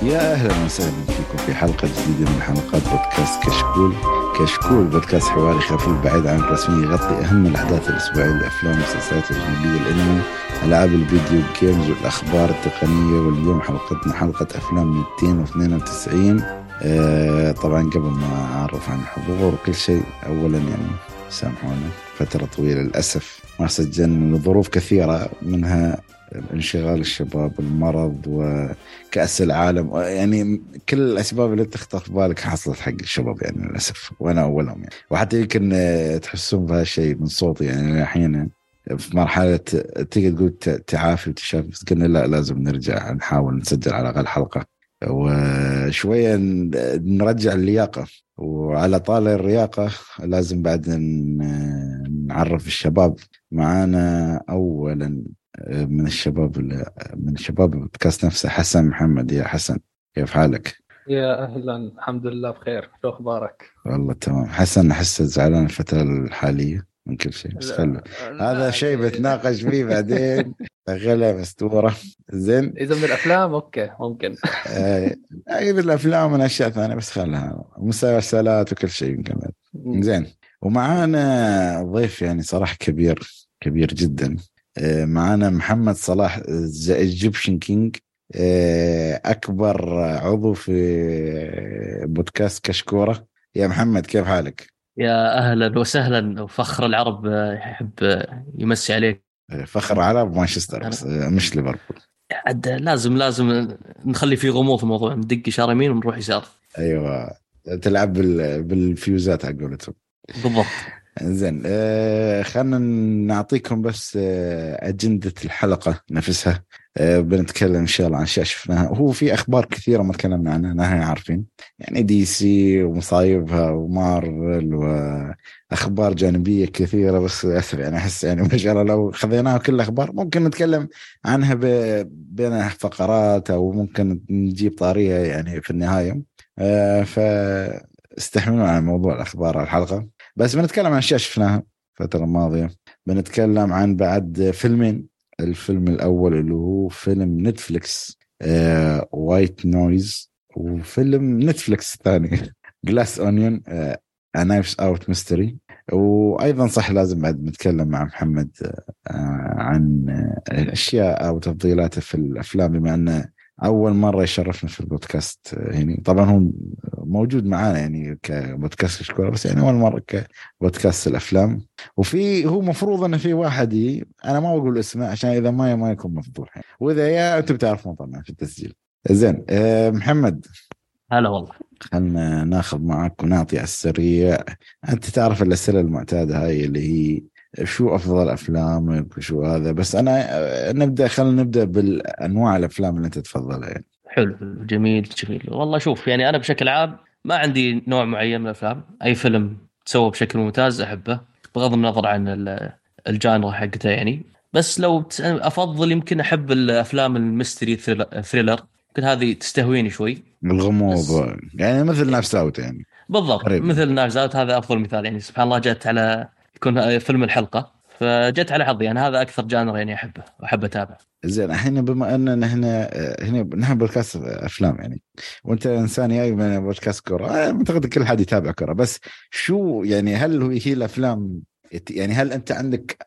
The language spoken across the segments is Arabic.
يا أهلا وسهلا فيكم في حلقة جديدة من حلقات بودكاست كشكول. كشكول بودكاست حواري خفيف بعيد عن الرسمية، يغطي أهم الأحداث الأسبوعية، الأفلام والمسلسلات الأجنبية، الأنمي، ألعاب الفيديو جيمز والأخبار التقنية. واليوم حلقتنا حلقة أفلام 292. طبعا قبل ما أعرف عن الحضور وكل شيء، أولا يعني سامحونا فترة طويلة للأسف ما سجلنا لظروف كثيرة، منها انشغال الشباب، المرض، وكأس العالم، يعني كل الأسباب اللي تخطر في بالك حصلت حق الشباب يعني للأسف، وأنا أولهم يعني. وحتى يمكن تحسون بهذا الشيء من صوتي، يعني الحين في مرحلة تيجي تقول تعافي وتشافي، بس قلنا لا، لازم نرجع نحاول نسجل على الأقل حلقة وشوية نرجع اللياقة. وعلى طال الرياقة لازم بعد نعرف الشباب معانا. أولا من الشباب البودكاست نفسه، حسن محمد. يا حسن، كيف حالك؟ يا أهلا، الحمد لله بخير. شو أخبارك؟ والله تمام. حسن أحس زعلان الفترة الحالية من كل شيء، بس خله لا هذا لا شيء دي. بتناقش فيه بعدين. شغلة مستورة. زين. إذا من الأفلام أوكي ممكن. أجيب الأفلام من أشياء ثانية، بس خلها مسلسلات وكل شيء يمكن. زين. ومعانا ضيف يعني صراحة كبير، كبير جدا. معانا محمد صلاح، ايجيبشن كينج، أكبر عضو في بودكاست كشكورة. يا محمد، كيف حالك؟ يا أهلا وسهلا، وفخر العرب يحب يمسي عليك. فخر عرب مانشستر بس أنا مش ليفربول. عاد لازم نخلي فيه غموض في الموضوع، ندق إشارة يمين ونروح يسار. أيوة، تلعب بالفيوزات على قولتهم. بالضبط. زين. خلنا نعطيكم بس أجندة الحلقة نفسها. بنتكلم إن شاء الله عن أشياء شفناها. هو في أخبار كثيرة ما تكلمنا عنها، نحن عارفين يعني دي سي ومصايبها ومارفل وأخبار جانبية كثيرة، بس للأسف يعني أحس يعني ما شاء الله لو خذيناها كل الأخبار ممكن نتكلم عنها بين فقرات، أو ممكن نجيب طاريها يعني في النهاية. فاستحملوا عن موضوع الأخبار على الحلقة. بس بنتكلم عن أشياء شفناها الفترة الماضية. بنتكلم عن بعد فيلمين. الفيلم الأول اللي هو فيلم نتفليكس وايت نويز، وفيلم نتفليكس الثاني جلاس أونيون نايفز أوت ميستري. وأيضا صح لازم بعد نتكلم مع محمد عن الأشياء أو تفضيلاته في الأفلام، بما أنه أول مرة يشرفنا في البودكاست هنا. طبعا هو موجود معانا يعني كبودكاست شكورة، بس يعني أول مرة كبودكاست الأفلام. وفي هو مفروض أن في واحد أنا ما بقول اسمه عشان إذا ما يكون مفضوح يعني. وإذا يا أنتم بتعرفون طبعا في التسجيل. زين. محمد، هلا والله. خلنا ناخذ معك ونعطي على السريع. أنت تعرف الأسئلة المعتادة هاي اللي هي شو أفضل أفلامك وشو هذا، بس أنا خلنا نبدأ بالأنواع الأفلام اللي أنت تفضلها يعني. حلو حلو، جميل جميل والله. شوف يعني أنا بشكل عام ما عندي نوع معين من الأفلام، أي فيلم تسوى بشكل ممتاز أحبه بغض النظر عن الجانرا حقته يعني. بس لو أفضل يمكن أحب الأفلام الميستري ثريلر، يمكن هذه تستهويني شوي. الغموض بس يعني مثل نفس أوت يعني. بالضبط قريب يعني. مثل نايفز اوت، هذا افضل مثال يعني. سبحان الله جت على يكون فيلم الحلقه، فجت على حظي يعني. هذا اكثر جانر يعني احبه واحب اتابعه. زين. الحين بما أننا هنا نحن بودكاست أفلام يعني، وأنت إنسان جاي من بودكاست كرة، أعتقد كل حد يتابع كرة. بس شو يعني، هل هي الأفلام يعني، هل أنت عندك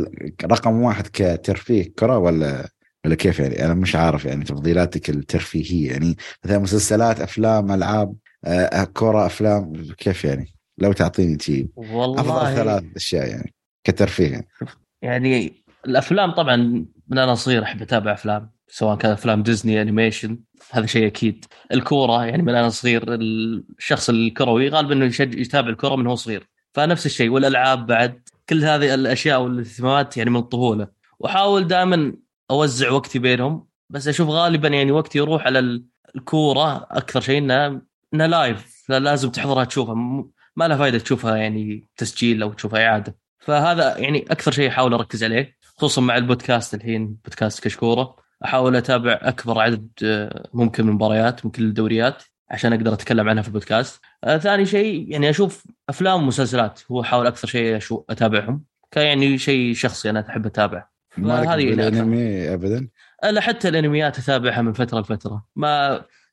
رقم واحد كترفيه كرة، ولا كيف يعني؟ أنا مش عارف يعني تفضيلاتك الترفيهية يعني، مثلا مسلسلات، أفلام، ألعاب، كرة، أفلام، كيف يعني؟ لو تعطيني شيء أفضل والله 3 أشياء يعني كترفيه يعني. يعني الافلام طبعا من انا صغير احب اتابع افلام، سواء كان افلام ديزني انيميشن، هذا شيء اكيد. الكوره يعني من انا صغير، الشخص الكروي غالبا انه يتابع الكوره من هو صغير، فنفس الشيء. والالعاب بعد، كل هذه الاشياء والاهتمامات يعني من الطفوله. واحاول دائما اوزع وقتي بينهم، بس اشوف غالبا يعني وقتي يروح على الكوره اكثر شيء. انها لايف، لازم تحضرها تشوفها، ما لها فائده تشوفها يعني تسجيل او تشوفها اعاده. فهذا يعني اكثر شيء احاول اركز عليه، خصوصا مع البودكاست الحين بودكاست كشكوره. احاول اتابع اكبر عدد ممكن من مباريات، من كل الدوريات، عشان اقدر اتكلم عنها في البودكاست. ثاني شيء يعني اشوف افلام ومسلسلات، هو احاول اكثر شيء اتابعهم يعني شيء شخصي انا احب اتابعه. مالك فهذه يعني اكثر. بالانمي ابدا؟ لا، حتى الانميات اتابعها من فتره لفتره. ما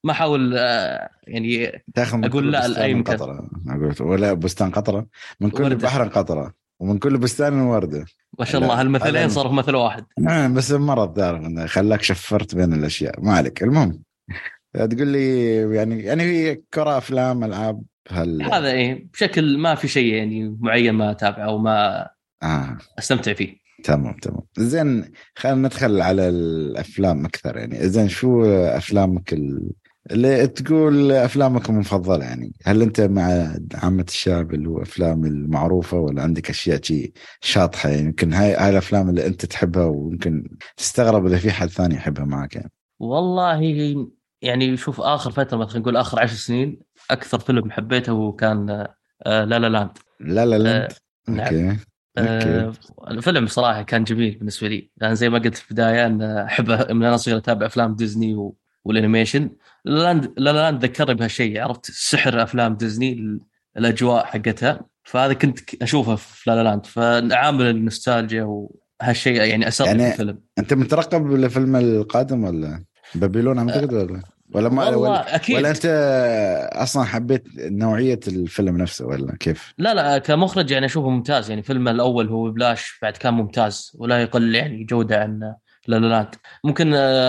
ما احاول يعني تاخذ من اقول كل لا لاي بستان مكان. قطرة، أقول ولا بستان قطرة، من كل وردة. بحر قطرة، ومن كل بستان وردة. ما شاء الله لا هالمثلين هذا صاروا في مثل واحد. بس المرض تعرف انه خلاك شفرت بين الاشياء، ما عليك. المهم تقول لي يعني هي كرة، افلام، العاب، هل هذا ايه بشكل ما في شيء يعني معين ما اتابعه او ما اه استمتع فيه. تمام تمام زين. خلينا ندخل على الافلام اكثر. يعني زين شو افلامك اللي تقول افلامك المفضله؟ يعني هل انت مع عامه الشعب اللي هو افلام المعروفه، ولا عندك اشياء شيء شاطحه؟ يعني يمكن هاي الافلام اللي انت تحبها، ويمكن تستغرب اذا في حد ثاني يحبها معك يعني. والله يعني شوف اخر فتره مثلا نقول اخر 10 سنين اكثر فيلم حبيته كان لا لا لاند. لا لا لاند. آه نعم. اوكي. اوكي. الفيلم صراحه كان جميل بالنسبه لي، لان زي ما قلت في البدايه أنا احب من انا صغير اتابع افلام ديزني والانيميشن. لا لا لاند ذكرني بهالشيء، عرفت سحر افلام ديزني، الاجواء حقتها. فهذا كنت اشوفه في لا لا لاند، فعامل النوستالجيا وهالشيء يعني اثرني في يعني الفيلم. انت مترقب الفيلم القادم ولا بابلون عم تقعد ولا ما والله ولا اكيد. انت اصلا حبيت نوعية الفيلم نفسه ولا كيف؟ لا لا كمخرج يعني اشوفه ممتاز، يعني فيلم الاول هو بلاش بعد كان ممتاز ولا يقل يعني جودة عن لا لا لاند. ممكن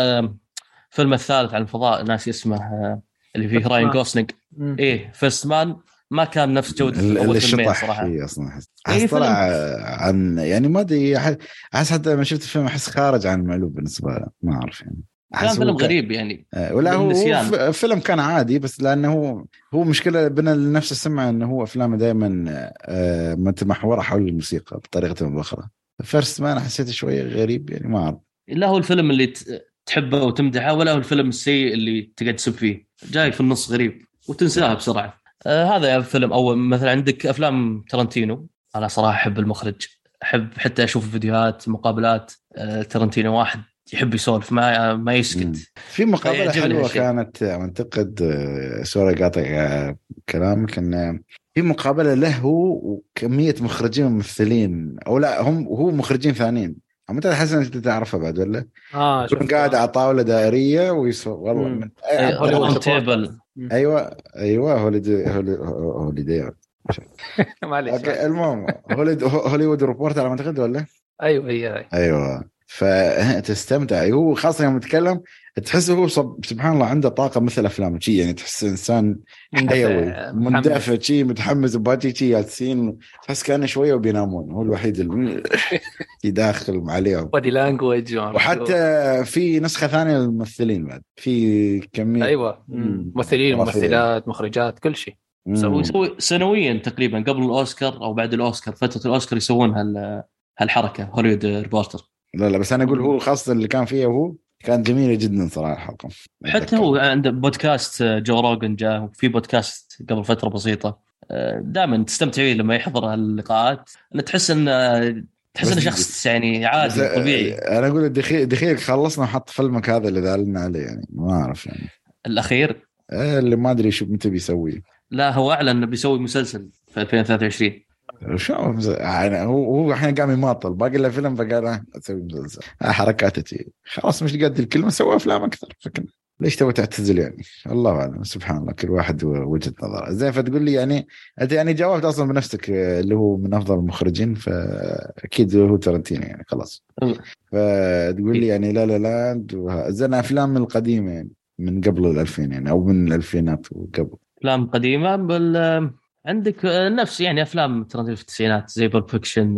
فيلم الثالث عن الفضاء ناسي اسمه، اللي فيه راين مان. جوسلينج. ايه فيرست مان، ما كان نفس جودة اول اللي فيلمين شطح صراحة. فيه اصلا احس ايه طلع فيلم عن يعني ما ادري احس حتى لما شفت الفيلم احس خارج عن المألوف بالنسبة له، ما اعرف يعني. كان احس هو فيلم غريب يعني ولا هو للنسيان. فيلم كان عادي، بس لانه هو مشكله بنا لنفس السمعه انه هو افلامه دائما متمحوره حول الموسيقى بطريقه او باخرى. فيرست مان حسيته شويه غريب يعني، ما اعرف. لا هو الفيلم اللي تحبه وتمدحه، ولا هو الفيلم السيء اللي تقعد تسب فيه، جاي في النص غريب وتنساها بسرعة. هذا فيلم. أول مثلا عندك أفلام ترنتينو، أنا صراحة أحب المخرج، أحب حتى أشوف فيديوهات مقابلات ترنتينو، واحد يحب يسولف ما يسكت. في مقابله فيعجبني حلوه هالشيء. كانت اعتقد سوري قاطع كلامك، ان في مقابله له هو وكميه مخرجين وممثلين، او لا هم هو مخرجين ثانيين. عم تحس ان انت تعرفها بعد ولا؟ يكون قاعد شفته. على طاوله دائريه والله امم من هوليوود راوند ريبورتر. تيبل. ايوه ايوه هوليدي. معليش اوكي معليش. المهم هوليوود ريبورتر على ما اعتقد ولا؟ ايوه هي. ايوه فتستمتع هو خاصه يوم يتكلم، تحسه هو سبحان الله عنده طاقه مثل افلام شيء، يعني تحس انسان حيوي مندفع مندفع متحمس. شيء متحمس باتي شيء ياسين، تحس كانه شويه وبينامون، هو الوحيد اللي يداخل عليهم. بودي لانجوج. وحتى في نسخه ثانيه للممثلين بعد، في كميه ايوه ممثلين خرافيه. وممثلات مخرجات كل شيء. يسوي سنويا تقريبا قبل الأوسكار أو بعد الأوسكار، فترة الأوسكار يسوون هالحركة هوليوود ريبورتر. لا لا بس انا اقول هو خاصه اللي كان فيها هو كانت جميله جدا صراحه الحلقه. حتى اتذكر هو عنده بودكاست جو روجن، جاء وفي بودكاست قبل فترة بسيطة. دائما تستمتعين لما يحضر اللقاءات، انه تحس بس انه شخص يعني بس عادي وطبيعي. انا اقول دخيل خلصنا وحط فيلمك هذا اللي ذالنا عليه، يعني ما اعرف يعني الاخير اللي ما ادري شو متى بيسوي. لا هو اعلن انه بيسوي مسلسل في 2023. شو يعني هو الحين قام يماطل باقي له فيلم، فقال اسوي مسلسل. حركاته شيء خلاص، مش قد الكلمه سوى افلام اكثر، فكنا ليش تبغى تعتزل يعني؟ الله اعلم، سبحان الله كل واحد وجهه نظره. زين فتقول لي يعني انت يعني جاوبت اصلا بنفسك اللي هو من افضل المخرجين، فاكيد هو ترنتينو يعني خلاص. فتقول لي يعني لا لا لاند زين افلام القديمه يعني من قبل الألفين يعني او من الألفينات وقبل. افلام قديمه عندك نفس يعني افلام ترى في التسعينات زي بيرفكشن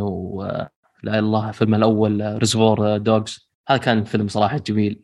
لا الله فيلم الاول ريزرفوار دوجز، هذا كان فيلم صراحه جميل.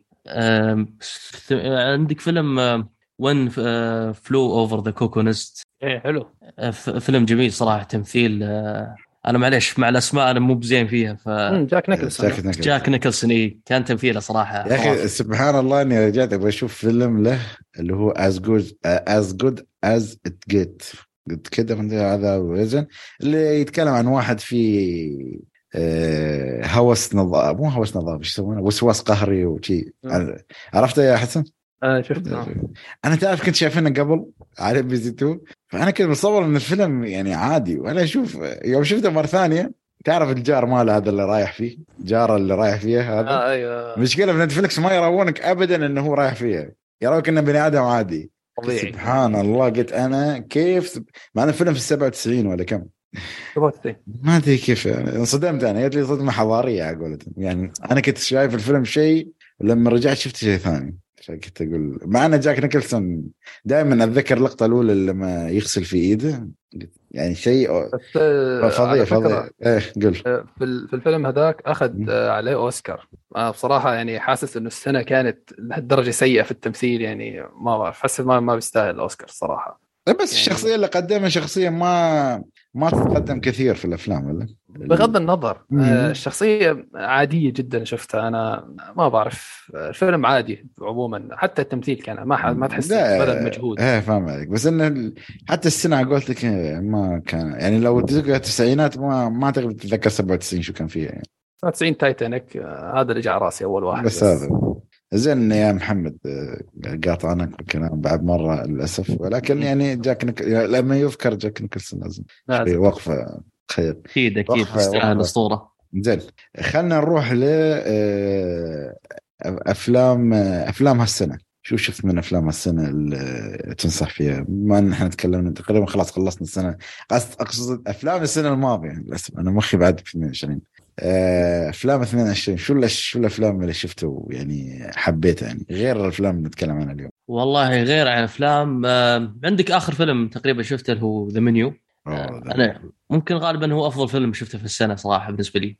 عندك فيلم وين فلو اوفر ذا كوكونست. ايه حلو. فيلم جميل صراحه، تمثيل انا معليش مع الاسماء انا مو بزين فيها. جاك نيكلسون. ساكت نكد. جاك نيكلسون إيه كان تمثيله صراحه يا اخي خرافي. سبحان الله اني رجعت ابغى اشوف فيلم له اللي هو as good as it gets، قلت كده من هذا الريزن اللي يتكلم عن واحد في هوس نظافة، مو هوس نظافة، ايش يسمونه، وسواس قهري وشي. عرفته يا حسن؟ شفته. انا تعرف كنت شايفينه قبل على بيزيتو، فانا كنت متصور ان الفيلم يعني عادي، وانا اشوف يوم شفته مره ثانيه، تعرف الجار ماله هذا اللي رايح فيه، جار اللي رايح فيه هذا ايوه. مشكلة في نتفلكس ما يراونك ابدا انه هو رايح فيها، يراك انه بني ادم عادي. طبيعي. سبحان الله، قلت انا كيف معنا فيلم في 97 ولا كم، 97. ما ادري كيف يعني. انصدمت انا، قلت لي صدمه حضاريه على قولتهم يعني. انا كنت شايف الفيلم شيء، ولما رجعت شفت شيء ثاني. فكنت اقول مع ان جاك نيكلسون دائما اتذكر اللقطه الاولى لما يغسل في ايده، يعني شيء بس فظيع على فظيع. فكرة ايه قل. في الفيلم هذاك أخذ عليه أوسكار. أنا بصراحة يعني حاسس إنه السنة كانت لهالدرجة سيئة في التمثيل، يعني ما بعرف، حاسس ما بيستاهل الأوسكار صراحة. بس يعني الشخصيه اللي قدمها شخصيه ما تتقدم كثير في الافلام ولا. بغض النظر مم. الشخصية عادية جدا شفتها أنا، ما بعرف، الفيلم عادي عموما، حتى التمثيل كان ما تحس بذل مجهود. ايه فاهم عليك، بس انه حتى السنه قلت لك ما كان يعني. لو تذكر التسعينات ما تقدر تتذكر 97 شو كان فيها يعني. 90 تايتانيك، هذا اللي جاء على راسي أول واحد بس هذا زين يا محمد. قاطعنك الكلام بعد مرة للأسف، ولكن يعني لما يذكر جاك نيكلسون لازم شوي وقفة خير. أكيد تستاهل أسطورة. زين خلنا نروح ل أفلام هالسنة. شو شفت من أفلام هالسنة اللي تنصح فيها؟ ما نحن تكلمنا تقريبا خلاص خلصنا السنة. أقصد أفلام السنة الماضية للأسف، أنا مخي بعد في 22. افلام 22 شو الافلام اللي شفته يعني حبيتها، يعني غير الافلام اللي نتكلم عنها اليوم؟ والله غير عن افلام، عندك اخر فيلم تقريبا شفته اللي هو ذا منيو. انا ممكن غالبا هو افضل فيلم شفته في السنه صراحه بالنسبه لي.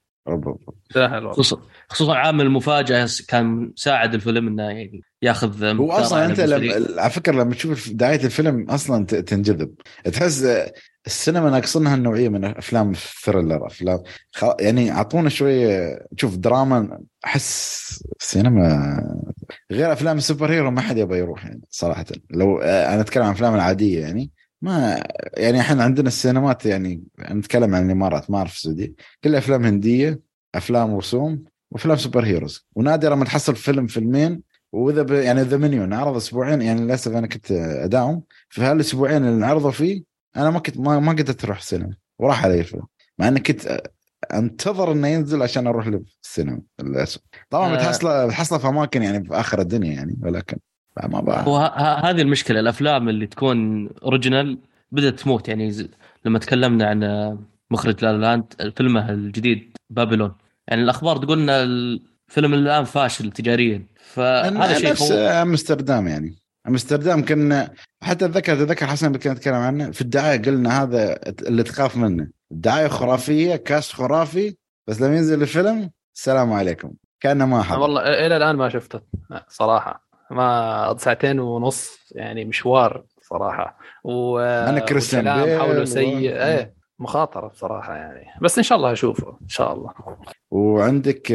خصوصا عامل المفاجاه كان ساعد الفيلم انه يعني ياخذ. هو اصلا انت على فكره لما تشوف بدايه الفيلم اصلا تنجذب، تحس السينما ناقصنها النوعيه من افلام الثريلر، افلام يعني اعطونا شويه تشوف دراما. احس السينما غير افلام السوبر هيرو ما حد يبغى يروح يعني صراحه. لو انا اتكلم عن افلام العاديه يعني ما يعني احنا عندنا السينمات يعني نتكلم عن الامارات، ما اعرف السعوديه، كلها افلام هنديه، افلام رسوم وافلام سوبر هيروز، ونادرا ما تحصل فيلمين. واذا يعني ذا منيو انعرض اسبوعين، يعني للاسف انا كنت اداوم في هالاسبوعين اللي انعرضوا فيه، انا ما قدرت اروح السينما وراح علي الفيلم، مع اني كنت انتظر انه ينزل عشان اروح للسينما للاسف. طبعا بتحصله في اماكن يعني في اخر الدنيا يعني، ولكن ما بقى. هذه المشكله، الافلام اللي تكون اوريجينال بدات تموت يعني. لما تكلمنا عن مخرج لا لاند فيلمه الجديد بابلون، يعني الاخبار تقول ان الفيلم الان فاشل تجاريا، فهذا شيء نفس امستردام يعني. امستردام كنا حتى اتذكر حسن اللي كنا نتكلم عنه في الدعايه، قلنا هذا اللي تخاف منه، الدعايه خرافيه، كاست خرافي، بس لما ينزل الفيلم السلام عليكم كأنه ما حد. والله الى الان ما شفته صراحه، ما 2.5 ساعة يعني مشوار صراحه، انا كريستيان بيل حوله سيء، مخاطره بصراحه يعني، بس ان شاء الله اشوفه ان شاء الله. وعندك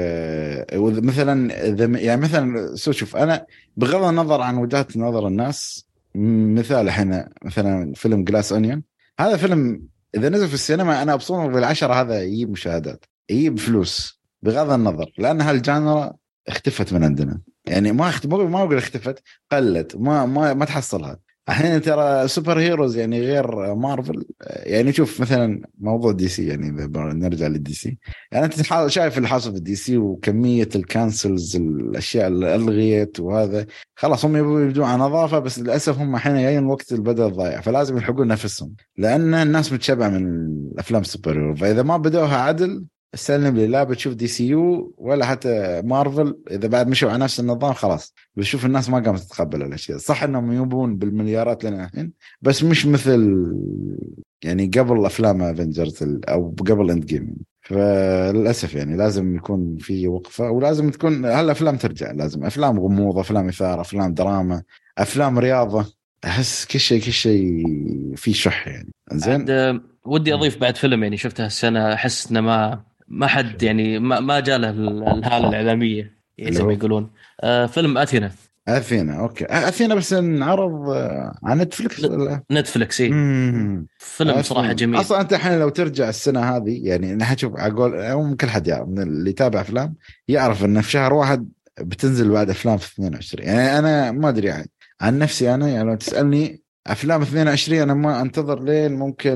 مثلا يعني مثلا شوف انا بغض النظر عن وجهات نظر الناس، مثال احنا مثلا فيلم جلاس اونيون، هذا فيلم اذا نزل في السينما انا ابصمه بالعشرة، هذا يجيب مشاهدات يجيب فلوس بغض النظر، لان هالجانرا اختفت من عندنا يعني. ما اقول اختفت، قلت، ما تحصلها الحين. ترى سوبر هيروز يعني غير مارفل يعني. شوف مثلا موضوع دي سي، يعني نرجع للدي سي، يعني انت شايف اللي حاصل في الدي سي وكميه الكانسلز، الاشياء اللي الغيت، وهذا خلاص هم يبدون على نظافه، بس للاسف هم الحين جايين وقت البدء الضايع، فلازم يلحقون نفسهم لان الناس متشبعه من الافلام السوبر هيرو. فاذا ما بدوها عدل استلم لي، لا بتشوف دي سي يو ولا حتى مارفل، اذا بعد مشوا على نفس النظام خلاص بتشوف الناس ما قامت تتقبل الاشياء. صح انهم يبون بالمليارات لنا الحين، بس مش مثل يعني قبل افلام افنجرز او قبل اند جيم. فللاسف يعني لازم يكون في وقفه، ولازم تكون هالافلام ترجع، لازم افلام غموض، افلام اثاره، افلام دراما، افلام رياضه. احس كل شيء في شح يعني. زين ودي اضيف بعد فيلم يعني شفته السنه، احس انه ما حد يعني ما جاء له الهاله الاعلاميه يعني زي ما يقولون. فيلم اثينا. اوكي اثينا بس انعرض على نتفلكس ولا نتفلكس؟ فيلم صراحه جميل. اصلا انت الحين لو ترجع السنه هذه يعني نحشوف عقول كل حد يعرف من اللي يتابع افلام يعرف ان في شهر واحد بتنزل بعد افلام في 22. يعني انا ما ادري يعني عن نفسي انا، يعني لو تسالني افلام 22 انا ما انتظر لين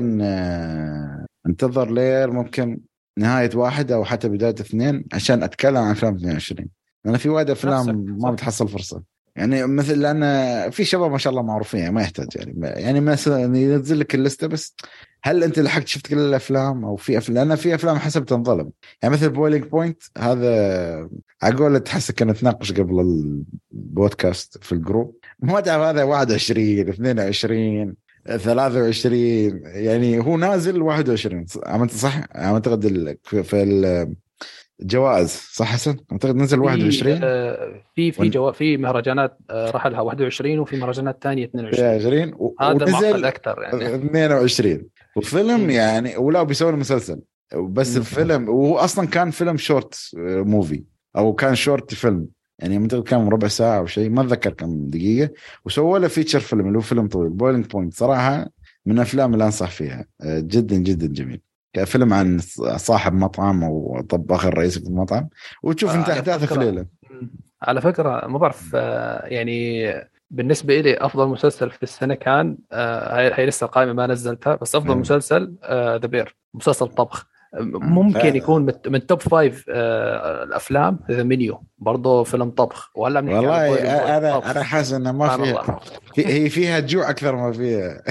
ممكن نهايه واحد او حتى بدايه اثنين عشان اتكلم عن افلام 22. انا في وايد افلام ما بتحصل فرصه يعني مثل لأن في شباب ما شاء الله معروفين يعني ما يحتاج يعني مثلا ينزل لك الليستة بس. هل أنت لحقت شفت كل الأفلام أو في أفلام؟ لأن في أفلام حسب تنظلم يعني مثل بويلينج بوينت هذا عقول تحس كنا نتناقش قبل البودكاست في الجروب ما تعرف هذا 21 22 23 يعني هو نازل 21 عملت صح أعتقد في الجوائز صح حسن أعتقد نزل 21 في مهرجانات راح لها 21 وفي مهرجانات ثانية 22. 20 هذا معقد ونزل اكثر يعني 22 وفيلم يعني ولا بيسوي مسلسل بس الفيلم وهو اصلا كان فيلم شورت موفي او كان شورت فيلم يعني مثل كان ربع ساعه او شيء ما اتذكر كم دقيقه وسووا له فيتشر فيلم اللي هو فيلم طويل بويلينج بوينت صراحه من الافلام اللي انصح فيها جدا جدا جميل كفيلم عن صاحب مطعم او طباخ الرئيسي في المطعم وتشوف انت احداثه في ليله. على فكره ما بعرف يعني بالنسبه لي افضل مسلسل في السنه كان هي لسه القائمه ما نزلتها بس افضل مسلسل ذا بير مسلسل طبخ ممكن يكون من توب 5 الافلام. ذا منيو برضه فيلم طبخ وهلا بنحكي والله انا حاسس انه ما فيها هي فيها جوع اكثر ما فيها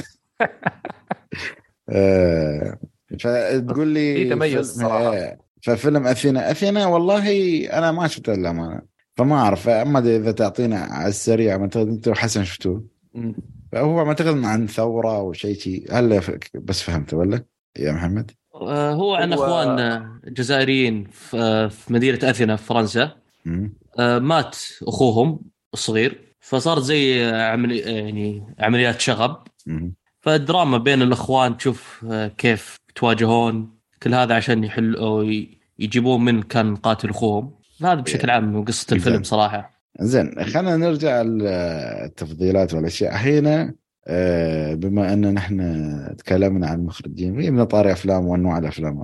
فتقول لي في تميز صراحه. ففيلم أثينا والله انا ما شفته الا ما فما اعرف اما اذا تعطينا على السريع مثلا انت وحسن شفتوه فهو معتقد عن ثوره او شيء هل بس فهمته ولا يا محمد؟ هو عن اخوان جزائريين في مدينه اثينا في فرنسا. مات اخوهم الصغير فصار زي يعني عمليات شغب. فالدراما بين الاخوان تشوف كيف تواجهون كل هذا عشان يحلوا يجيبون من كان قاتل اخوهم. هذا بشكل عام قصه الفيلم صراحه. زين خلينا نرجع للتفضيلات والاشياء هنا. بما ان نحن تكلمنا عن مخرجين من طاري افلام وانواع الافلام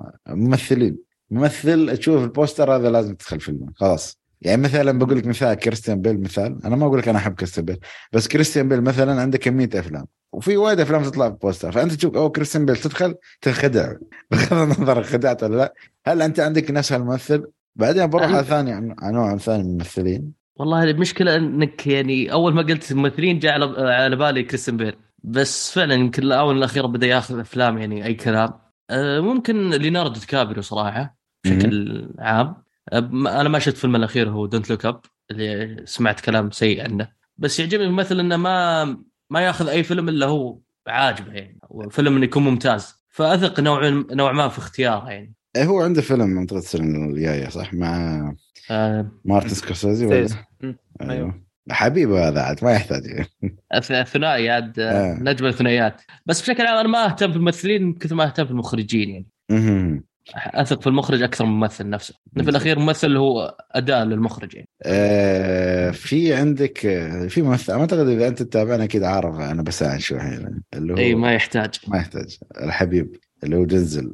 ممثل تشوف البوستر هذا لازم تدخل فيلم خلاص. يعني مثلا بقول لك مثال كريستيان بيل مثال انا ما اقول لك انا احب كريستيان بيل بس كريستيان بيل مثلا عنده كميه افلام وفي وايد افلام تطلع في بوستر فانت تشوف كريستيان بيل تدخل تنخدع بغض النظر خدعت ولا لا. هل انت عندك نفس هالممثل؟ بعدين بروح على ثاني عن نوع ثاني من الممثلين. والله المشكله انك يعني اول ما قلت ممثلين جاء على بالي كريستيان بيل بس فعلا يمكن الاونه الاخيره بدا ياخذ افلام يعني اي كلام. ممكن ليوناردو دي كابريو صراحه بشكل عام. انا ما شفت فيلم الاخير هو دونت لوك اب اللي سمعت كلام سيء عنه بس يعجبني الممثل انه ما ياخذ اي فيلم الا هو عاجبه يعني فيلم انه يكون ممتاز فاثق نوع ما في اختياره يعني. هو عنده فيلم منطقه السنه الجايه صح مع مارتن سكورسيزي ولا ايوه حبيبه هذا عاد ما يحتاج الثنائي عاد نجم الثنائيات. بس بشكل عام انا ما اهتم في الممثلين كثر ما اهتم في المخرجين يعني. اثق في المخرج اكثر من الممثل نفسه. في الاخير ممثل هو اداء للمخرج يعني. في عندك في ممثل اعتقد اذا انت تتابعنا اكيد عارف انا بساعد شو هنا اللي هو اي ما يحتاج الحبيب اللي هو دنزل.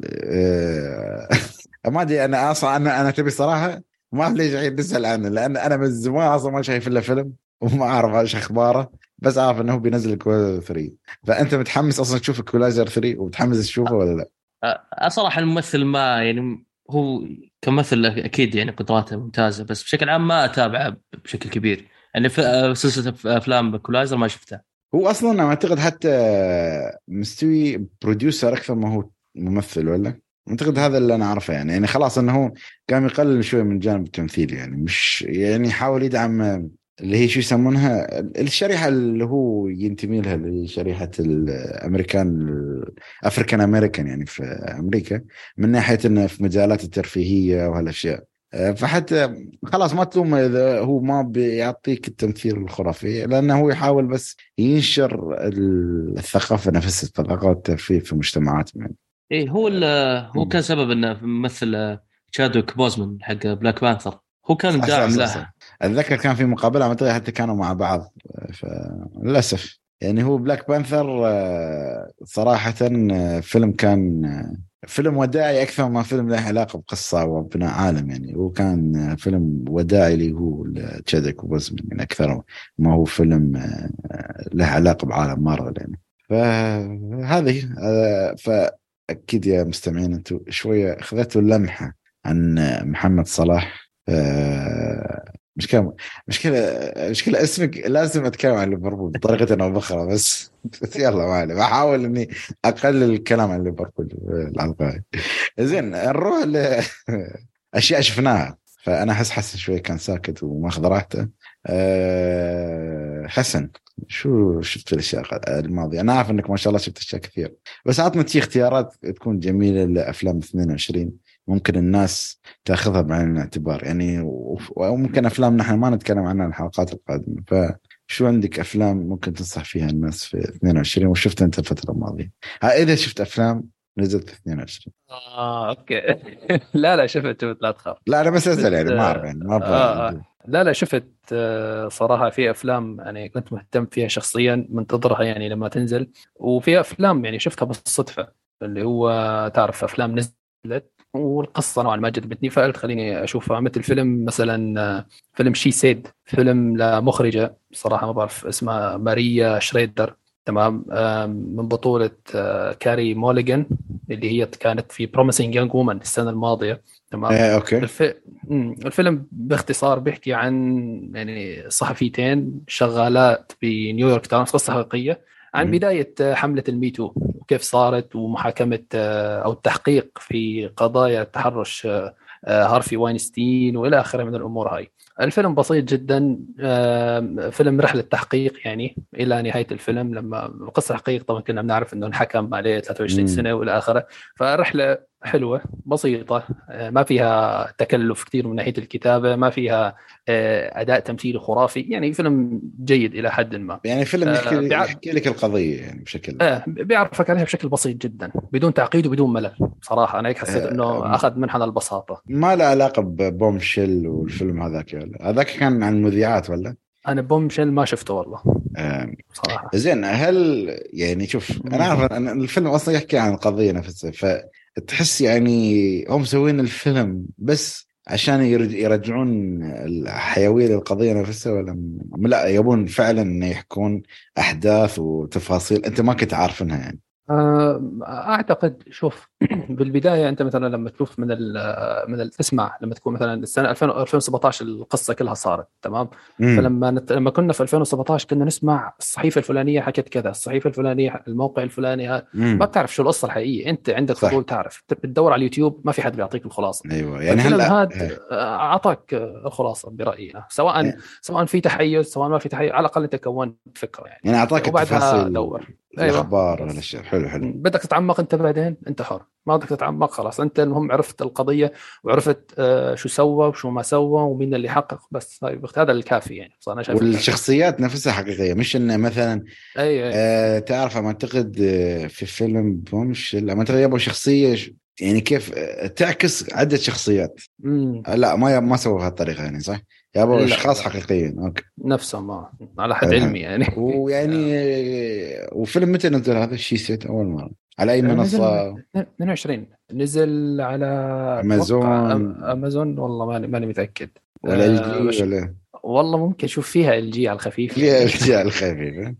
ما ادري انا اصلا انا تبي صراحه ما اعرف ليش نسال عنه لان انا من زمان اصلا ما شايف الا فيلم وما اعرف ايش اخباره بس اعرف انه بينزل كولايزر 3 فانت متحمس اصلا تشوف كولايزر 3 ومتحمس تشوفه ولا لا؟ صراحه الممثل ما يعني هو كممثل اكيد يعني قدراته ممتازه بس بشكل عام ما اتابعه بشكل كبير يعني في سلسله افلام كولايزر ما شفتها. هو اصلا اعتقد حتى مستوي بروديوسر اكثر ما هو ممثل ولا اعتقد هذا اللي انا اعرفه يعني خلاص انه هو قام يقلل شويه من جانب التمثيل يعني مش يعني يحاول يدعم اللي هي شو يسمونها الشريحه اللي هو ينتمي لها لشريحه الامريكان افريكان امريكان يعني في امريكا من ناحيه انه في مجالات الترفيهيه وهالاشياء. فحتى خلاص ما تلوم اذا هو ما بيعطيك التمثيل الخرافي لانه هو يحاول بس ينشر الثقافه نفسها الثقافه والترفيه في مجتمعاتنا يعني. ايه هو كان سبب انه ممثل تشادويك بوزمان حق بلاك بانثر هو كان داعم له. اتذكر كان في مقابله عم حتى كانوا مع بعض فللاسف يعني هو بلاك بانثر صراحه فيلم كان فيلم وداعي اكثر ما فيلم له علاقه بقصه وبناء عالم يعني هو كان فيلم وداعي اللي هو تشادويك بوزمان يعني اكثر ما هو فيلم له علاقه بعالم مارفل يعني. فهذه فاكيد يا مستمعين انتم شويه اخذتوا اللمحه عن محمد صلاح مشكلة اسمك لازم أتكلم عن ليفربول بطريقة أو بأخرى بس يلا ما عليه، بحاول إني أقلل الكلام عن ليفربول الحلقة. زين نروح لأشياء شفناها. فأنا حسن شوي كان ساكت وما أخذ راحته. حسن شو شفت الأشياء الماضية؟ أنا عارف إنك ما شاء الله شفت أشياء كثير، بس عطنا تي اختيارات تكون جميلة لأفلام 22 ممكن الناس تأخذها بعين الاعتبار يعني، وممكن أفلام نحن ما نتكلم عنها الحلقات القادمة. فشو عندك أفلام ممكن تنصح فيها الناس في 22 وشفت أنت الفترة الماضية؟ إذا شفت أفلام نزلت في 22. اوكي. لا شفت لا تخاف. لا أنا بس أسأل يعني ما أعرف شفت يعني ما لا شفت صراحة في أفلام يعني كنت مهتم فيها شخصيا منتظرها يعني لما تنزل، وفي أفلام يعني شفتها بالصدفة اللي هو تعرف أفلام نزلت والقصة نوعا ما جذبتني فقلت خليني أشوفها، مثل فيلم مثلا فيلم شي سيد، فيلم لمخرجة صراحة ما بعرف اسمها، ماريا شريدر، تمام، من بطولة كاري موليغان اللي هي كانت في Promising Young Woman السنة الماضية، تمام. أوكي. الفيلم باختصار بيحكي عن يعني صحفيتين شغالات بنيويورك تايمز، قصة حقيقية عن بداية حملة الميتو وكيف صارت، ومحاكمة أو التحقيق في قضايا تحرش هارفي واينستين وإلى آخره من الأمور هاي. الفيلم بسيط جدا، فيلم رحلة تحقيق يعني إلى نهاية الفيلم، لما قصة حقيقة طبعا كنا بنعرف أنه انحكم عليه 23 سنة وإلى آخره. فرحلة حلوة بسيطة، ما فيها تكلف كثير من ناحية الكتابة، ما فيها أداء تمثيلي خرافي، يعني فيلم جيد إلى حد ما. يعني فيلم يحكي لك القضية يعني بشكل بيعرفك عليها بشكل بسيط جدا بدون تعقيد وبدون ملل. صراحة أنا هيك حسيت إنه أخذ منحنى البساطة. ما له علاقة ببومشيل والفيلم هذاك كان عن مذيعات ولا؟ أنا بومشيل ما شفته والله صراحة. زين هل يعني شوف أنا أعرف أن الفيلم أصلا يحكي عن القضية نفسها، فتحس يعني هم مسوين الفيلم بس عشان يرجعون الحيوية للقضية نفسها، ولا لا يبون فعلا إن يحكون أحداث وتفاصيل أنت ما كنت عارفينها يعني؟ اعتقد شوف بالبدايه انت مثلا لما تشوف تسمع لما تكون مثلا السنه 2017 القصه كلها صارت تمام. لما كنا في 2017 كنا نسمع الصحيفه الفلانيه حكت كذا، الصحيفه الفلانيه، الموقع الفلاني، ما بتعرف شو القصه الحقيقيه، انت عندك فضول تعرف، بتدور على اليوتيوب ما في حد بيعطيك الخلاصه. ايوه يعني هذا اعطاك الخلاصه برايي، سواء في تحيز سواء ما في تحيز، على الاقل انت كونت فكره يعني اعطاك التفاصيل دور الاخبار ولا شيء. حلو بدك تتعمق انت بعدين انت حر، ما بدك تتعمق خلاص، انت المهم عرفت القضيه وعرفت شو سوى وشو ما سوى ومين اللي حقق، بس هذا الكافي يعني. انا شايف والشخصيات نفسها حقيقيه، مش انه مثلا تعرف ما اعتقد في فيلم بومش لما اعتقد يبغى شخصيه يعني كيف تعكس عده شخصيات. لا ما سووا هالطريقه يعني صح، يابا اشخاص حقيقيين اوكي نفسهم على حد علمي يعني. ويعني وفيلم متى نزل هذا الشيء؟ سيت اول مره على اي منصه؟ 22 نزل على امازون والله ماني متاكد، ولا ال جي ولا والله ممكن اشوف فيها ال جي على الخفيف. فيها ال جي على الخفيف.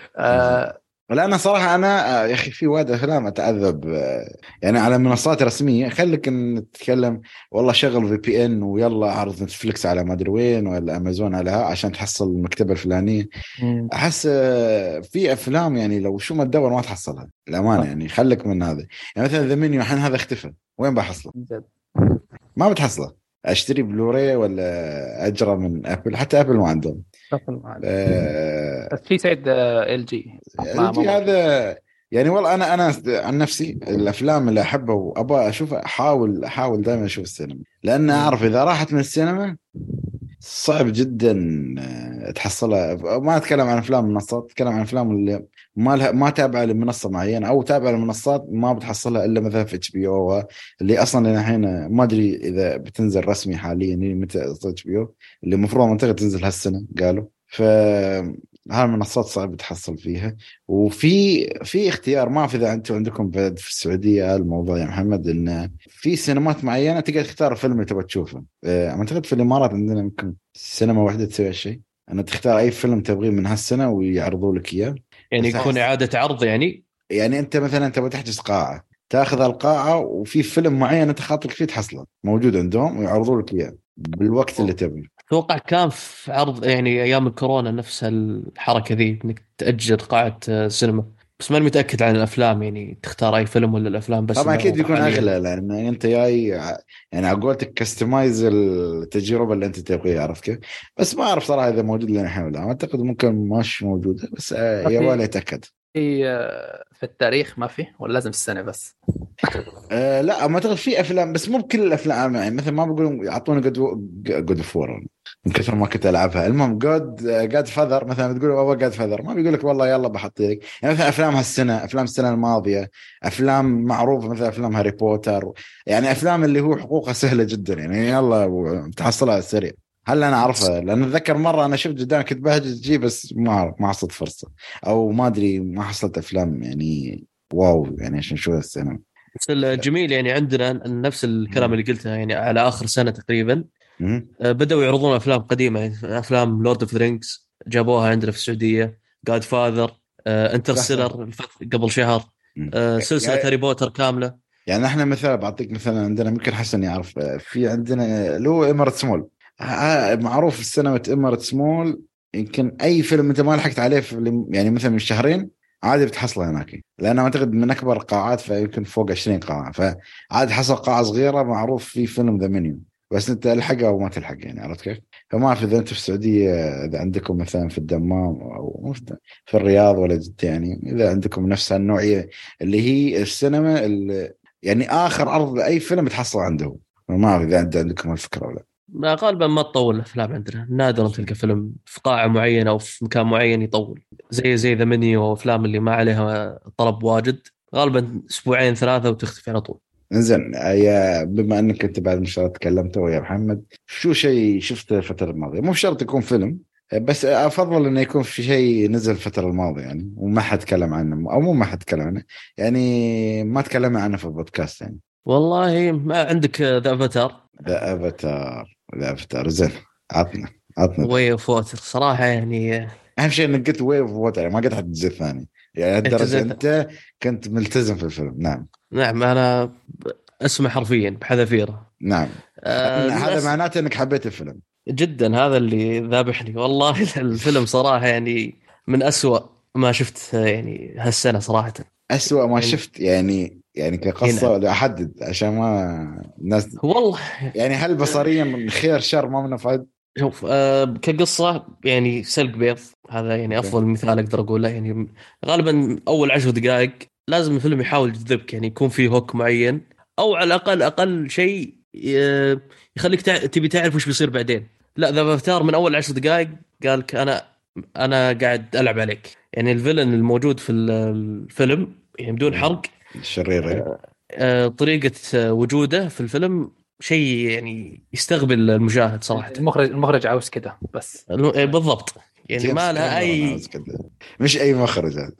ولا أنا صراحة أنا يا أخي في واحد أفلام أتعذب يعني على منصات رسمية، خليك نتكلم والله شغل VPN ويلا عرض نتفليكس على ما أدري وين ولا أمازون عليها عشان تحصل المكتبة الفلانية. أحس في أفلام يعني لو شو ما تدور ما تحصلها الأمانة يعني. خليك من هذا يعني مثلا ذا منيو الحين هذا اختفى، وين بحصله؟ ما بتحصله. أشتري بلوري ولا أجرى من أبل؟ حتى أبل ما عندهم. بس في سعد ال جي هذا يعني. والله أنا عن نفسي الأفلام اللي أحبها وأبغى أشوفها أحاول دائما أشوف السينما، لأن أعرف إذا راحت من السينما صعب جدا تحصلها. ما أتكلم عن أفلام منصات، أتكلم عن أفلام اللي ما تابعة لمنصة معينة أو تابعة لمنصات ما بتحصلها إلا مثلا في HBO اللي أصلا الحين ما أدري إذا بتنزل رسمي حاليا متى HBO اللي المفروض منطقة تنزل هالسنة قالوا. فهالمنصات صعب تحصل فيها. وفي اختيار، ما في إذا أنتم عندكم في السعودية الموضوع يا محمد، إن في سينمات معينة تقدر تختار الفيلم اللي تبغى تشوفه. أعتقد في الإمارات عندنا يمكن سينما واحدة تسوي هالشيء، أن تختار أي فيلم تبغيه من هالسنة ويعرضوا لك إياه يعني يكون إعادة عرض يعني أنت مثلا تبغى تحجز قاعة تاخذ القاعة وفي فيلم معين أنت خاطرك فيه تحصله موجود عندهم ويعرضوا لك إياه بالوقت اللي تبغيه. اتوقع كان في عرض يعني ايام الكورونا نفس الحركه ذي، انك تاجر قاعه سينما. بس ماني متاكد عن الافلام، يعني تختار اي فيلم ولا الافلام بس طبعا انه اكيد بيكون حاليا. اغلى، لان انت جاي يعني على قولتك كستمايز التجربه اللي انت تبغيها، عرفت كيف؟ بس ما اعرف صراحه اذا موجود لنا الحين ولا لا. اعتقد ممكن مش موجوده، بس ما يبغى في اتاكد. في التاريخ ما في، ولا لازم السنه بس؟ لا ما اعتقد في افلام، بس مو بكل الافلام. يعني مثلا ما بقول يعطونا جود فور من كثر ما كنت العبها. المهم جاد فاذر مثلا، بتقول والله جاد فاذر، ما بيقول لك والله يلا بحط لك. يعني مثلا افلام هالسنه، افلام السنه الماضيه، افلام معروفه مثل افلام هاري بوتر، يعني افلام اللي هو حقوقها سهله جدا، يعني يلا تحصلها على السريع. هل انا اعرفها؟ لان اتذكر مره انا شفت قدام كنت بهجس جي، بس ما حصلت فرصه، او ما ادري، ما حصلت افلام يعني واو يعني عشان شو السينما. بس الجميل يعني عندنا نفس الكلام اللي قلته، يعني على اخر سنه تقريبا مم. بدأوا يعرضون افلام قديمه، يعني افلام لورد اوف ذا رينجز جابوها عندنا في السعوديه، جاد فاذر، صح صح. انترستيلر قبل شهر، مم. سلسله يعني هاري بوتر كامله. يعني احنا مثلا بعطيك مثلا، عندنا ممكن حسن يعرف، في عندنا اللي هو امارات مول. معروف السينما امارات مول. يمكن اي فيلم انت ما لحقت عليه في يعني مثلا من شهرين، عادي بتحصله هناك، لانه اعتقد من اكبر القاعات، فيمكن فوق 20 قاعه، فعادي حصل قاعه صغيره معروف في فيلم ذا منيو، بس انت الحقه او ما تلحق، يعني عرفت كيف؟ فما في، اذا انت في السعوديه، اذا عندكم مثلا في الدمام او مو في الرياض ولا جدة، يعني اذا عندكم نفس النوعيه اللي هي السينما اللي يعني اخر عرض لاي فيلم تحصل عنده. ما اعرف اذا عندكم الفكره ولا غالبا ما تطول الافلام عندنا، نادرا تلقى فيلم في قاعه معينه او في مكان معين يطول، زي ذا منيو وافلام اللي ما عليها طلب واجد، غالبا اسبوعين ثلاثه وتختفي على طول. انزين. يا بما انك انت بعد ما شاء الله تكلمت ويا محمد، شو شيء شفته الفتره الماضيه؟ مو شرط يكون فيلم، بس افضل انه يكون في شيء نزل الفتره الماضيه يعني وما حد تكلم عنه، او مو ما حد تكلم عنه، يعني ما تكلمنا عنه في البودكاست يعني. والله ما عندك ذا افاتار، ذا افاتار زين. عطنا ذا. واي اوف ووتر صراحه يعني. اهم شيء انك قلت ويف ووتر، ما قلت حتى الجزء الثاني، يعني لهالدرجه الجزء، انت كنت ملتزم في الفيلم. نعم. نعم انا اسمه حرفيا بحذافيره. نعم. هذا للاسف معناته انك حبيت الفيلم. جدا، هذا اللي ذابحني والله. الفيلم صراحه يعني من أسوأ ما شفت يعني هالسنه صراحه. أسوأ ما يعني شفت يعني كقصة، هنا ولا أحدد عشان ما الناس، والله يعني هل بصريا من خير شر ما منه فايد؟ شوف كقصة يعني سلق بيض، هذا يعني اوكي. أفضل مثال أقدر أقوله. يعني غالبا أول 10 دقائق لازم الفيلم يحاول يجذبك، يعني يكون فيه هوك معين، أو على الأقل أقل شيء يخليك تبي تعرف وش بيصير بعدين. لا، ذا افاتار من أول 10 دقائق قالك أنا قاعد ألعب عليك. يعني الفيلن الموجود في الفيلم يعني بدون حرق، الشريرة. طريقة وجوده في الفيلم شيء يعني يستقبل المشاهد صراحة. المخرج عاوز كده بس. بالضبط، يعني جيمس ما لها كاميرون عاوز اي. كذا، مش أي مخرج هذا.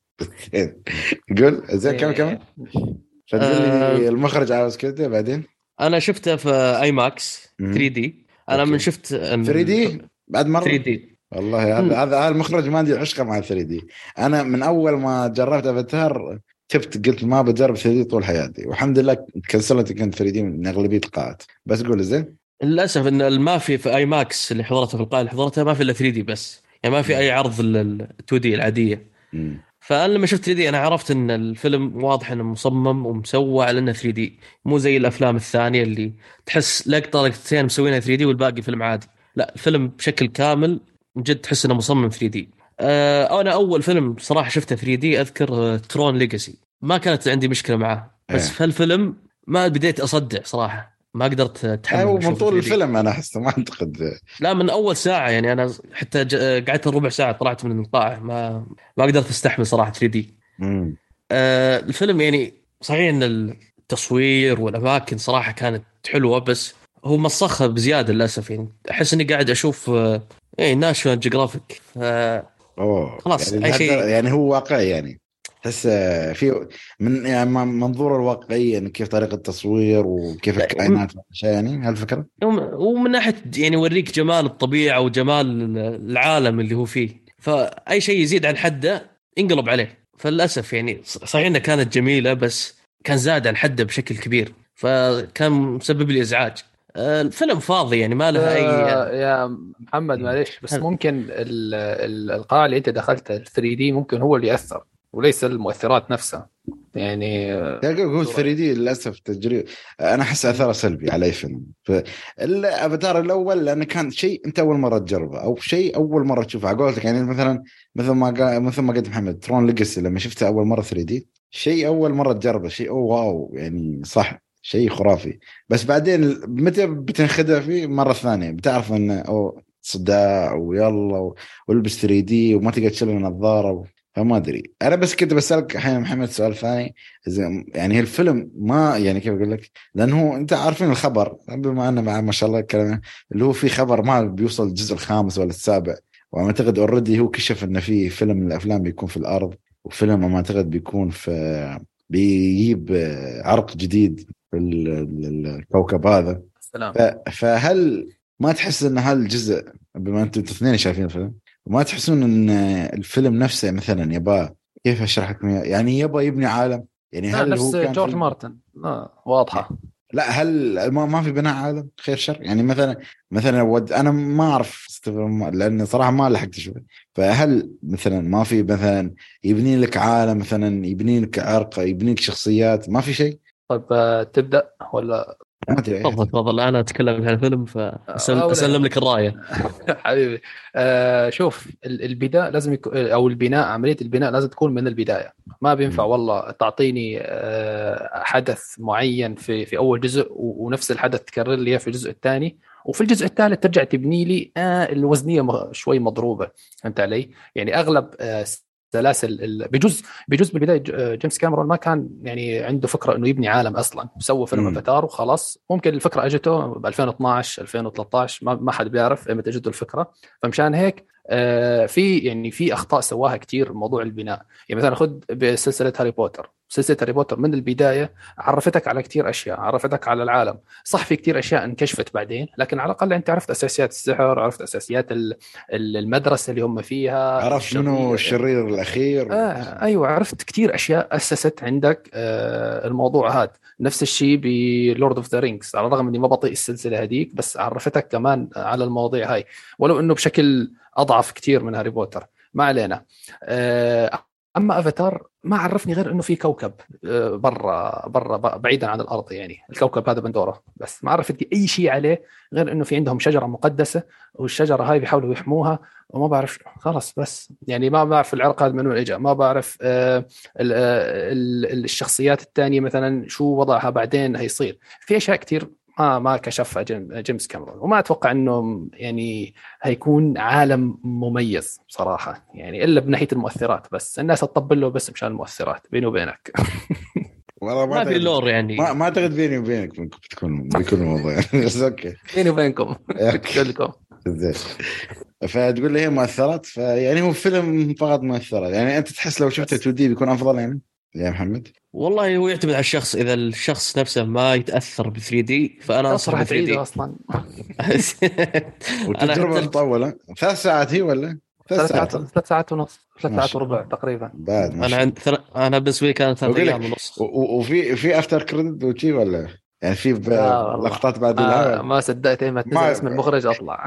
قول زين، كم. إيه، فتقول آه لي المخرج عاوز كذا بعدين. انا شفته في اي ماكس 3 امم. دي. انا من اوكي. شفت ان 3 دي بعد 3 مرة. دي. والله هذا المخرج ما عندي عشقه مع 3 دي. انا من اول ما جربت افاتار تبت قلت ما بجرب 3 دي طول حياتي، والحمد لله كنسلت كنت 3 دي من اغلبيه القاعات. بس قول زين. للاسف ان ما في اي ماكس اللي حضرته في القاعه اللي حضرتها ما في الا 3 دي بس، يعني ما في اي عرض ال 2 دي العاديه. امم. فانا لما شفت 3 دي انا عرفت ان الفيلم واضح انه مصمم ومسوى على انه 3 دي، مو زي الافلام الثانيه اللي تحس لقطه لقطتين مسوينها 3 دي والباقي فيلم عادي. لا، الفيلم بشكل كامل من جد تحس انه مصمم 3 دي. انا اول فيلم صراحه شفته 3 دي اذكر ترون ليجاسي، ما كانت عندي مشكله معاه، بس ايه. في الفيلم ما بديت اصدع صراحه، ما قدرت اتحمل هو من اشوفه طول 3 دي. الفيلم انا احس، ما اعتقد. لا، من اول ساعه يعني انا حتى قعدت الربع ساعه طلعت من القاعه، ما قدرت استحمل صراحه 3 دي. امم. الفيلم يعني صحيح ان التصوير والاماكن صراحه كانت حلوه، بس هو مسخها بزياده للاسف. يعني احس اني قاعد اشوف ناشونال جيوغرافيك. اوه، خلاص يعني اي شيء. يعني هو واقعي يعني. تحس في من يعني منظور الواقعية، يعني كيف طريقة التصوير وكيف لا، الكائنات والاشياء، يعني هالفكرة. ومن ناحيه يعني يوريك جمال الطبيعه وجمال العالم اللي هو فيه، فاي شيء يزيد عن حده ينقلب عليه. فللاسف يعني صحيح انها كانت جميله، بس كان زاد عن حده بشكل كبير، فكان مسبب لي ازعاج. الفيلم فاضي يعني ما لها اي. يا محمد معليش، بس ممكن القاعة اللي انت دخلتها 3D ممكن هو اللي يأثر وليس المؤثرات نفسها يعني. هو 3D للاسف تجري، انا احس اثره سلبي على اي فيلم. فالافاتار الاول لانه كان شيء انت اول مره تجربه او شيء اول مره تشوفه على قولتك، يعني مثلا مثل ما قلت محمد ترون ليجاسي لما شفته اول مره 3D شيء اول مره تجربه شيء واو يعني صح شيء خرافي. بس بعدين متى بتنخدع فيه مره ثانيه بتعرف انه صداع ويلا والبس 3D وما تقدر تشيل النظاره. فما ادري انا بس كنت بسالك الحين محمد سؤال ثاني، يعني الفيلم ما يعني كيف اقول لك، لانه انت عارفين الخبر بما انه مع ما شاء الله الكلام اللي هو في خبر ما بيوصل الجزء الخامس ولا السابع، واعتقد اوريدي هو كشف انه في فيلم من الافلام بيكون في الارض وفيلم ما اعتقد بيكون في بيجيب عرق جديد في الكوكب هذا. فهل ما تحس ان هالجزء بما انتم الاثنين شايفين الفيلم وما تحسون ان الفيلم نفسه مثلا يبا كيف اشرح لكم يعني يبا يبني عالم يعني هل هو كان جورج مارتن واضحة؟ لا هل ما في بناء عالم خير شر يعني مثلا انا ما اعرف لان صراحه ما لحقت اشوف. فهل مثلا ما في مثلا يبني لك عالم مثلا يبني لك عرق يبني لك شخصيات ما في شيء؟ طيب تبدا ولا تفضل انا اتكلم عن الفيلم فاسلم لك الرايه. حبيبي شوف البدايه لازم او البناء عمليه البناء لازم تكون من البدايه. ما بينفع والله تعطيني حدث معين في اول جزء ونفس الحدث تكرر لي في الجزء الثاني وفي الجزء الثالث ترجع تبني لي الوزنيه شوي مضروبه. فهمت علي؟ يعني اغلب سلاسل بجزء بالبدايه جيمس كاميرون ما كان يعني عنده فكره انه يبني عالم اصلا، سوى فيلم افاتار وخلاص. ممكن الفكره اجته ب 2012 2013 ما حد بيعرف امتى اجته الفكره. فمشان هيك في اخطاء سواها كتير موضوع البناء. يعني مثلا خذ بسلسله هاري بوتر. سلسله هاري بوتر من البدايه عرفتك على كتير اشياء، عرفتك على العالم. صح في كتير اشياء انكشفت بعدين لكن على الاقل انت عرفت اساسيات السحر، عرفت اساسيات المدرسه اللي هم فيها، عرفت منو الشرير الاخير. ايوه عرفت كتير اشياء اسست عندك الموضوع هذا. نفس الشيء بلورد اوف ذا رينجز، على الرغم اني ما بطيء السلسله هذيك بس عرفتك كمان على المواضيع هاي ولو انه بشكل اضعف كتير من هاري بوتر. ما علينا. اما افاتار ما عرفني غير انه في كوكب برا بعيدا عن الارض، يعني الكوكب هذا بندورة، بس ما عرفت اي شيء عليه غير انه في عندهم شجره مقدسه والشجره هاي بيحاولوا يحموها وما بعرف خلاص. بس يعني ما بعرف العرق هذا من وين اجى، ما بعرف الشخصيات الثانيه مثلا شو وضعها بعدين هيصير. في اشياء كتير ما كشفها جيمس كاميرون وما اتوقع انه يعني هيكون عالم مميز صراحه يعني الا بناحيه المؤثرات. بس الناس تطبل له بس مشان المؤثرات بيني وبينك. والله ما في لور يعني ما اعتقد بيني وبينك بيكون الموضوع بس اوكي بيني وبينكم كلكم زين. فتقول لي هي مؤثرات فيعني هو فيلم فقط مؤثرات يعني انت تحس لو شفته 2D بيكون افضل يعني يا محمد؟ والله هو يعتمد على الشخص. اذا الشخص نفسه ما يتاثر ب 3D فانا انصح ب 3D اصلا. والتجربه مطوله 3 ساعات هي ولا 3 ساعات ونص 3 ساعات وربع تقريبا. انا بالنسبه لي كانت 3 ايام ونص. وفي افتر كريدت وشي ولا يعني في لقطات بعد ما صدقت ما تنزل اسم المخرج اطلع.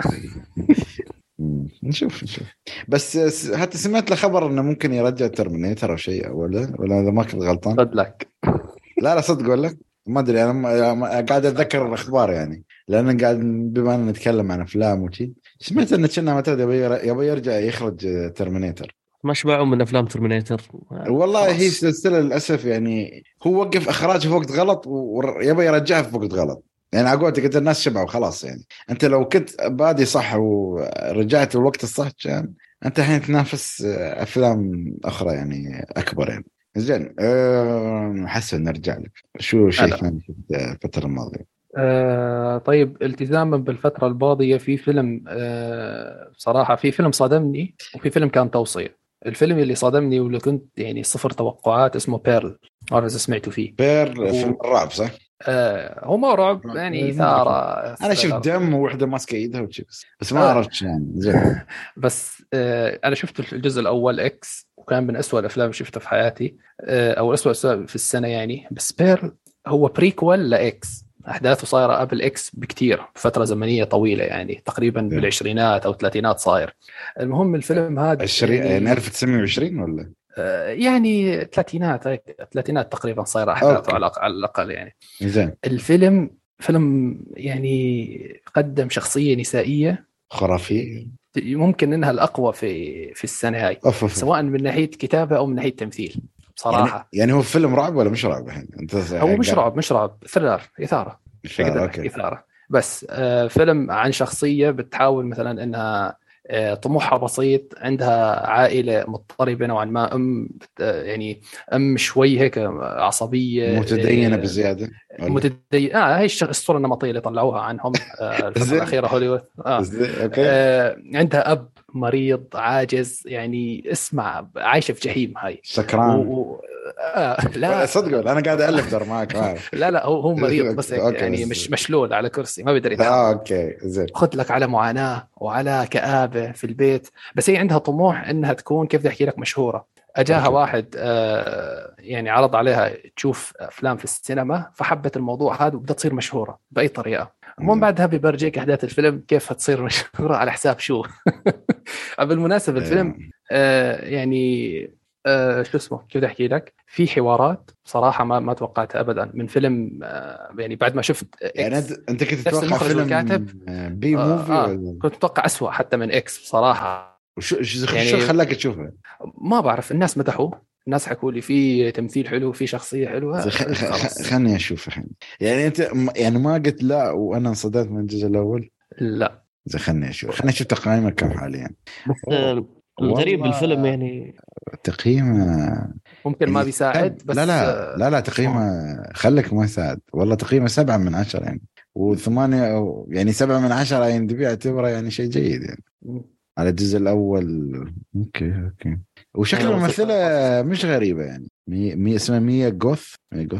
نشوف بس حتى سمعت الخبر انه ممكن يرجع ترمينيتر او شيء ولا اذا ما كنت غلطان. صدقك لا صدق اقول لك ما ادري انا قاعد اتذكر الاخبار يعني لان قاعد بما ان نتكلم عن افلام وشي سمعت انه كنا معتاد يبي يرجع يخرج ترمينيتر. ما شبعوا من افلام ترمينيتر والله هي سلسله للاسف يعني هو وقف اخراجه في وقت غلط ويبي يرجعها في وقت غلط. يعني عقولتك انت الناس شبعوا خلاص يعني انت لو كنت بادي صح ورجعت الوقت الصح كان انت الحين تنافس افلام اخرى يعني اكبر يعني. زين حسن نرجع لك شو شيء ثاني في الفتره الماضيه؟ طيب التزاما بالفتره الماضيه في فيلم صراحه في فيلم صادمني وفي فيلم كان توصيه. الفيلم اللي صادمني واللي كنت يعني صفر توقعات اسمه بيرل. ما اعرف اذا سمعتوا فيه. بيرل فيلم الرعب صح؟ هو ما رعب يعني إثارة. أنا شفت دم ووحدة ماسكة إيدها بس ما عرفت يعني زين. بس أنا شفت الجزء الأول إكس وكان من أسوأ الأفلام شفتها في حياتي أو أسوأ في السنة يعني. بس بيرل هو بريكوال لإكس. احداثه صايره قبل اكس بكتير، فتره زمنيه طويله يعني تقريبا بالعشرينات او الثلاثينات صاير. المهم الفيلم هذا 20 يعني 1920 ولا يعني الثلاثينات تقريبا صايره احداثه على الاقل يعني. زين. الفيلم فيلم يعني قدم شخصيه نسائيه خرافيه، ممكن انها الاقوى في السنه هاي، سواء من ناحيه كتابه او من ناحيه تمثيل بصراحه. يعني هو فيلم رعب ولا مش رعب الحين؟ هو مش رعب ثريلر، اثاره بس فيلم عن شخصيه بتحاول مثلا انها طموحها بسيط، عندها عائله مضطربه نوعا ما، يعني شوي هيك عصبيه متدينه بزياده، متدينه. هي الصوره النمطيه اللي طلعوها عنهم الفتره الاخيره هوليوود. عندها اب مريض عاجز، يعني اسمع عايشه في جحيم هاي، سكران. لا صدق انا قاعد الف دور معك ما اعرف. لا هو مريض بس يعني مش مشلول على كرسي ما بيقدر يتحرك. اوكي زين. خذ لك على معاناه وعلى كآبه في البيت، بس هي عندها طموح انها تكون كيف بدي احكي لك مشهوره. اجاها واحد يعني عرض عليها تشوف افلام في السينما، فحبت الموضوع هذا وبدها تصير مشهوره باي طريقه. المهم بعدها بيبرجيك احداث الفيلم كيف هتصير مشهوره على حساب شو. بالمناسبه الفيلم يعني شو اسمه كيف بدي احكي لك، في حوارات صراحه ما توقعتها ابدا من فيلم يعني بعد ما شفت يعني انت كنت تتوقع فيلم بي موفي ولا؟ كنت اتوقع اسوأ حتى من اكس بصراحه. شو خلاك تشوفه؟ ما بعرف، الناس مدحوه، الناس حكوا لي في تمثيل حلو، في شخصيه حلوه. خلني اشوف الحين. يعني انت يعني ما قلت لا وانا انصدمت من الجزء الاول؟ لا خلني اشوف تقييمك كم حاليا. الغريب بالفيلم يعني تقييمه ممكن ما بيساعد، بس لا تقييمه خليك ما يساعد والله. تقييمه 7 من 10 يعني، و8 يعني 7 من 10 يعني دبي اعتبره يعني شيء جيد يعني على الجزء الأول. أوكي وشكل الممثلة مش غريبة يعني. اسمها ميا جوث.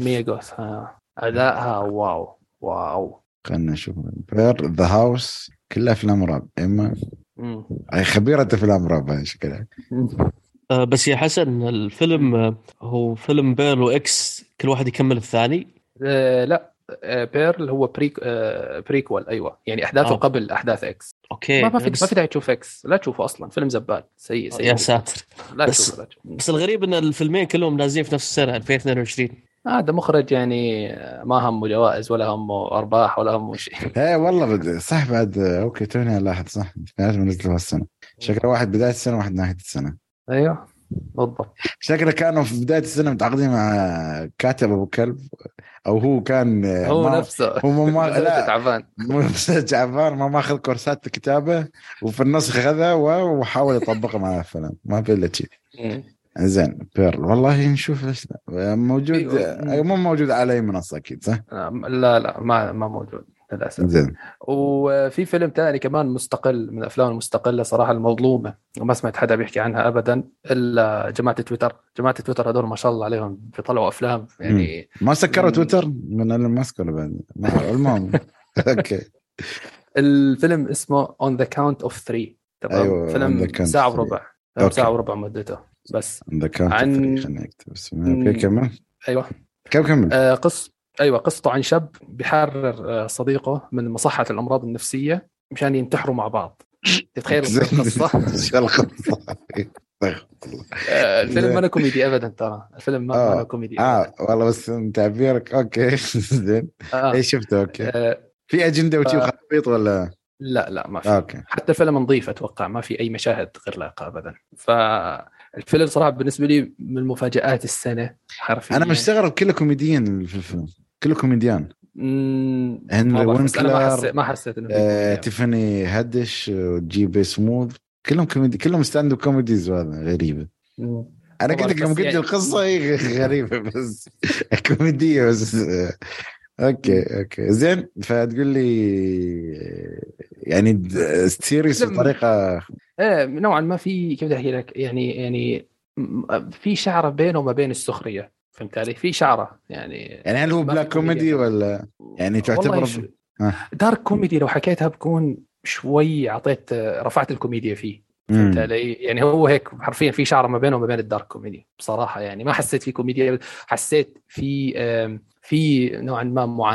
أداءها واو. خلنا نشوف بير ذا هاوس، كلها أفلام رعب. إما أي خبيرة أفلام رعب شكلها. بس يا حسن الفيلم هو فيلم بير وإكس كل واحد يكمل الثاني؟ لا بيرل هو بريكوال. ايوه يعني احداثه قبل احداث اكس. اوكي ما في داعي تشوف اكس، لا تشوفه اصلا، فيلم زبال سيء يا ساتر. لا تشوفه. بس الغريب ان الفيلمين كلهم نازلين في نفس السنه 2022. هذا مخرج يعني ما همه جوائز ولا همه ارباح ولا همه شيء. ايه والله صح. بعد اوكي توني لاحظ صح، لازم ننزله هالسنه. شكله واحد بدايه السنه واحد نهايه السنه. ايوه بالضبط. شكله كانوا في بدايه السنه متعاقدين مع كاتب ابو كلب، او هو كان هو نفسه هو لا تعبان ما ماخذ كورسات كتابه، وفي النص خذها وحاول يطبقها مع الفيلم. ما في الا شيء. زين بيرل والله نشوف ايش موجود. مو موجود على اي منصه اكيد صح؟ لا ما موجود للاسف. زين. وفي فيلم تاني كمان مستقل من الافلام المستقله صراحه المظلومه، وما سمعت حدا بيحكي عنها ابدا الا جماعه تويتر هذول ما شاء الله عليهم بيطلعوا افلام يعني. ما سكروا تويتر من الماسك ولا بعد؟ المهم اوكي. الفيلم اسمه On the Count of 3. تمام. أيوة فيلم ساعه وربع. ساعه وربع مدته بس. عن خلينا نكتب اوكي كمان. ايوه كمل. قصته عن شاب بيحرر صديقه من مصحة الأمراض النفسية مشان ينتحروا مع بعض. تتخيل القصة؟ الفيلم ما كوميدي أبدا، ترى الفيلم ما كوميدي والله بس تعبيرك اوكي زين. ايش شفته؟ اوكي في أجندة وشي خطيط ولا لا ما في. حتى الفيلم نظيف أتوقع، ما في أي مشاهد غير لائقة أبدا. فالفيلم صراحة بالنسبة لي من مفاجآت السنة حرفيا. أنا مستغرب كله كوميديان في الفيلم، كله كوميديان. هنري وينكلر ما حسيت إنه تيفاني هادش وجي بي سموث كلهم كوميدي، كلهم ستاند اب كوميديز. وهذا غريبة. أنا قلت لكم يعني القصة هي غريبة بس كوميدية بس. اوكي زين. فتقول لي يعني سيريس بطريقه نوعا ما في كيف بدي احكي لك يعني في شعره بينه وما بين السخريه، فهمت علي؟ في شعره يعني هل هو بلاك كوميدي ولا يعني تعتبر دارك كوميدي؟ لو حكيتها بكون شوي عطيت رفعت الكوميديا فيه، فهمت علي؟ يعني هو هيك حرفيا في شعره ما بينه وما بين الدارك كوميدي بصراحه. يعني ما حسيت في كوميديا، حسيت في نوعا ما معاناة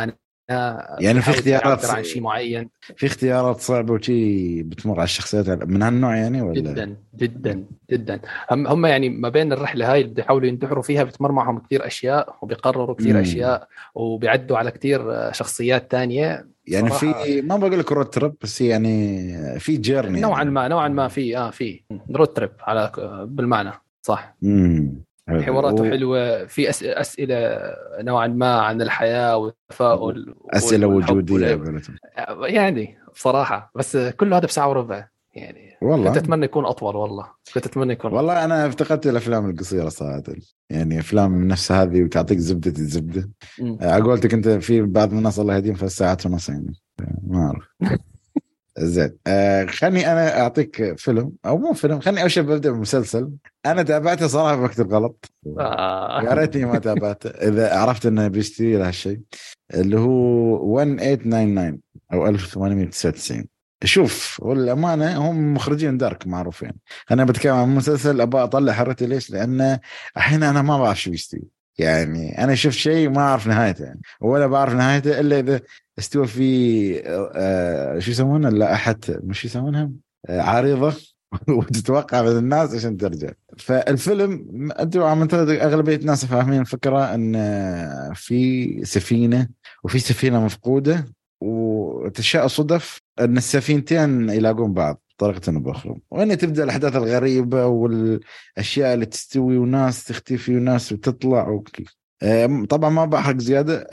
يعني في اختيارات عن شيء معين. في اختيارات صعبة وشي بتمر على الشخصيات من هالنوع يعني ولا؟ جدا جدا جدا. هم يعني ما بين الرحلة هاي اللي بيحاولوا ينتحروا فيها بتمر معهم كثير أشياء وبيقرروا كثير أشياء وبيعدوا على كثير شخصيات تانية يعني في ما بقول لك رود تريب بس يعني في جيرني نوعا يعني. ما في رود تريب على بالمعنى صح. حواراته حلوة، في أسئلة نوعا ما عن الحياة والتفاؤل، أسئلة وجودية يعني بصراحة. بس كل هذا بساعة وربع يعني. والله كنت أتمنى يكون أطول، والله أنا افتقدت الأفلام القصيرة صراحة، يعني أفلام من نفس هذه وتعطيك زبدة. قولتك أنت في بعض الناس الله يهديهم في الساعات ونص يعني ما أعرف. زين خلني أنا أعطيك فيلم أو مو فيلم، خلني أول شيء ببدأ بمسلسل أنا تابعته صراحة في وقت الغلط. يا ريتني ما تابعته إذا عرفت إنه بيشتري له شيء، اللي هو 1899 أو 1899. شوف والأمانة هم مخرجين دارك معروفين. أنا بتكلم عن مسلسل أبغى أطلع حرتي ليش؟ لأن الحين أنا ما بعرف شو بيستوي، يعني أنا شفت شيء ما أعرف نهايته يعني، ولا بعرف نهايته إلا إذا استوى في شو يسمونه لا أحد مش يسمونها عارضة وتتوقع من الناس عشان ترجع. فالفيلم أنتوا عم أغلبية الناس فاهمين الفكرة أن في سفينة وفي سفينة مفقودة، وتشاء صدف أن السفينتين يلاقون بعض بطريقة أخرى، وهنا تبدأ الأحداث الغريبة والأشياء اللي تستوي وناس تختفي وناس تطلع وكيف. طبعا ما بحرق زيادة.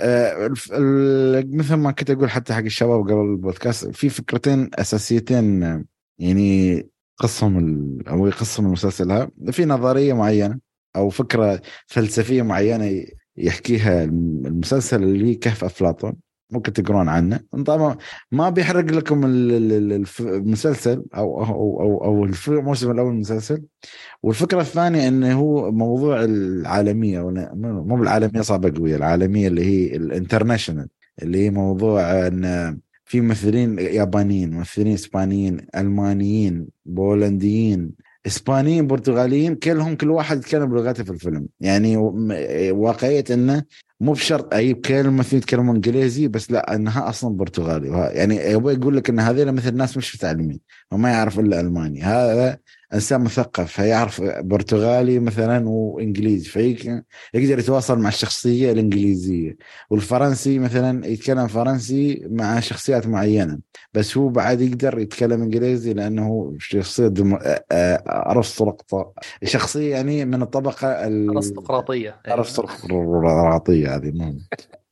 مثل ما كنت أقول حتى حق الشباب قبل البودكاست، في فكرتين أساسيتين يعني أو يقسم المسلسل. في نظرية معينة أو فكرة فلسفية معينة يحكيها المسلسل اللي كهف أفلاطون، ممكن تقرون عنه. طبعا ما بيحرق لكم المسلسل أو الموسم الأول المسلسل. والفكرة الثانية أنه هو موضوع العالمية، مو بالعالمية صعبة قوية، العالمية اللي هي الانترناشنال، اللي هي موضوع أن في ممثلين يابانيين، ممثلين إسبانيين، ألمانيين، بولنديين، إسبانيين، برتغاليين، كل واحد يتكلم بلغته في الفيلم. يعني واقعية أنه مو بشرط أي كلمة يتكلمون إنجليزي بس، لا أنها أصلا برتغالي. يعني يقول لك أن هذول مثل الناس مش متعلمين وما يعرف إلا ألماني، هذا إنسان مثقف فيعرف برتغالي مثلا وإنجليزي فيقدر يتواصل مع الشخصية الإنجليزية. والفرنسي مثلا يتكلم فرنسي مع شخصيات معينة، بس هو بعد يقدر يتكلم إنجليزي لأنه شخصية شخصية يعني من الطبقة الأرستقراطية. الأرستقراطية هذه مهم.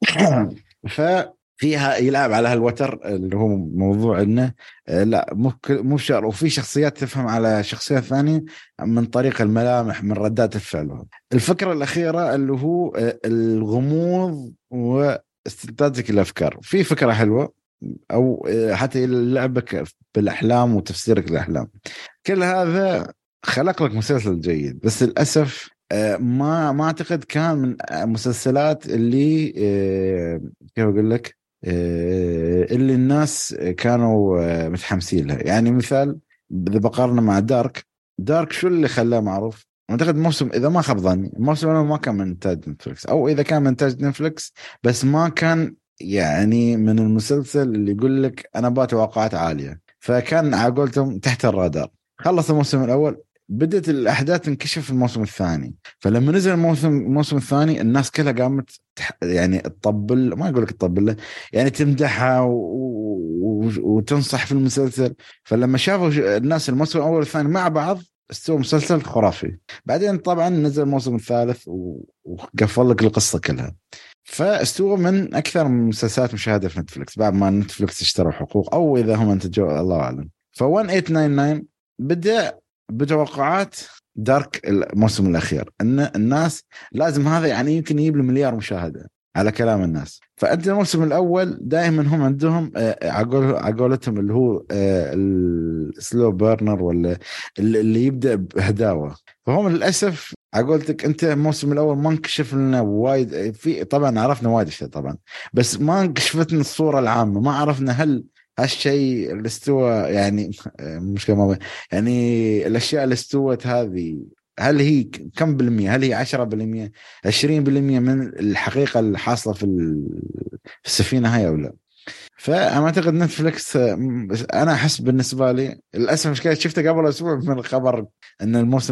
فيها يلعب على هالوتر اللي هو موضوع انه لا مو شرط، وفي شخصيات تفهم على شخصيات ثانية من طريق الملامح من ردات الفعل. الفكرة الأخيرة اللي هو الغموض واستنتاج الأفكار. في فكرة حلوة أو حتى لعبك بالأحلام وتفسيرك للأحلام، كل هذا خلق لك مسلسل جيد. بس للأسف ما أعتقد كان من مسلسلات اللي كيف أقول لك اللي الناس كانوا متحمسين لها. يعني مثال إذا بقارنه مع دارك شو اللي خلاه معروف؟ أعتقد موسم إذا ما خاب ظني الموسم ما كان من إنتاج نتفليكس، أو إذا كان من إنتاج نتفليكس بس ما كان يعني من المسلسل اللي يقول لك أنا بتوقعات عالية، فكان عقولتهم تحت الرادار. خلص الموسم الأول، بدأت الأحداث تنكشف في الموسم الثاني. فلما نزل الموسم الثاني الناس كلها قامت يعني تطبل، ما أقول لك تطبل، يعني تمدحها وتنصح في المسلسل. فلما شافوا الناس الموسم الأول والثاني مع بعض استوى مسلسل خرافي. بعدين طبعا نزل الموسم الثالث وقفل لك القصة كلها. فاستوى من أكثر من مسلسلات مشاهدة في نتفليكس بعد ما نتفليكس اشتروا حقوق، أو إذا هم انتجوا الله أعلم. ف1899 بدأ بتوقعات دارك الموسم الأخير أن الناس لازم هذا يعني يمكن يجيب مليار مشاهدة على كلام الناس. فأنت الموسم الأول دائما هم عندهم عقولتهم اللي هو السلو بيرنر ولا اللي يبدأ بهداوة. فهم للأسف عقولتك أنت الموسم الأول ما انكشف لنا وايد. في طبعا عرفنا وايد شيء طبعا، بس ما انكشفتنا الصورة العامة، ما عرفنا هل هالشيء اللي استوى يعني مشكلة يعني الأشياء اللي استوت هذه هل هي كم بالمية؟ هل هي 10%، 20% من الحقيقة اللي حاصلة في السفينة هاي أو لا؟ فأنا أعتقد نتفليكس، أنا أحس بالنسبة لي للأسف مشكلة شفته قبل أسبوع من الخبر أن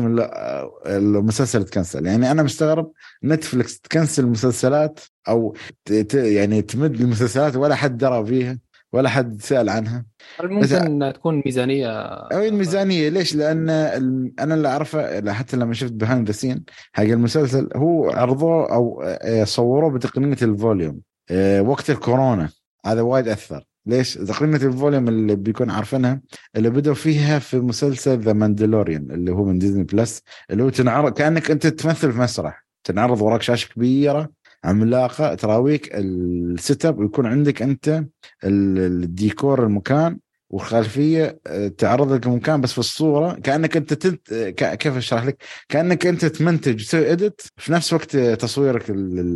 المسلسل تكنسل. يعني أنا مستغرب نتفليكس تكنسل مسلسلات أو يعني تمد المسلسلات ولا حد درى فيها ولا حد سأل عنها. هل ممكن تكون ميزانية؟ أو الميزانية ليش؟ لأن أنا اللي أعرفه حتى لما شفت بيهايند ذا سين حق المسلسل، هو عرضوه أو صوروه بتقنية الفوليوم وقت الكورونا. هذا وايد أثر. ليش؟ تقنية الفوليوم اللي بيكون عارفينها اللي بدأوا فيها في مسلسل ذا ماندلوريان اللي هو من ديزني بلس، اللي هو تنعرض كأنك أنت تمثل في مسرح، تنعرض وراك شاشة كبيرة عملاقة تراويك السيت اب، ويكون عندك أنت الديكور المكان والخلفية تعرض لك المكان بس في الصورة كأنك أنت كيف أشرح لك؟ كأنك أنت تمنتج تسوي إديت في نفس وقت تصويرك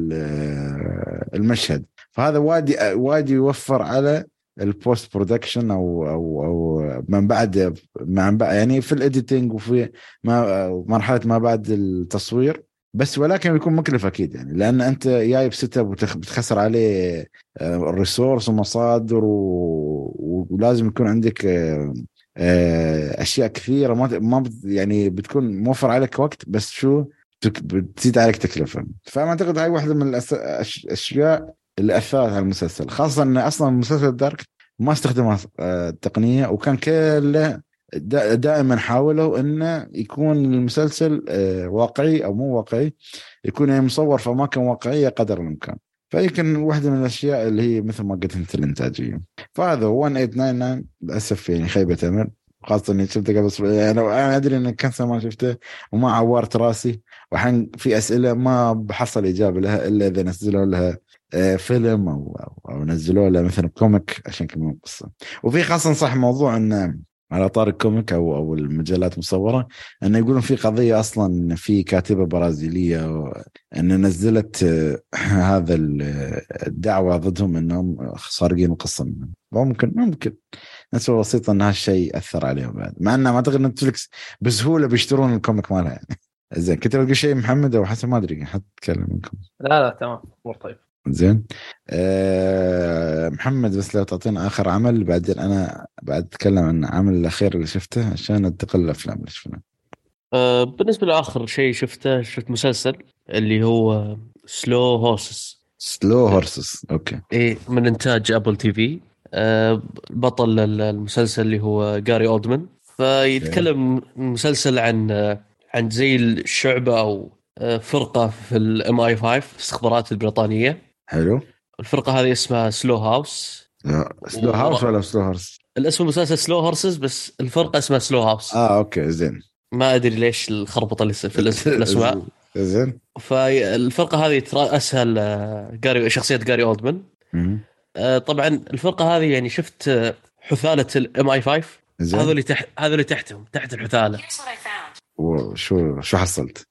المشهد. فهذا وايد يوفر على البوست برودكشن او من بعد يعني في الإديتينج وفي مرحلة ما بعد التصوير بس، ولكن بيكون مكلف أكيد يعني، لأن أنت جايب سيت اب وبتخسر عليه الريسورس ومصادر ولازم يكون عندك أشياء كثيرة ما يعني بتكون موفر عليك وقت، بس شو بتزيد عليك تكلفة. فما أعتقد هاي واحدة من الأشياء اللي أثرت على المسلسل، خاصة أن أصلا مسلسل دارك ما استخدم التقنية، وكان كله دائما حاولوا انه يكون المسلسل واقعي او مو واقعي، يكون يعني مصور في اماكن واقعيه قدر الامكان. فيمكن واحده من الاشياء اللي هي مثل ما قلت انت الانتاجيه. فهذا 1899 للاسف يعني خيبه امل، خاصه اني شفته قبل يعني انا ادري ان كنسل ما شفته وما عورت راسي، وحين في اسئله ما بحصل اجابه لها الا اذا نزلوا لها فيلم او نزلوا له مثلا كوميك عشان كمان قصه. وفي خاصه صح موضوع ان على طار الكوميك او المجلات المصوره، انه يقولون في قضيه اصلا في كاتبه برازيليه ان نزلت هذا الدعوه ضدهم انهم سارقين القصه منهم. ممكن نسبه بسيطه ان هالشيء اثر عليهم بعد، مع انه ما اعتقد نتفلكس بسهوله بيشترون الكوميك مالها يعني. زين كنت تلقى شيء محمد او حسن ما ادري حد تكلم منكم؟ لا تمام امور طيب. زين محمد بس لو تعطينا آخر عمل بعدين أنا بعد أتكلم عن العمل الأخير اللي شفته عشان أنتقل للأفلام اللي شفناها. بالنسبة لآخر شيء شفت مسلسل اللي هو سلو هورسز. أوكي. إيه من إنتاج أبل تي في. بطل المسلسل اللي هو جاري أولدمان. فيتكلم المسلسل عن زي الشعبة أو فرقة في الMI5 الاستخبارات البريطانية. حلو. الفرقة هذه اسمها سلو هاوس. سلو هاوس ولا سلو هورس؟ الاسم المسلسل سلو هورسز بس الفرقة اسمها سلو هاوس. أوكي زين. ما أدري ليش الخربطة اللي في الأسماء. زين. فالفرقة هذه ترأسها شخصية جاري أولدمان. طبعا الفرقة هذه يعني شفت حثالة الMI5 هذول تحتهم تحت الحثالة. شو حصلت؟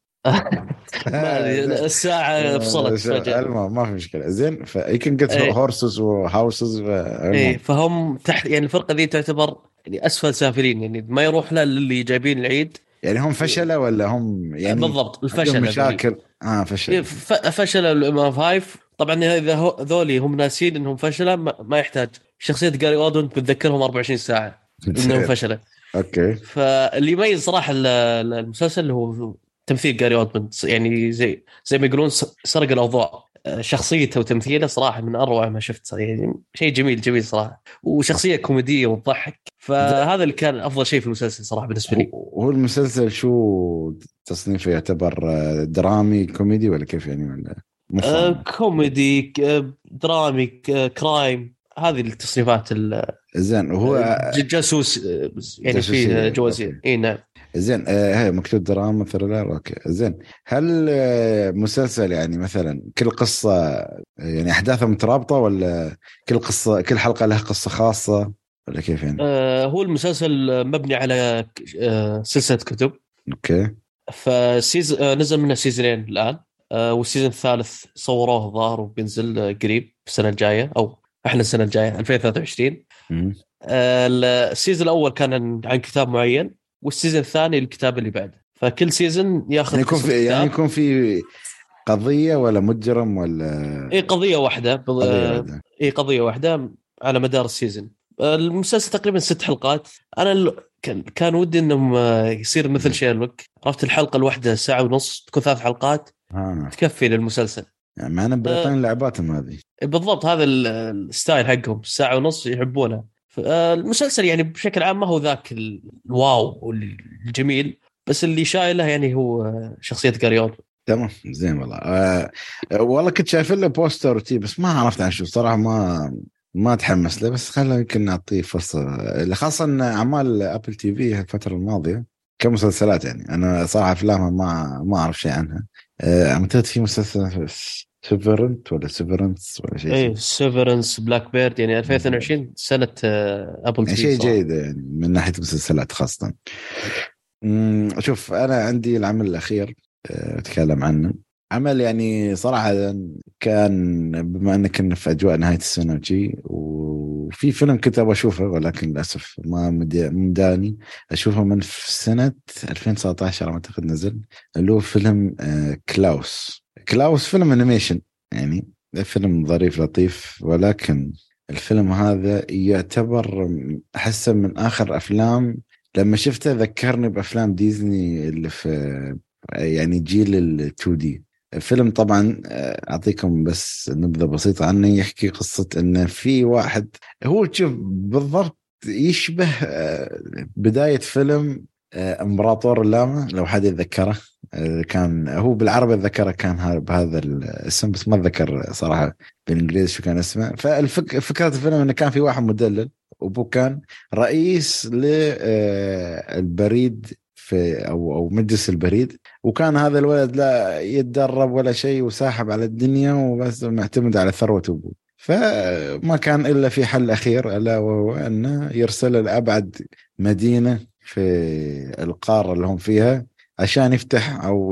الساعة فصلت فجأة. ما في مشكلة. زين فيمكن قلت هورسز وهاوسز فهم تحت يعني الفرقة ذي تعتبر يعني أسفل سافلين، يعني ما يروح له اللي جايبين العيد. يعني هم فشلوا ولا هم يعني بالضبط الفشل مشاكل فشل الMI5. طبعا إذا ذولي هم ناسين إنهم فشلوا ما يحتاج شخصية جاري أولدمان بتذكرهم 24 ساعة إنهم فشلوا. أوكي. فاللي يميز صراحة المسلسل اللي هو تمثيل جاري أولدمان، يعني زي ما يقولون سرق الأوضاع. شخصيته وتمثيله صراحة من أروع ما شفت، يعني شيء جميل صراحة، وشخصية كوميدية وتضحك. فهذا اللي كان أفضل شيء في المسلسل صراحة بالنسبة لي. وهو المسلسل شو تصنيفه؟ يعتبر درامي كوميدي ولا كيف يعني؟ ولا كوميدي درامي كرايم، هذه التصنيفات. زين وهو جاسوس يعني فيه جوازين. اي نعم. زين هي مكتوب دراما ثريلر. اوكي زين. هل مسلسل يعني مثلا كل قصة يعني احداثها مترابطة ولا كل حلقة لها قصة خاصة ولا كيف يعني؟ هو المسلسل مبني على سلسلة كتب. اوكي. نزل منه سيزونين الآن. والسيزون الثالث صوروه الظاهر وبينزل قريب السنة الجاية أو احنا السنة الجاية 2023. السيزون الأول كان عن كتاب معين، والسيزون الثاني الكتاب اللي بعده. فكل سيزن ياخذ يعني يكون في يكون في قضية ولا مجرم ولا اي قضيه واحده قضية واحدة؟ اي قضيه واحده على مدار السيزون. المسلسل تقريبا 6 حلقات. انا كان ودي انهم يصير مثل شيرلوك، عرفت الحلقه الواحده ساعه ونص تكون 3 حلقات تكفي للمسلسل. يعني معنا بريطانيا لعباتهم هذه بالضبط، هذا الستايل حقهم، ساعه ونص يحبونه. المسلسل يعني بشكل عام ما هو ذاك الواو والجميل، بس اللي شايله يعني هو شخصيه جاريون. تمام زين والله. والله كنت شايف له بوستر وتي بس ما عرفت عن شو صراحة، ما تحمس له، بس خلينا يمكن نعطيه فرصة، خاصة إن أعمال أبل تي في الفترة الماضية كمسلسلات يعني أنا صراحة أفلامها ما أعرف شيء عنها. أعتقد في مسلسل سيفرنت ولا سيفرنس ولا شيء. ايه سيفرنس، بلاك بيرد، يعني 2022 سنة ابل تي يعني في شيء صراحة. جيد يعني من ناحية مسلسلات خاصة. شوف أنا عندي العمل الأخير أتكلم عنه، عمل يعني صراحة كان بما أنك كنا في أجواء نهاية السنة وشي، وفي فيلم كنت أبغى أشوفه ولكن للأسف ما مداني أشوفه من في سنة 2019 على ما أعتقد نزل، اللي هو فيلم كلاوس فيلم أنيميشن يعني، فيلم ظريف لطيف، ولكن الفيلم هذا يعتبر أحسن من آخر أفلام لما شفته ذكرني بأفلام ديزني اللي في يعني جيل ال 2D. الفيلم طبعا أعطيكم بس نبذة بسيطة عنه. يحكي قصة أن في واحد هو تشوف بالضبط يشبه بداية فيلم إمبراطور اللاما لو حد يتذكره. كان هو بالعربي ذكره كان بهذا الاسم بس ما اتذكر صراحة بالإنجليزي شو كان اسمه. ففكرة الفيلم أنه كان في واحد مدلل وأبوه كان رئيس للبريد في أو مجلس البريد، وكان هذا الولد لا يتدرب ولا شيء وساحب على الدنيا وبس معتمد على ثروة أبوه. فما كان إلا في حل أخير ألا وهو أنه يرسل لأبعد مدينة في القارة اللي هم فيها عشان يفتح أو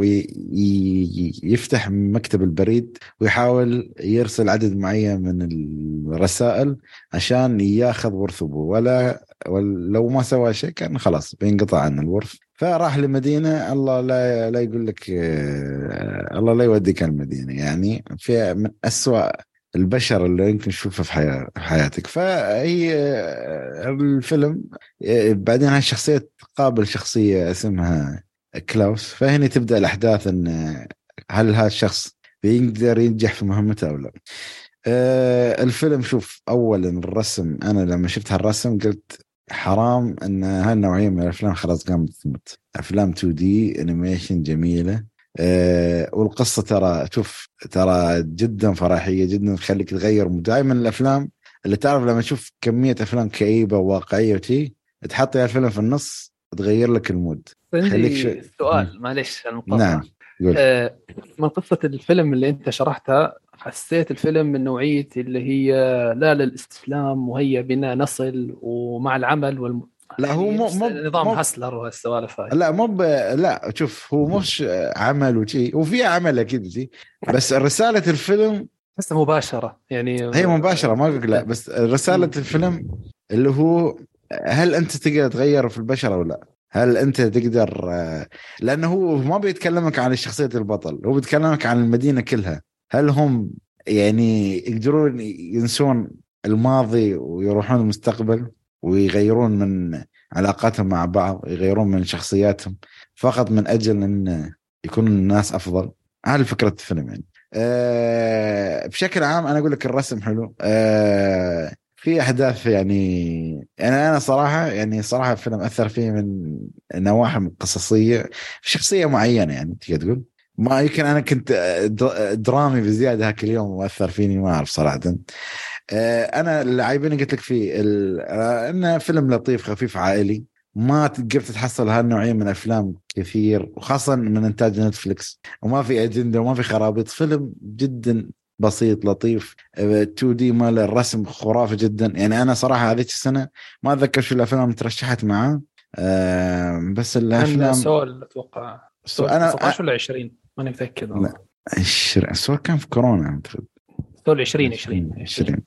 يفتح مكتب البريد ويحاول يرسل عدد معين من الرسائل عشان ياخذ ورث أبوه، ولو ما سوى شيء كان خلاص بينقطع عن الورث. فراح لمدينة الله لا يقول لك الله لا يوديك المدينة، يعني في من أسوأ البشر اللي يمكن تشوفه في حياتك. فهي الفيلم بعدين هاي الشخصية تقابل شخصية اسمها كلاوس، فهنا تبدأ الأحداث أن هل هذا الشخص بيقدر ينجح في مهمته أو لا. الفيلم شوف أولا الرسم، أنا لما شفت هالرسم قلت حرام أن هالنوعية من الأفلام خلاص قامت تموت. أفلام 2D أنيميشن جميلة. والقصة ترى جدا فرحية جدا تخليك تغير. دائما الأفلام اللي تعرف لما تشوف كمية أفلام كئيبة وواقعية وشي تحط الفيلم في النص تغير لك المود. عندي سؤال معلش المقاطعة. نعم. من قصة الفيلم اللي أنت شرحتها حسيت الفيلم من نوعية اللي هي لا للاستسلام وهي بنا نصل ومع العمل لا هو نظام هسلر والسوالف هاي. لا لا شوف هو مش عمل وشي وفي عمل أكيد شي، بس رسالة الفيلم بس مباشرة يعني هي مباشرة ما أقول لا، بس رسالة الفيلم اللي هو هل أنت تقدر تغير في البشر أو لا؟ هل أنت تقدر؟ لأنه هو ما بيتكلمك عن شخصية البطل، هو بيتكلمك عن المدينة كلها. هل هم يعني يقدرون ينسون الماضي ويروحون المستقبل ويغيرون من علاقاتهم مع بعض، يغيرون من شخصياتهم فقط من أجل أن يكون الناس أفضل؟ هذه فكرة الفيلم يعني. بشكل عام أنا أقول لك الرسم حلو. في أحداث يعني أنا صراحة الفيلم أثر فيه من نواحي قصصية شخصية معينة يعني تقدر تقول. ما يمكن أنا كنت درامي بزيادة هاك اليوم وأثر فيني ما أعرف صراحة. أنا اللي عايبيني قلت لك فيه إنه فيلم لطيف خفيف عائلي، ما تقدر تحصل هالنوعية من أفلام كثير وخاصة من إنتاج نتفليكس، وما في أجندة وما في خرابيط. فيلم جدا بسيط لطيف 2D مال الرسم خرافي جدا يعني. أنا صراحة هذه السنة ما أتذكر شو الأفلام ترشحت معاه. بس الأفلام سؤال أتوقع أنا 19 ولا 20 ماني متأكد. لا 20 السؤال كان في كورونا أعتقد. سؤال 20.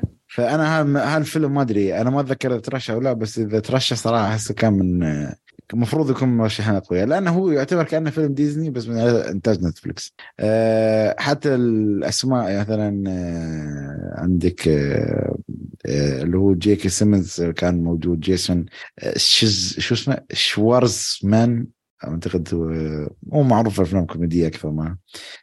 فأنا هالفيلم ما أدري، أنا ما أتذكر إذا ترشح ولا، بس إذا ترشح صراحة أحس كان من المفروض يكون مرشحين أقوياء، لأنه هو يعتبر كأنه فيلم ديزني بس من إنتاج نتفليكس. حتى الأسماء مثلا عندك اللي هو جيكي سيمنز كان موجود، جيسون شو اسمه شوارزمان أعتقد، هو معروف في أفلام كوميدية أكثر ما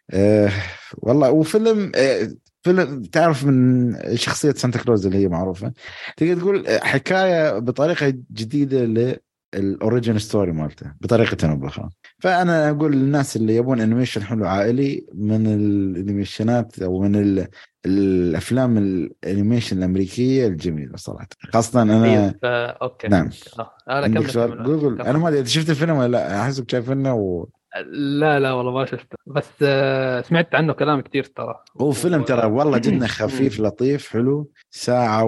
والله. وفيلم فيلم تعرف من شخصية سانتا كلوز اللي هي معروفة، تقدر تقول حكاية بطريقة جديدة الأوريجين ستوري مالته بطريقة أخرى. فأنا أقول للناس اللي يبون أنيميشن حلو عائلي من الأنيميشنات أو من الأفلام الأنيميشن الأمريكية الجميلة صراحة، خاصة أنا أوكي. نعم أنا كمل جوجل. أنا ما أدري شفت الفيلم ولا لا، أحسك شايفينه لا والله ما شفته، بس سمعت عنه كلام كتير ترى. هو فيلم ترى والله جدا خفيف لطيف حلو، ساعة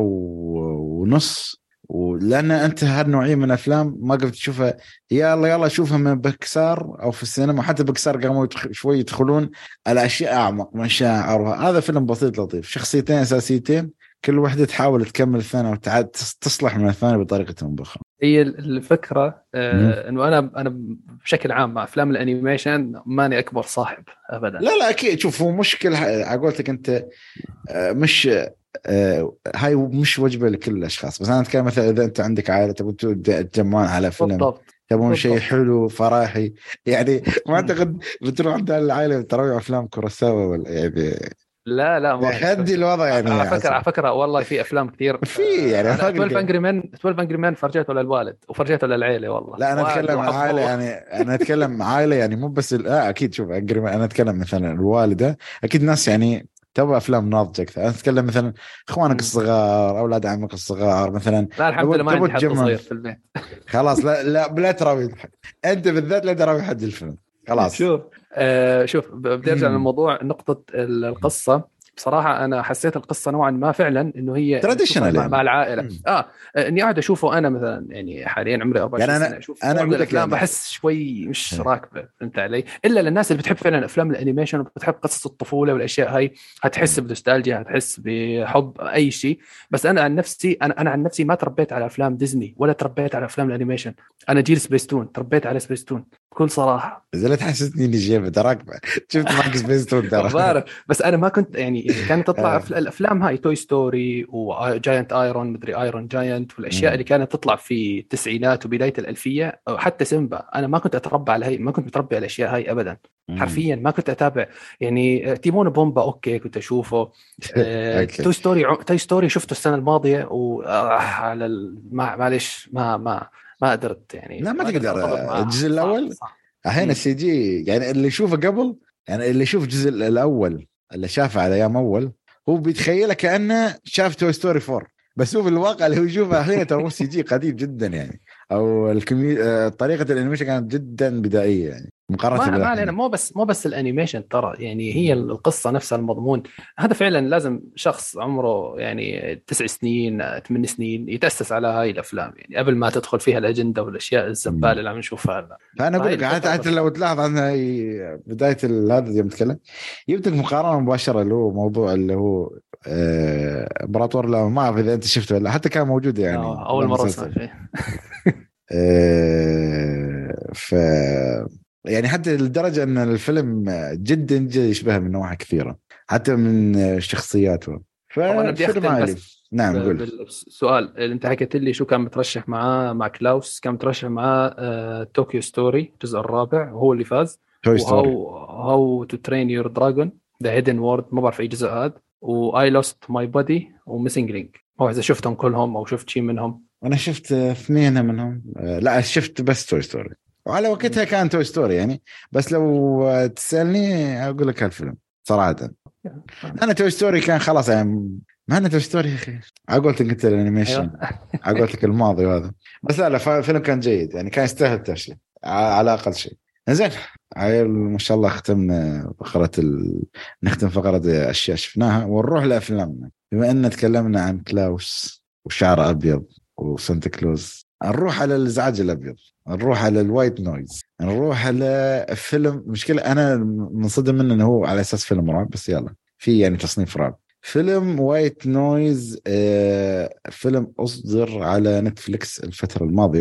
ونص. ولأن أنت هالنوعية من الأفلام ما قبل تشوفها يلا شوفها من بكسار أو في السينما، حتى بكسار قاموا شوي يدخلون الأشياء أعمق، مشاعر. هذا فيلم بسيط لطيف، شخصيتين أساسيتين كل واحدة تحاول تكمل الثانية وتعاد تصلح من الثانية بطريقة أخرى. هي الفكرة إنه أنا بشكل عام مع أفلام الأنيميشن ماني أكبر صاحب أبدا. لا أكيد. شوف هو مشكلة عقولتك أنت مش هاي مش وجبة لكل الأشخاص، بس أنا أتكلم مثلا إذا أنت عندك عائلة تبون تجمعون على فيلم، تبون شيء حلو فراحي يعني، ما أعتقد بتروح عند العائلة تروي أفلام كوراساوا ولا يعني. لا ما هدي الوضع يعني. على فكرة والله في أفلام كتير في يعني 12 Angry Men فرجيته للوالد وفرجيته للعائلة والله. لا أنا أتكلم عائلة يعني، أنا أتكلم عائلة يعني مو بس أكيد. شوف أنا أتكلم مثلا الوالدة، أكيد ناس يعني تبغى أفلام ناضجة أكثر. أنا أتكلم مثلا إخوانك الصغار، أولاد عمك الصغار مثلا. لا الحمد لله ما عندي حد صغير في البيت. خلاص لا تراوي أنت بالذات، لا تراوي حد الفيلم خلاص. شوف بدي أرجع للموضوع، نقطة القصة. بصراحة أنا حسيت القصة نوعا ما فعلا إنه هي مع العائلة. إني قاعد أشوفه أنا مثلا يعني حاليا عمري 24 يعني سنة، أشوف أنا أقول لك يعني بحس شوي مش راكبة، فهمت علي؟ إلا للناس اللي بتحب فعلا أفلام الأنيميشن وبتحب قصص الطفولة والأشياء هاي، هتحس بنوستالجيا، هتحس بحب أي شيء. بس أنا عن نفسي أنا عن نفسي ما تربيت على أفلام ديزني ولا تربيت على أفلام الأنيميشن. أنا جيل سبيستون، تربيت على سبيستون بكل صراحة. إذا لا تحسسني إني جيبه دراك شفت معك سبيستون ترى. بس أنا ما كنت يعني كانت تطلع الأفلام هاي توي ستوري وجاينت آيرون مدري آيرون جاينت والأشياء اللي كانت تطلع في التسعينات وبداية الألفية، أو حتى سيمبا. أنا ما كنت أتربى على هاي، ما كنت متربي على الأشياء هاي أبدا حرفيا. ما كنت أتابع يعني تيمون بومبا أوكي كنت أشوفه. توي ستوري شفته السنة الماضية وعلى معلش ما قدرت يعني. لا ما تقدر. الجزء الأول أحيانا السي جي يعني اللي يشوفه قبل، يعني اللي يشوف الجزء الأول اللي شافه على أيام أول هو بيتخيله كأنه شاف توي ستوري 4، بس هو في الواقع اللي هو يشوفه الحين ترى سي جي قديم جدا يعني، أو طريقة الأنيميشن كانت جدا بدائية يعني مقارنة ما علينا. مو بس الانيميشن ترى، يعني هي القصه نفسها، المضمون هذا فعلا لازم شخص عمره يعني 9 سنين 8 سنين يتاسس على هاي الافلام يعني قبل ما تدخل فيها الاجنده والاشياء الزباله اللي عم نشوفها هلا. فانا اقول لك حتى لو تلاحظ عنها بدايه هذا يوم نتكلم يبدك مقارنه مباشره اللي هو موضوع اللي هو امبراطور. لا ما اعرف اذا انت شفته ولا حتى كان موجود يعني اول مره اسمع فيه. ف يعني حتى لدرجة أن الفيلم جدا يشبه من نواحي كثيرة حتى من شخصياته. أنا بدي أختم بس نعم قول. بالسؤال اللي أنت حكيت لي شو كان مترشح معاه مع كلاوس، كان مترشح معاه توكيو ستوري الجزء الرابع وهو اللي فاز، وهاو تو ترين يور دراجون ذا هيدن وورد ما بعرف أي جزء هذا، وآي لوست ماي بودي وميسنج لينك. هو إذا شفتهم كلهم أو شفت شيء منهم؟ أنا شفت 2 منهم. لا شفت بس توي ستوري، وعلى وقتها كان توي ستوري يعني. بس لو تسألني أقول لك هالفيلم صراحة أنا توي ستوري كان خلاص يعني. ما أنا توي ستوري يا أخي عقلت قلت الانيميشن عقلت لك الماضي وهذا. بس لا فيلم كان جيد يعني، كان يستاهل ترشيح على أقل شيء. زين عيل ما شاء الله ختمنا فقرة نختم فقرة أشياء شفناها ونروح لأفلامنا. بما أن تكلمنا عن كلاوس وشعر أبيض وسانتا كلوز، نروح على الإزعاج الأبيض، نروح على الوايت نويز، نروح على فيلم مشكلة أنا منصدم منه أنه هو على أساس فيلم رعب، بس يلا في يعني تصنيف رعب. فيلم وايت نويز فيلم أصدر على نتفليكس الفترة الماضية.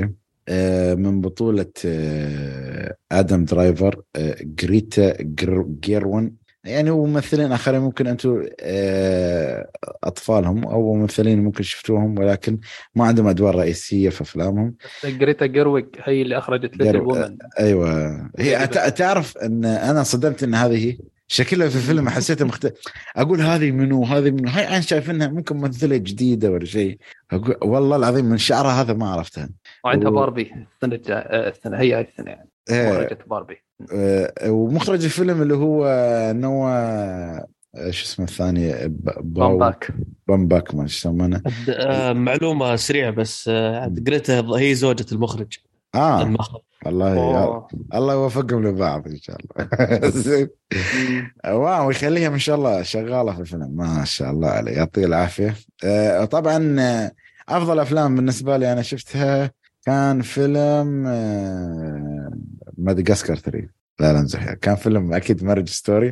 من بطولة آدم درايفر، غريتا جيروين، يعني وممثلين آخرين ممكن أنتم أطفالهم أو ممثلين ممكن شفتوهم، ولكن ما عندهم أدوار رئيسية في أفلامهم. جريتا جيرويج هي اللي أخرجت ليتل وومن. أيوة، هي تعرف أن أنا صدمت أن هذه شكلها في الفيلم، حسيتها مختلف. أقول هذه منو هاي أنا شايف إنها ممكن ممثلة جديدة ولا شيء. أقول والله العظيم من شعرها هذا ما عرفتها. وعندها باربي السنة هي السنة يعني مخرجة باربي. ومخرج الفيلم اللي هو نوا شو اسمه الثاني، بامباك ما يسمونه. معلومة سريعة بس، جريتا هي زوجة المخرج. المخرج الله يوفقهم لبعض ان شاء الله. واو، يخليها ما شاء الله شغالة في الفيلم، ما شاء الله عليه، يعطيه العافية. طبعا افضل افلام بالنسبة لي انا شفتها كان فيلم مادغاسكار 3. لا نمزح، كان فيلم اكيد مارج ستوري.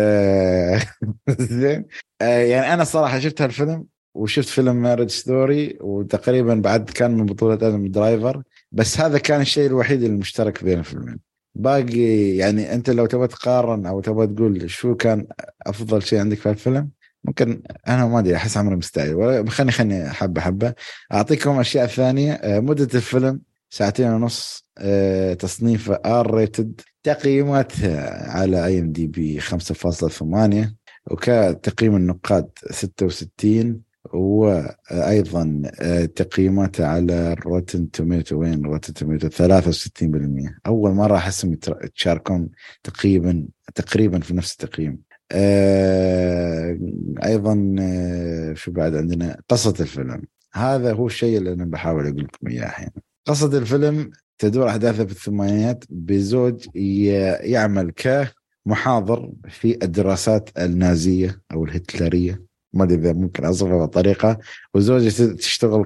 زين. يعني انا صراحه شفت هالفيلم وشفت فيلم مارج ستوري، وتقريبا بعد كان من بطوله آدم درايفر، بس هذا كان الشيء الوحيد المشترك بين الفيلمين. باقي يعني انت لو تبغى تقارن او تبغى تقول شو كان افضل شيء عندك في الفيلم، ممكن انا ما ادري، احس عمري مستعجل، خلني حبه اعطيكم اشياء ثانيه. مده الفيلم 2.5 ساعة. تصنيف R-rated، تقييماتها على IMDb 5.8، وكتقييم النقاد 66، وأيضا تقييماتها على روتن توميتو 63%. أول مرة أحسهم يتشاركون تقريبا في نفس التقييم. أيضا شو بعد عندنا؟ قصة الفيلم، هذا هو الشيء اللي أنا بحاول أقول لكم إياه الحين. قصة الفيلم تدور أحداثه في الثمانينات بزوج يعمل كمحاضر في الدراسات النازية أو الهتلرية، ما أدري إذا ممكن أصفها بطريقة، وزوجة تشتغل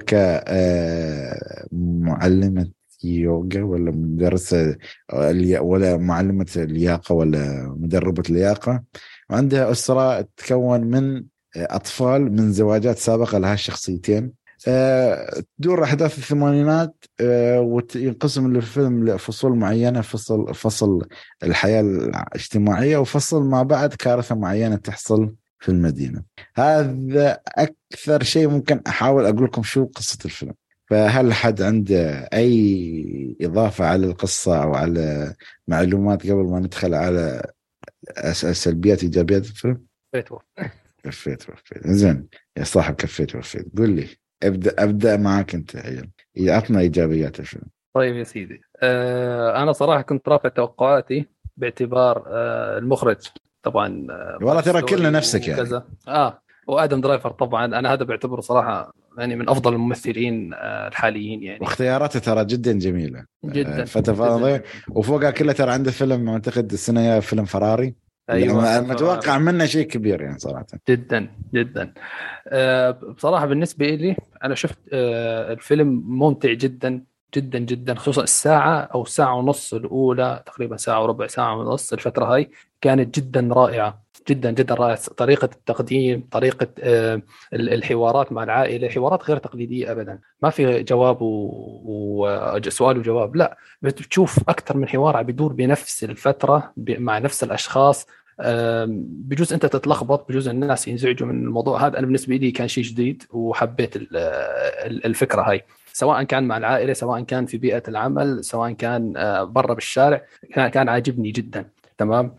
كمعلمة يوغا ولا مدرسة ولا معلمة لياقة ولا مدربة لياقة، وعندها أسرة تتكون من أطفال من زواجات سابقة لها الشخصيتين. تدور أحداث الثمانينات، وينقسم الفيلم لفصول معينة، فصل الحياة الاجتماعية، وفصل ما بعد كارثة معينة تحصل في المدينة. هذا أكثر شيء ممكن أحاول أقول لكم شو قصة الفيلم. فهل حد عنده أي إضافة على القصة أو على معلومات قبل ما ندخل على سلبيات إيجابيات الفيلم؟ كفيت. زين يا صاحب، كفيت وفيت، قول لي، ابدا معك انت عيال، يعطنا ايجابيات الفيلم. طيب يا سيدي، انا صراحه كنت رافع توقعاتي باعتبار المخرج طبعا. والله ترى كلنا نفسك يعني. وادم درايفر طبعا، انا هذا بعتبره صراحه يعني من افضل الممثلين الحاليين يعني، واختياراته ترى جدا جميله جدا. فتفاضل. وفوقها كلها ترى عنده فيلم اعتقد السنه يا فيلم فراري. أيوة، متوقع منه شيء كبير يعني صراحه. جدا بصراحه بالنسبه لي انا شفت الفيلم ممتع جدا جدا جدا، خصوصا الساعه او ساعه ونص الاولى، تقريبا ساعه وربع، ساعه ونص، الفتره هاي كانت جدا رائعه، جدا رائعه. طريقه التقديم، طريقه الحوارات مع العائله، حوارات غير تقليديه ابدا، ما في جواب وسؤال وجواب، لا، بتشوف اكثر من حوار عم بيدور بنفس الفتره مع نفس الاشخاص. بجوز انت تتلخبط، بجوز الناس ينزعجوا من الموضوع هذا، انا بالنسبه لي كان شيء جديد وحبيت الفكره هاي، سواء كان مع العائله، سواء كان في بيئه العمل، سواء كان برا بالشارع، كان عاجبني جدا. تمام.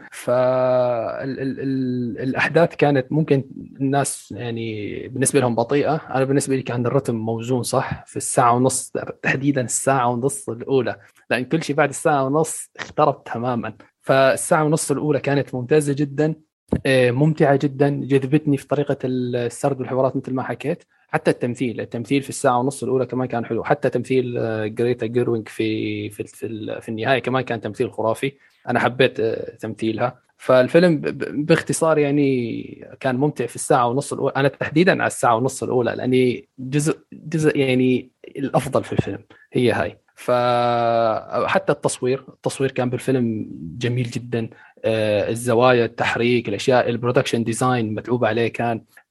فالاحداث كانت ممكن الناس يعني بالنسبه لهم بطيئه، انا بالنسبه لي كان الرتم موزون صح في الساعه ونص، تحديدا الساعه ونص الاولى، لان كل شيء بعد الساعه ونص اخترب تماما. فالساعه ونص الاولى كانت ممتازه جدا، ممتعه جدا، جذبتني في طريقه السرد والحوارات مثل ما حكيت. حتى التمثيل في الساعه ونص الاولى كمان كان حلو، حتى تمثيل غريتا جيروينج في النهايه كمان كان تمثيل خرافي، انا حبيت تمثيلها. فالفيلم باختصار يعني كان ممتع في الساعه ونص الاولى، انا تحديدا على الساعه ونص الاولى لاني جزء يعني الافضل في الفيلم هي هاي. فحتى التصوير كان بالفيلم جميل جدا، الزوايا، التحريك، الاشياء، البرودكشن ديزاين متعوب عليه كان.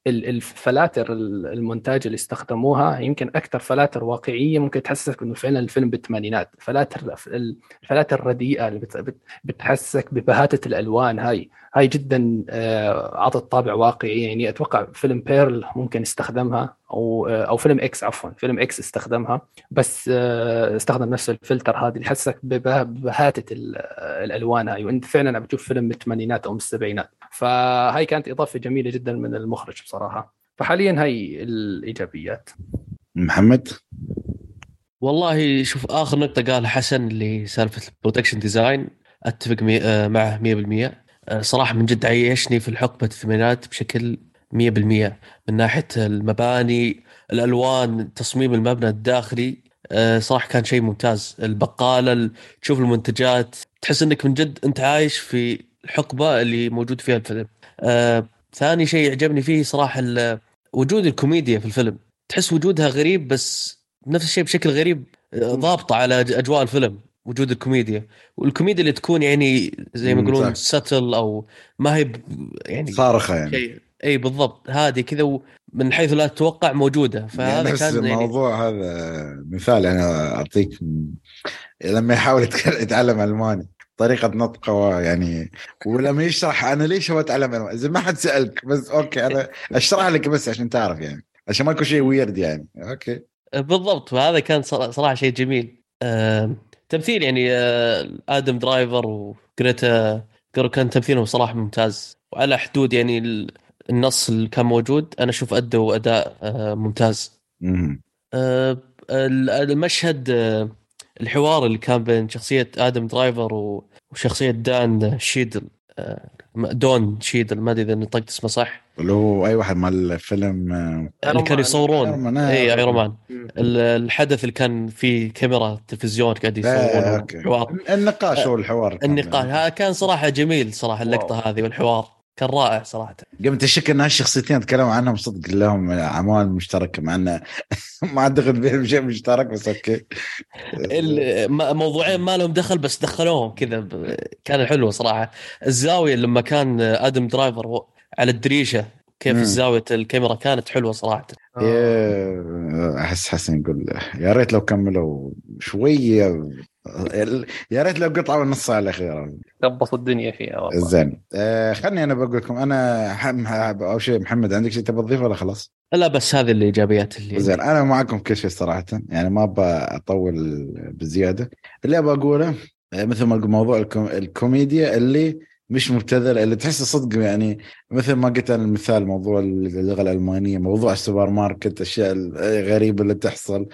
الفلاتر المونتاج اللي استخدموها يمكن اكثر فلاتر واقعيه ممكن تحسسك انه فعلا الفيلم بالثمانينات. الفلاتر الرديئه اللي بتحسسك ببهاته الالوان، هاي جدا عطت طابع واقعي. يعني اتوقع فيلم بيرل ممكن استخدمها، او فيلم اكس، عفوا فيلم اكس استخدمها، بس استخدم نفس الفلتر هذا اللي يحسسك ببهاته الالوان هاي، وانت فعلا عم بتشوف فيلم من الثمانينات او من السبعينات. فهاي كانت اضافه جميله جدا من المخرج بصراحه. فحاليا هاي الايجابيات. محمد. والله شوف، اخر نقطه قالها حسن اللي سالفه البرودكشن ديزاين، اتفق معه 100%. صراحه من جد عيشني في الحقبه الثمانينات بشكل 100%، من ناحيه المباني، الالوان، تصميم المبنى الداخلي. صراحه كان شيء ممتاز. البقاله، تشوف المنتجات، تحس انك من جد انت عايش في الحقبه اللي موجود فيها الفيلم. ثاني شيء عجبني فيه صراحه وجود الكوميديا في الفيلم. تحس وجودها غريب، بس نفس الشيء بشكل غريب ضابطة على أجواء الفيلم. وجود الكوميديا، والكوميديا اللي تكون يعني زي ما يقولون ساتل، أو ما هي يعني صارخة يعني شيء. أي بالضبط، هذه كذا من حيث لا تتوقع موجودة. فهذا يعني نفس كان الموضوع يعني هذا مثال أنا أعطيك. لما يحاول يتعلم ألماني طريقة نطقه يعني، ولما يشرح أنا ليش هو أتعلم ألماني إذا ما حد سألك، بس أوكي أنا أشرح لك بس عشان تعرف يعني، عشان ما يكون شيء ويرد يعني. أوكي بالضبط. وهذا كان صراحة شيء جميل. تمثيل يعني آدم درايفر وغريتا كان تمثيلهم صراحة ممتاز، وعلى حدود يعني النص اللي كان موجود. أنا أشوف أدوا أداء ممتاز. المشهد، الحوار اللي كان بين شخصية آدم درايفر وشخصية دان شيدل، دون شيدل، ما أدري إذا نطقت اسمه صح، اللي هو أي واحد مال الفيلم اللي كانوا يصورون ايرون مان. مم. الحدث اللي كان فيه كاميرا تلفزيون قاعد يصورون حوار. النقاش والحوار النقاش هذا كان صراحة جميل صراحة. اللقطة هذه والحوار كان رائع صراحة. قمت أشك أن هالشخصيتين تكلموا عنهم صدق لهم أعمال مشتركة، مع أنه ما أعتقد بينهم شيء مشترك، بس أوكي. موضوعين ما لهم دخل بس دخلوهم كذا. كان حلو صراحة. الزاوية لما كان آدم درايفر على الدريشة، كيف الزاوية الكاميرا كانت حلوة صراحة. أحس حسن يقول يا ريت لو كملوا شوية، يا ريت لو قطعوا النص على الأخير ضبط الدنيا فيها والله. زين. خلني أنا بقول لكم أنا أو شيء. محمد عندك شيء تبغى تضيفه ولا خلاص؟ لا بس هذه الإيجابيات اللي زين. أنا معكم كل شيء صراحة، يعني ما بطول بزيادة. اللي أبغى أقوله مثل ما قلت موضوع الكوميديا اللي مش مبتذل، اللي تحس صدق يعني. مثل ما قلت أنا المثال موضوع اللغة الألمانية، موضوع السوبر ماركت، أشياء الغريبة اللي تحصل،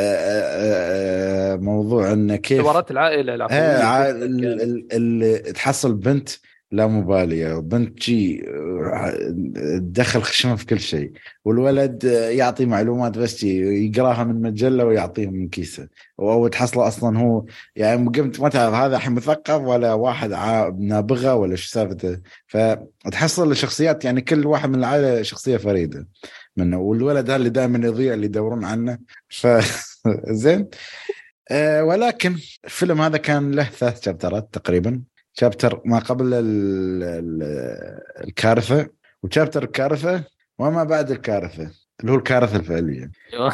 موضوع أن كيف حوارات العائلة العفوية اللي تحصل بنت لا مبالية، وبنت شي تدخل خشمه في كل شيء، والولد يعطي معلومات بس يقراها من مجلة ويعطيهم من كيسه، أو تحصله أصلا هو يعني قمت ما تعرف هذا حين مثقف ولا واحد نابغة ولا شو سالفته. فتحصل الشخصيات يعني كل واحد من العائلة شخصية فريدة منه، والولد هذا اللي دائما يضيع اللي يدورون عنه. زين. ولكن الفيلم هذا كان له 3 شابترات تقريبا. شابتر ما قبل الكارثة، وشابتر الكارثة وما بعد الكارثة اللي هو الكارثة الفعلية.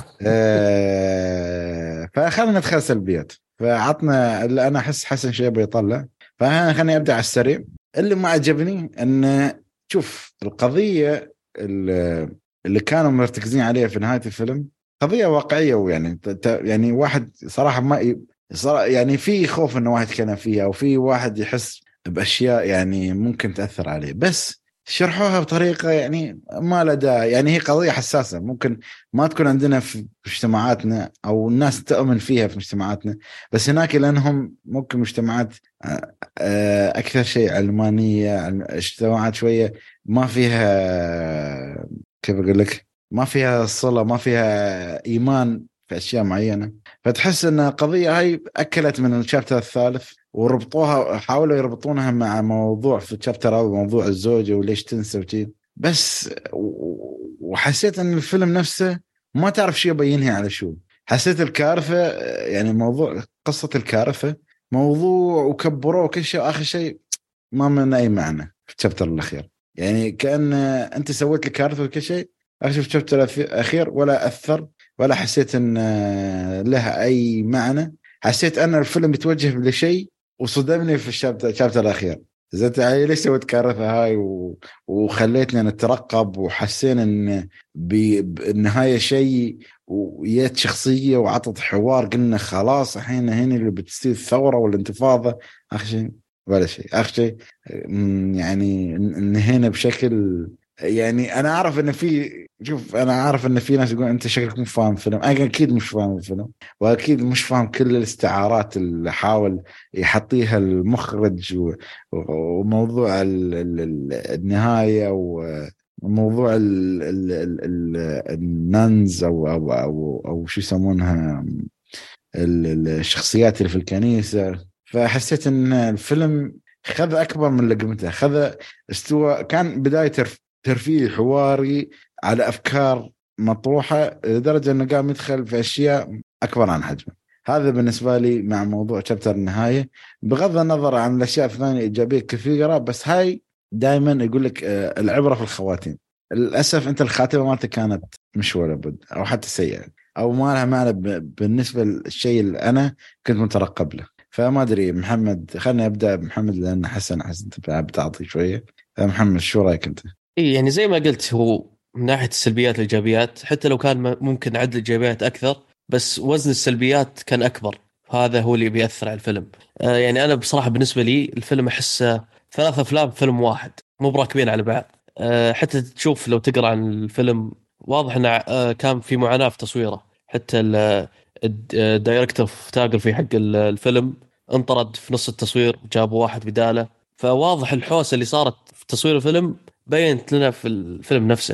فخلنا ندخل سلبيات. فعطنا اللي أنا أحس حسن شيء بيطلع. فخلني أبدأ على السريع. اللي ما عجبني أن شوف القضية اللي كانوا مرتكزين عليها في نهاية الفيلم قضية واقعية، ويعني يعني واحد صراحة ما يعني في خوف انه واحد يتكلم فيها، او في واحد يحس باشياء يعني ممكن تاثر عليه، بس شرحوها بطريقه يعني ما لها داعي. يعني هي قضيه حساسه ممكن ما تكون عندنا في مجتمعاتنا، او الناس تؤمن فيها في مجتمعاتنا، بس هناك لانهم ممكن مجتمعات اكثر شيء علمانيه، اجتماعات شويه ما فيها كيف اقول لك، ما فيها صله، ما فيها ايمان في أشياء معينة. فتحس أن القضية هاي أكلت من الشابتر الثالث، وربطوها، حاولوا يربطونها مع موضوع في الشابتر أو موضوع الزوجة وليش تنسى وشي بس. وحسيت أن الفيلم نفسه ما تعرف شو يبينها على شو. حسيت الكارثة يعني موضوع قصة الكارثة موضوع وكبروه كل شيء، آخر شيء ما من أي معنى في الشابتر الأخير. يعني كأن أنت سويت لي كارثة وكل شيء. أشوف شفت الأخير ولا أثر ولا حسيت أن لها أي معنى. حسيت أن الفيلم يتوجه لشيء وصدمني في الشابتر الأخير. زين يعني ليش سويت كارثة هاي وخليتني نترقب وحسينا أن بالنهاية شيء ويات شخصية وعطت حوار قلنا خلاص الحين هنا اللي بتصير الثورة والانتفاضة. آخر شيء ولا شيء. آخر شيء يعني انهينا بشكل يعني انا اعرف ان في شوف انا عارف ان في ناس يقول انت شكلك مش فاهم الفيلم. انا اكيد مش فاهم الفيلم واكيد مش فاهم كل الاستعارات اللي حاول يحطيها المخرج وموضوع النهاية وموضوع النانز او شو يسمونها الشخصيات اللي في الكنيسة. فحسيت ان الفيلم خذ اكبر من لقمته. خذ استوى كان بداية ترفيه حواري على افكار مطروحة لدرجة انه قام يدخل في اشياء اكبر عن حجمه. هذا بالنسبة لي مع موضوع شابتر النهاية بغض النظر عن الاشياء الثانية ايجابية كثيرة. بس هاي دائما يقول لك العبرة في الخواتيم. للاسف انت الخاتمة مالتك كانت مش ولا بد او حتى سيئة او ما لها معنى بالنسبة للشيء اللي انا كنت مترقب له. فما ادري محمد خلني ابدا بمحمد لان حسن انت بتعطي شويه. محمد شو رايك انت؟ اي يعني زي ما قلت هو من ناحيه السلبيات والايجابيات حتى لو كان ممكن عدد الايجابيات اكثر بس وزن السلبيات كان اكبر. هذا هو اللي بيأثر على الفيلم. يعني انا بصراحه بالنسبه لي الفيلم احسه 3 أفلام فيلم واحد مو براكبين على بعض. حتى تشوف لو تقرا عن الفيلم واضح انه كان في معاناه في تصويره. حتى الدايركتور فوتوغرافي حق الفيلم انطرد في نص التصوير وجابوا واحد بداله. فواضح الحوسه اللي صارت في تصوير الفيلم بينت لنا في الفيلم نفسه.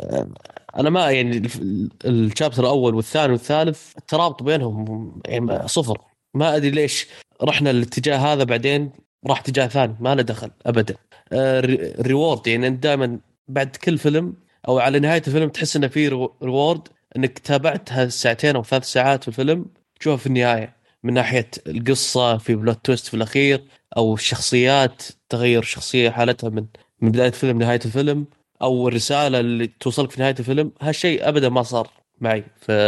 انا ما يعني الشابتر الاول والثاني والثالث الترابط بينهم يعني صفر. ما ادري ليش رحنا الاتجاه هذا بعدين راح اتجاه ثاني ما له دخل ابدا. الريورد يعني دائما بعد كل فيلم او على نهايه الفيلم تحس انه في ريورد انك تابعت هالساعتين او 3 ساعات في الفيلم تشوفها في النهايه من ناحيه القصه في بلوت تويست في الاخير او الشخصيات تغير شخصيه حالتها من بدايه الفيلم نهايه الفيلم او الرساله اللي توصلك في نهايه الفيلم. هالشيء ابدا ما صار معي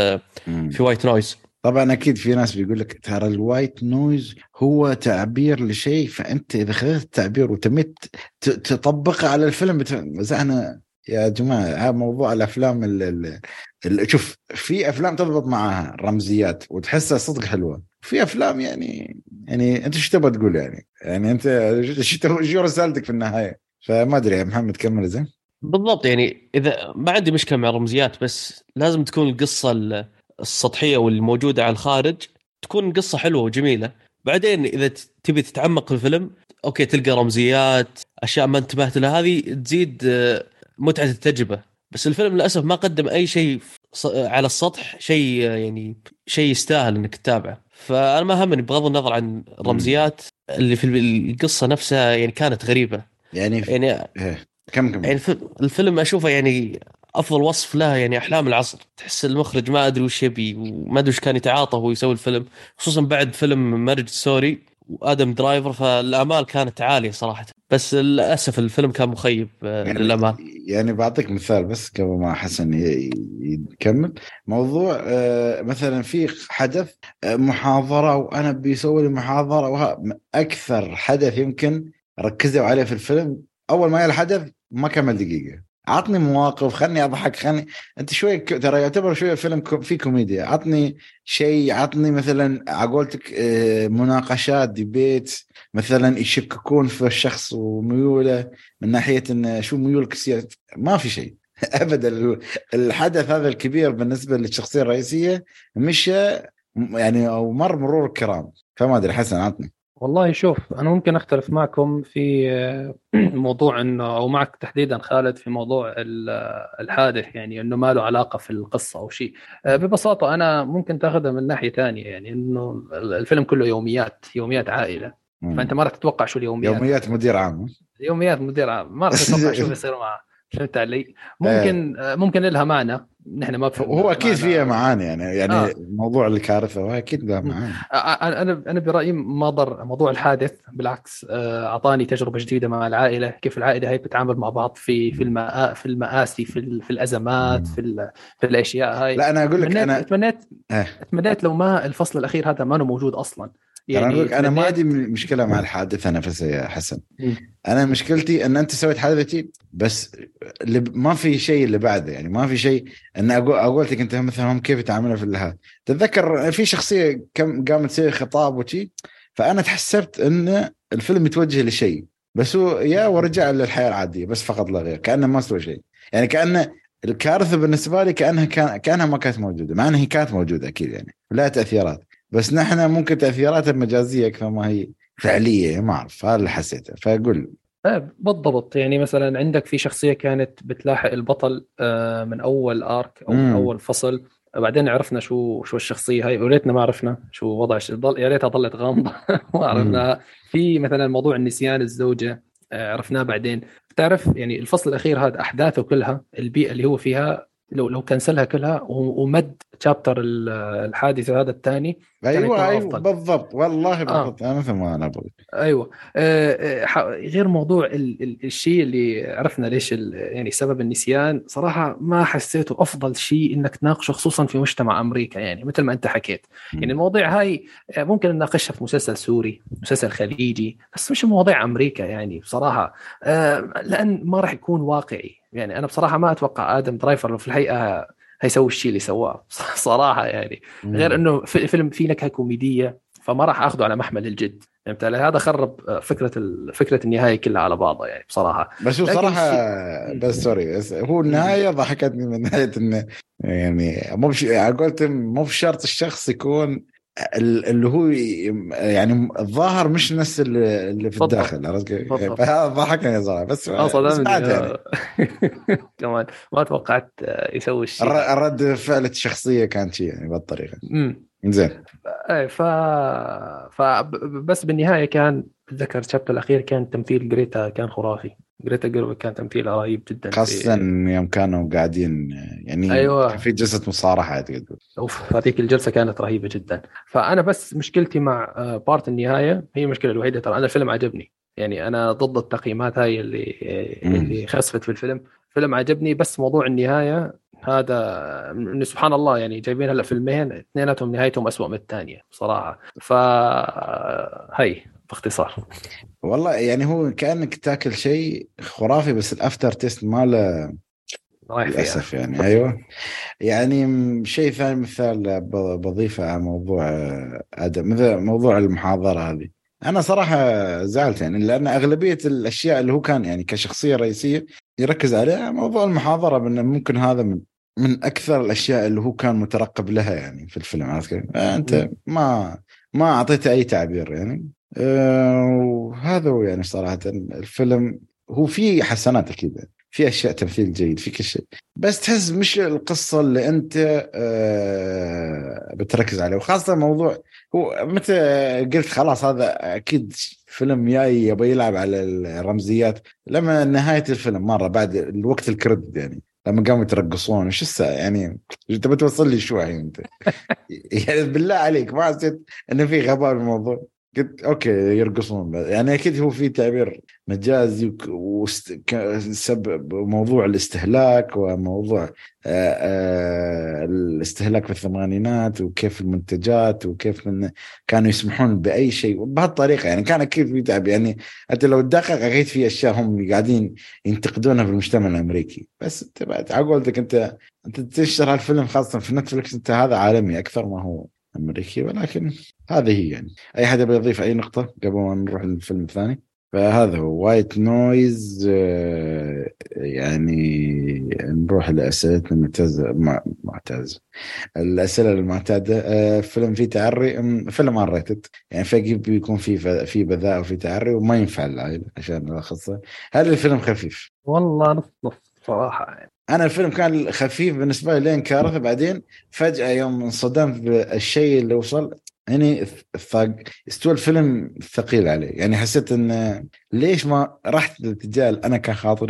في وايت نويز. طبعا اكيد في ناس بيقول لك ترى الوايت نويز هو تعبير لشيء فانت اذا خذت التعبير وتمت تطبقه على الفيلم انا يا جماعه هذا موضوع الافلام اللي شوف في افلام تضبط معاها رمزيات وتحسها صدق حلوه. في افلام يعني انت ايش تبغى تقول يعني انت شو رسالتك في النهايه. فما ادري يا محمد كمل زين. بالضبط يعني اذا ما عندي مشكله مع الرمزيات بس لازم تكون القصه السطحيه واللي موجوده على الخارج تكون قصه حلوه وجميله. بعدين اذا تبي تتعمق في الفيلم اوكي تلقى رمزيات اشياء ما انتبهت لها هذه تزيد متعه التجربه. بس الفيلم للاسف ما قدم اي شيء على السطح شيء يعني شيء يستاهل انك تتابعه. فانا ما همني بغض النظر عن الرمزيات اللي في القصه نفسها يعني كانت غريبه يعني كم يعني الفيلم اشوفه يعني افضل وصف له يعني احلام العصر. تحس المخرج ما ادري وش يبي وما ادري وش كان يتعاطى وهو يسوي الفيلم خصوصا بعد فيلم مارج ستوري وادم درايفر. فالامال كانت عاليه صراحه بس للاسف الفيلم كان مخيب للامال. يعني بعطيك مثال بس قبل ما حسن يكمل موضوع مثلا في حدث محاضره وانا بيسوي لي محاضره اكثر حدث يمكن ركزوا عليه في الفيلم اول ما الحدث ما كمل دقيقه. عطني مواقف خلني اضحك خلني انت شوي ترى يعتبر شويه فيلم فيه كوميديا. عطني شيء عطني مثلا عقولتك مناقشات ديبيت مثلا يشككون في الشخص وميوله من ناحيه ان شو ميولك السياسيه. ما في شيء ابدا. الحدث هذا الكبير بالنسبه للشخصيه الرئيسيه مش يعني او مرور الكرام. فما ادري حسن عطني. والله شوف أنا ممكن أختلف معكم في موضوع إنه أو معك تحديدا خالد في موضوع الحادث يعني إنه ما له علاقة في القصة أو شيء. ببساطة أنا ممكن تاخذها من ناحية ثانية يعني إنه الفيلم كله يوميات عائلة. فأنت ما راح تتوقع شو اليوميات. يوميات مدير عام. يوميات مدير عام ما راح تتوقع شو بيصير معه. فهمت علي؟ ممكن لها معنى نحن ما بفهم. هو اكيد فيها معاني يعني موضوع الكارثه وهي اكيد له معاني. انا برايي ما ضر موضوع الحادث، بالعكس اعطاني تجربه جديده مع العائله، كيف العائله هي بتتعامل مع بعض في المآسي، في الازمات، في الاشياء هاي. لا انا اقول لك انا تمنيت لو ما الفصل الاخير هذا ما موجود اصلا. يعني أنا ما عندي مشكلة مع الحادثة نفسها يا حسن. أنا مشكلتي أن أنت سويت حادثتي بس ما في شيء اللي بعده، يعني ما في شيء أن أقول لك أنت مثلا هم كيف يتعاملون في هذا. تتذكر في شخصية قامت تسوي خطاب وشي، فأنا تحسبت أن الفيلم يتوجه لشيء بس هو ورجع للحياة العادية بس فقط لا غير، كأنه ما سوى شيء. يعني كأنه الكارثة بالنسبة لي كأنها ما كانت موجودة، مع أنها كانت موجودة أكيد يعني لها تأثيرات، بس نحن ممكن تأثيراتها مجازية أكثر ما هي فعلية. ما أعرف، هذا اللي حسيته فأقول. بالضبط. يعني مثلا عندك في شخصية كانت بتلاحق البطل من أول آرك أو من أول فصل، بعدين عرفنا شو الشخصية هاي، وريتنا ما عرفنا شو وضع يا ريتها ضلت غامضة ما عرفنا. في مثلا موضوع النسيان الزوجة عرفناه بعدين. بتعرف يعني الفصل الأخير هذا أحداثه كلها، البيئة اللي هو فيها لو كنسلها كلها ومد شابتر الحادثة هذا الثاني. أيوة بالضبط، والله بالضبط. أنا مثل ما أنا بقول. أيوة. غير موضوع الشيء اللي عرفنا ليش يعني سبب النسيان، صراحة ما حسيته أفضل شيء إنك تناقشه، خصوصا في مجتمع أمريكا. يعني مثل ما أنت حكيت، يعني المواضيع هاي ممكن نناقشها في مسلسل سوري، مسلسل خليجي، بس مش مواضيع أمريكا يعني بصراحة. لأن ما راح يكون واقعي. يعني أنا بصراحة ما أتوقع آدم درايفر في الحقيقة هيسوي الشيء اللي سواه صراحة يعني. غير إنه فيلم فيه نكهة كوميدية، فما راح أخذه على محمل الجد. فهمت علي؟ هذا خرب فكرة النهاية كلها على بعضها يعني بصراحة. بس هو صراحة بس سوري، هو النهاية ضحكتني من ناحية إنه يعني مو بشرط الشخص يكون اللي هو يعني الظاهر مش نفس اللي في الداخل. هذا ضحكني صراحة. بس يعني كمان ما توقعت يسوي الشيء. الرد فعل الشخصية كانت شيء يعني بالطريقة. زين. بس بالنهاية كان بتذكر الشابتر الأخير كان تمثيل جريتا كان خرافي. جريتا جيرويك كان تمثيل رهيب جدا، خاصة يوم كانوا قاعدين يعني أيوة. في جلسة مصارحة تقول. هذيك الجلسة كانت رهيبة جدا. فأنا بس مشكلتي مع بارت النهاية هي المشكلة الوحيدة. ترى أنا الفيلم عجبني، يعني أنا ضد التقييمات هاي اللي خسفت في الفيلم عجبني، بس موضوع النهاية هذا سبحان الله. يعني جايبين هلا فيلمين اثنيناتهم نهايتهم أسوأ من الثانية بصراحة. فهي باختصار. والله يعني هو كأنك تاكل شيء خرافي بس الأفتر تيست ماله للأسف يعني. أيوة. يعني شيء ثاني مثال بضيفه على موضوع آدم، مثل موضوع المحاضرة هذه. أنا صراحة زعلت يعني، لأن أغلبية الأشياء اللي هو كان يعني كشخصية رئيسية يركز عليها موضوع المحاضرة، بأنه ممكن هذا من أكثر الأشياء اللي هو كان مترقب لها يعني في الفيلم. عرفت كيف؟ أنت ما أعطيته أي تعبير يعني. وهذا هو يعني صراحة الفيلم هو فيه حسنات أكيد، في أشياء تمثيل جيد، في كل شيء، بس تحس مش القصة اللي أنت بتركز عليه. وخاصة موضوع هو متى قلت خلاص هذا أكيد فيلم يبي يلعب على الرمزيات، لما نهاية الفيلم مرة بعد الوقت الكريدت يعني لما قاموا يترقصون وش يعني أنت بتوصل لي شو أنت يعني بالله عليك ما حسيت إنه في غباء بالموضوع؟ قلت أوكي يرقصون يعني أكيد هو في تعبير مجازي وسبب موضوع الاستهلاك وموضوع الاستهلاك في الثمانينات وكيف المنتجات وكيف كانوا يسمحون بأي شيء بهالطريقة يعني. كان أكيد في تعب يعني، أنت لو تدقق أكيد في أشياء هم قاعدين ينتقدونها في المجتمع الأمريكي، بس عقولتك أنت تشتري هالفيلم خاصة في نتفليكس، أنت هذا عالمي أكثر ما هو أمريكي. ولكن هذه هي يعني. أي حدا بيضيف أي نقطة قبل ما نروح للفيلم الثاني؟ فهذا هو وايت نويز. يعني نروح لأسئلتنا معتز الأسئلة المعتادة. فيلم فيه تعري، فيلم ريتد يعني فيجب بيكون في بذاء وفي تعري وما ينفع العائلة عشان الخاصة. هل الفيلم خفيف؟ والله نص صراحة يعني. أنا الفيلم كان خفيف بالنسبة لي لين كارثة، بعدين فجأة يوم انصدمت بالشيء اللي وصل يعني استوى الفيلم ثقيل عليه يعني. حسيت إن ليش ما رحت للتجال أنا كان خاطري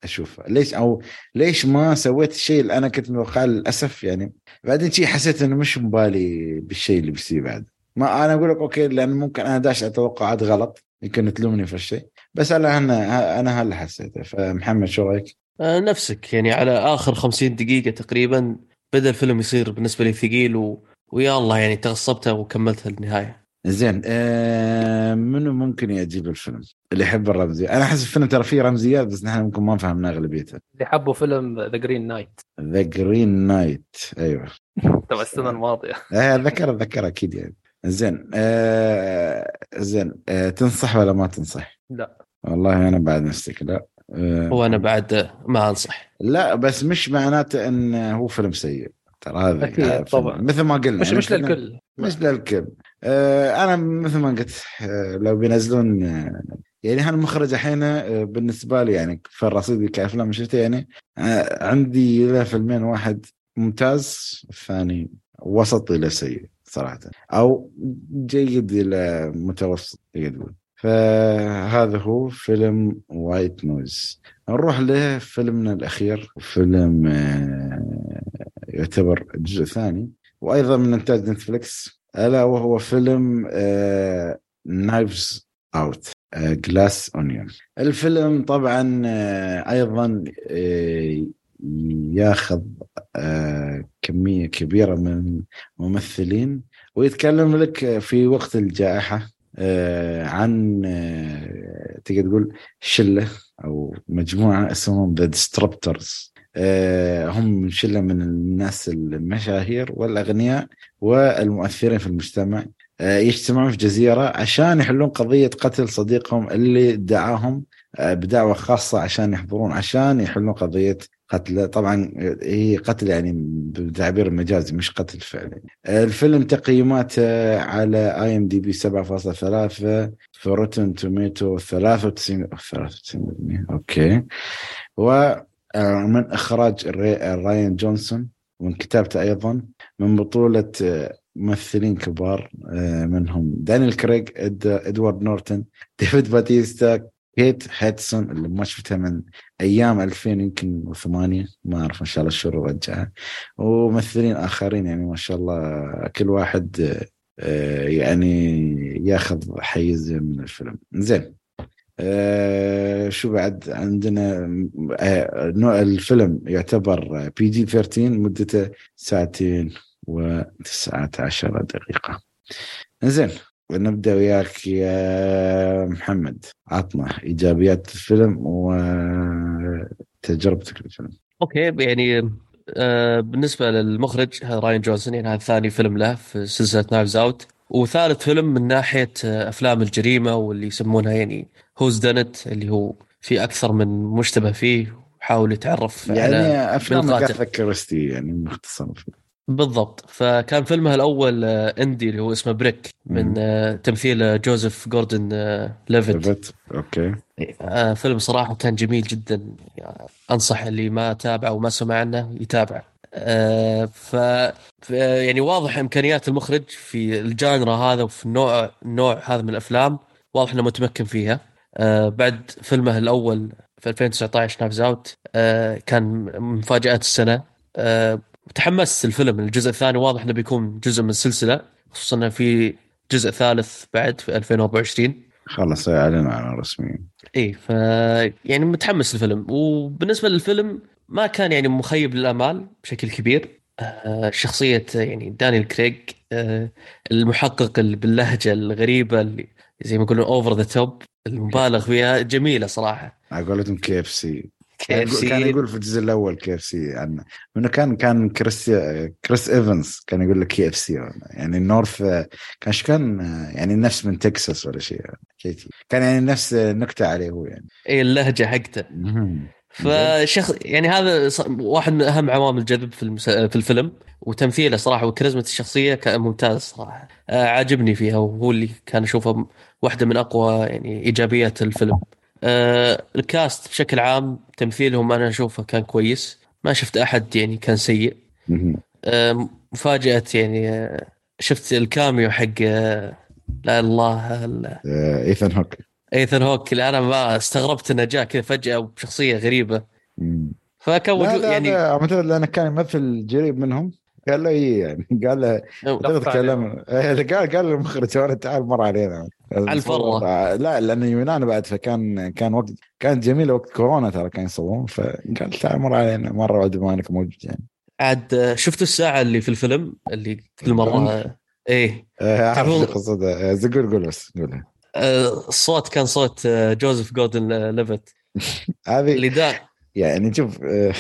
اشوفها ليش، او ليش ما سويت الشيء اللي انا كنت متوقع للاسف يعني. بعدين شيء حسيت انه مش مبالي بالشيء اللي بيصير بعد. ما انا اقول لك اوكي، لان ممكن انا داش اتوقعات غلط يمكن تلومني في الشيء، بس انا هلا حسيته. فمحمد شو رايك؟ نفسك يعني على آخر 50 دقيقة تقريبا بدأ الفيلم يصير بالنسبة لي ثقيل ويا الله يعني تغصبته وكملتها للنهاية. زين، منو ممكن يعجب الفيلم اللي يحب الرمزية؟ انا احس الفيلم ترى فيه رمزيات بس نحن ممكن ما فهمنا اغلبيتها. اللي حبوا فيلم ذا جرين نايت، ذا جرين نايت، ايوه تبع السنه الماضيه. ذكر اكيد يعني. زين، زين، تنصح ولا ما تنصح؟ لا والله انا بعد نفسك لا. وأنا بعد ما أنصح. لا بس مش معناته ان هو فيلم سيء، ترى هذا اكيد فيلم طبعا، مثل ما قلنا يعني مش فيلم للكل، مش للكل. انا مثل ما قلت، لو بينزلون يعني هالمخرج الحين بالنسبه لي يعني في رصيدي كافلام شفتها يعني، عندي له فيلمين، واحد ممتاز، الثاني وسط الى سيء صراحه، او جيد الى متوسط يقول. فهذا هو فيلم وايت نويز. نروح له فيلمنا الأخير، فيلم يعتبر الجزء الثاني وأيضا من إنتاج نتفليكس، ألا وهو فيلم نايفز أوت جلاس أونيون. الفيلم طبعا أيضا ياخذ كمية كبيرة من ممثلين، ويتكلم لك في وقت الجائحة عن تقدر تقول شلة أو مجموعة اسمهم The Disruptors. هم شلة من الناس المشاهير والأغنياء والمؤثرين في المجتمع، يجتمعون في جزيرة عشان يحلون قضية قتل صديقهم اللي دعاهم بدعوة خاصة عشان يحضرون، عشان يحلون قضية قتل. طبعا هي قتل يعني بتعبير مجازي مش قتل فعلي. الفيلم تقييماته على اي ام دي بي 7.3، في روتن توميتو 93%. اوكي. ومن اخراج راين جونسون، ومن كتابته ايضا، من بطولة ممثلين كبار منهم دانيال كريغ، ادوارد نورتن، ديفيد باتيستا، كيت هاتسون اللي ما شفتها من ايام 2000 يمكن 8، ما اعرف ان شاء الله الشهور رجعها، وممثلين اخرين يعني ما شاء الله كل واحد يعني ياخذ حيز من الفيلم. زين، شو بعد عندنا؟ نوع الفيلم يعتبر بي جي 13، مدته 2 و19 دقيقة. زين، ونبدأ وياك يا محمد، عطنا إيجابيات الفيلم وتجربتك للفيلم. أوكي يعني بالنسبة للمخرج راين جونسون، يعني هذا ثاني فيلم له في سلسلة نايفز أوت، وثالث فيلم من ناحية أفلام الجريمة واللي يسمونها يعني هوز دانت، اللي هو في أكثر من مشتبه فيه وحاول يتعرف يعني على أفلام القاتل. أغاثا كريستي يعني مختصر فيه. بالضبط. فكان فيلمها الأول إندي اللي هو اسمه بريك، من تمثيل جوزيف جوردن ليفيت. أوكي. فيلم صراحة كان جميل جدا، يعني أنصح اللي ما تابع وما سمع عنه يتابع. يعني واضح إمكانيات المخرج في الجانرا هذا وفي النوع هذا من الأفلام، واضح إنه متمكن فيها. بعد فيلمه الأول في 2019 نايفز أوت كان مفاجآت السنة. تحمست الفيلم الجزء الثاني، واضح إنه بيكون جزء من السلسلة، خصوصا إنه في جزء ثالث بعد في 2024 خلص اعلن عنه رسميا. ايه يعني متحمس الفيلم. وبالنسبه للفيلم ما كان يعني مخيب للامال بشكل كبير. شخصيه يعني دانيال كريغ، المحقق اللي باللهجه الغريبه اللي زي ما يقولون اوفر ذا توب، المبالغ فيها جميله صراحه. اقولتهم كي اف سي. KFC. كان يقول في الجزء الاول كي اف سي عنه، انه كان كريس ايفنز كان يقول لك كي اف سي، يعني النورث كان يعني نفس من تكساس ولا شيء، كان يعني نفس نكته عليه هو يعني. ايه اللهجه حقته. فشخص يعني هذا واحد من اهم عوامل الجذب في الفيلم، وتمثيله صراحه وكاريزما الشخصيه كان ممتاز صراحه. عاجبني فيها، وهو اللي كان اشوفه واحده من اقوى يعني ايجابيات الفيلم. الكاست بشكل عام تمثيلهم انا اشوفه كان كويس، ما شفت احد يعني كان سيء. مفاجاه يعني شفت الكاميو حق لا الله ايثان هوك. ايثن هوك اللي انا ما استغربت انه جاء كذا فجأة بشخصية غريبة، فكان لا وجود لا يعني لا مثلا لأنه كان يمثل قريب منهم، قال له إيه يعني قال له اعتقد كلام قال المخرج وانا تعال مر علينا على الفرة. لا لانه يونان بعد، كان وقت كانت جميله وقت كورونا ترى كان يصورون، فقال تعال مر علينا مره بعد ما انك موجود يعني. عاد شفتوا الساعة اللي في الفيلم اللي كل مرة ايه اعرف شو تعرفون قصده، قول بس قولها. الصوت كان صوت جوزيف جوردن ليفيت هذه اللي دا. يعني شوف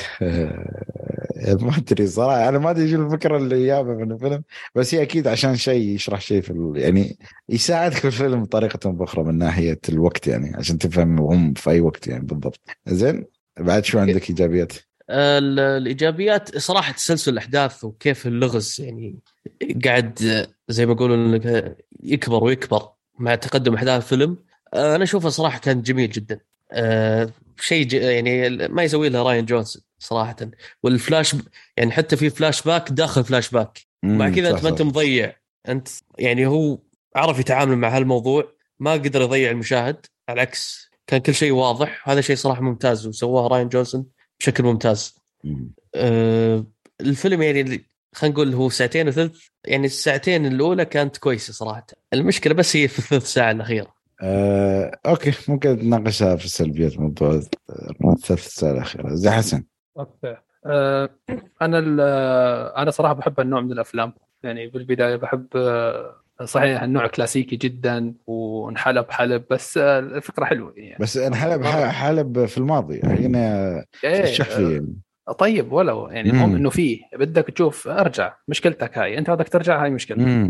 ما ادري صراحه، انا ما ادري شو الفكره اللي جابها من الفيلم، بس هي اكيد عشان شيء يشرح شيء يعني يساعدك في الفيلم بطريقه باخرى من ناحيه الوقت، يعني عشان تفهم هم في اي وقت يعني بالضبط. زين بعد شو عندك ايجابيات؟ الإيجابيات صراحة تسلسل الأحداث وكيف اللغز يعني قاعد زي ما يقولون إنه يكبر ويكبر مع تقدم أحداث الفيلم. أنا أشوفه صراحة كان جميل جدا. شيء يعني ما يسوي له راين جونسون صراحة. والفلاش يعني حتى في فلاش باك داخل فلاش باك، مع كذا أنت ما أنت مضيع. أنت يعني هو عرف يتعامل مع هالموضوع، ما قدر يضيع المشاهد، على العكس كان كل شيء واضح. هذا شيء صراحة ممتاز وسواه راين جونسون بشكل ممتاز. الفيلم يعني خلينا نقول هو ساعتين وثلث، يعني الساعتين الأولى كانت كويسة صراحة. المشكلة بس هي في الثلث ساعة الأخيرة. اوكي ممكن نناقشها في السلبيات، موضوع الثلاث ساعات الأخيرة. زي حسن. اوكي انا صراحه بحب النوع من الافلام. يعني بالبدايه بحب صحيح النوع كلاسيكي جدا ونحلب حلب، بس الفكره حلوه يعني. بس حلب في الماضي هنا الشحفي يعني. طيب ولو يعني المهم انه فيه بدك تشوف ارجع، مشكلتك هاي انت بدك ترجع، هاي مشكلتك.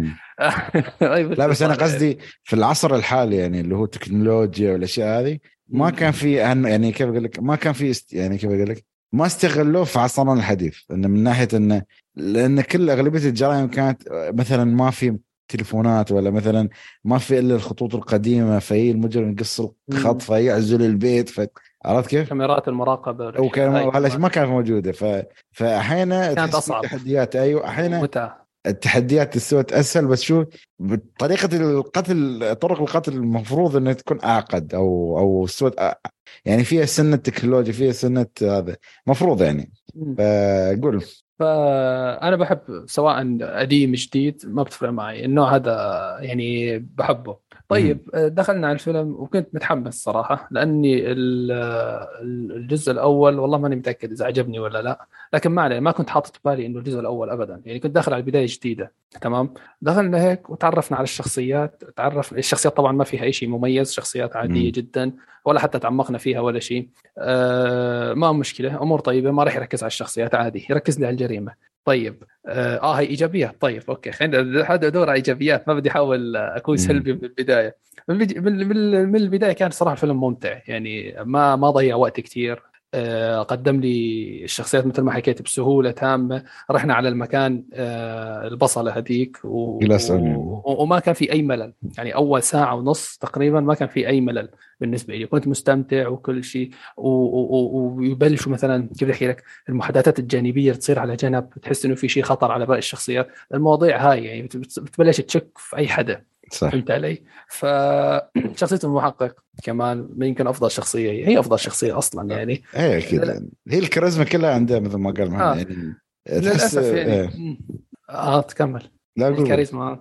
لا بس انا قصدي في العصر الحالي يعني اللي هو تكنولوجيا والاشياء هذه ما كان في يعني كيف اقول لك، ما كان في يعني كيف اقول لك ما استغلوه في عصرنا الحديث، انه من ناحيه انه لان كل اغلبيه الجرائم كانت مثلا ما في تليفونات، ولا مثلا ما في الا الخطوط القديمه، فهي المجرم يقص الخط فيعزل البيت عرفت كيف؟ كاميرات المراقبه ما كانت موجوده، فاحيانا كانت اصعب تحديات. ايوه احيانا متى التحديات تسوت اسهل، بس شو طريقه القتل، طرق القتل المفروض انها تكون اعقد او سوت يعني فيها سنه تكنولوجيا، فيها سنه هذا مفروض يعني. فقول فأنا بحب سواء قديم جديد ما بتفرق معي، النوع هذا يعني بحبه. طيب دخلنا على الفيلم وكنت متحمس صراحة، لأني الجزء الأول والله ماني متأكد إذا عجبني ولا لا، لكن ما عليه، ما كنت حاطط بالي إنه الجزء الأول أبدا. يعني كنت داخل على البداية جديدة تمام. دخلنا هيك وتعرفنا على الشخصيات، الشخصيات طبعا ما فيها أي شيء مميز، شخصيات عادية جدا، ولا حتى تعمقنا فيها ولا شيء. ما مشكلة، أمور طيبة، ما راح يركز على الشخصيات، عادي يركز لي على الجريمة. طيب هاي إيجابيات. طيب أوكي خلينا هذا دور على إيجابيات، ما بدي أحاول أكون سلبي من البداية. من البداية كان صراحة الفيلم ممتع، يعني ما ضيع وقت كتير. قدم لي الشخصيات مثل ما حكيت بسهولة تامة. رحنا على المكان البصلة هذيك وما كان في أي ملل. يعني أول ساعة ونص تقريبا ما كان في أي ملل بالنسبة لي، كنت مستمتع وكل شيء. ويبلشوا مثلا كيف أحكي لك، المحادثات الجانبية تصير على جنب، تحس إنه في شيء خطر على باقي الشخصيات. المواضيع هاي يعني بتبلش تشك في أي حدا. صح. فهمت علي؟ فشخصية المحقق كمان يمكن أفضل شخصية، هي أفضل شخصية أصلا يعني. هي كده هي الكاريزما كلها عندها مثل ما قال محمد يعني للأسف يعني تكمل لا الكاريزما.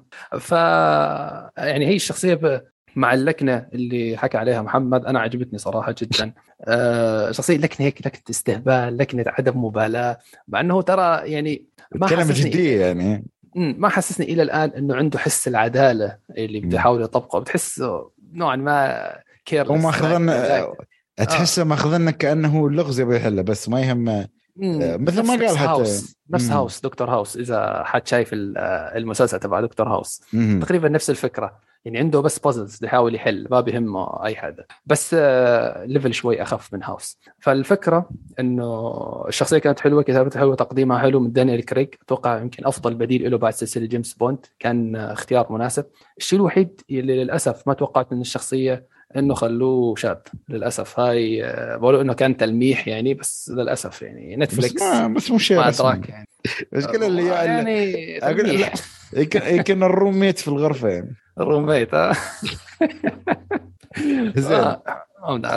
يعني هي الشخصية مع اللكنة اللي حكى عليها محمد أنا عجبتني صراحة جدا. شخصية لكنة هيك، لكنة استهبال، لكنة عدم مبالاة، مع أنه ترى يعني ما كلام جدية يعني ما حسسني إلى الآن أنه عنده حس العدالة اللي بده يحاول يطبقه. بتحس نوعا ما كيرلس، وما أخذنا تحسه ما أخذنا كأنه اللغز يبي يحله، بس ما يهم. مثل ما قال حتى نفس هاوس، دكتور هاوس، إذا حد شايف المسلسل تبع دكتور هاوس تقريبا نفس الفكرة. يعني عنده بس بازلز بيحاول يحل، ما بيهمه أي حدا، بس ليفل شوي أخف من هاوس. فالفكرة إنه الشخصية كانت حلوة، كتابتها حلوة، تقديمها حلو من دانيال كريغ. أتوقع يمكن أفضل بديل له بعد سلسلة جيمس بوند، كان اختيار مناسب. الشيء الوحيد اللي للأسف ما توقعت من الشخصية إنه خلوه شاب، للأسف. هاي بقولوا إنه كان تلميح يعني، بس للأسف يعني نتفليكس بس مش شيء أدراك يعني. مش كل اللي يعني أقول يمكن الروميت في الغرفة يعني الروميت زين ما نعرف.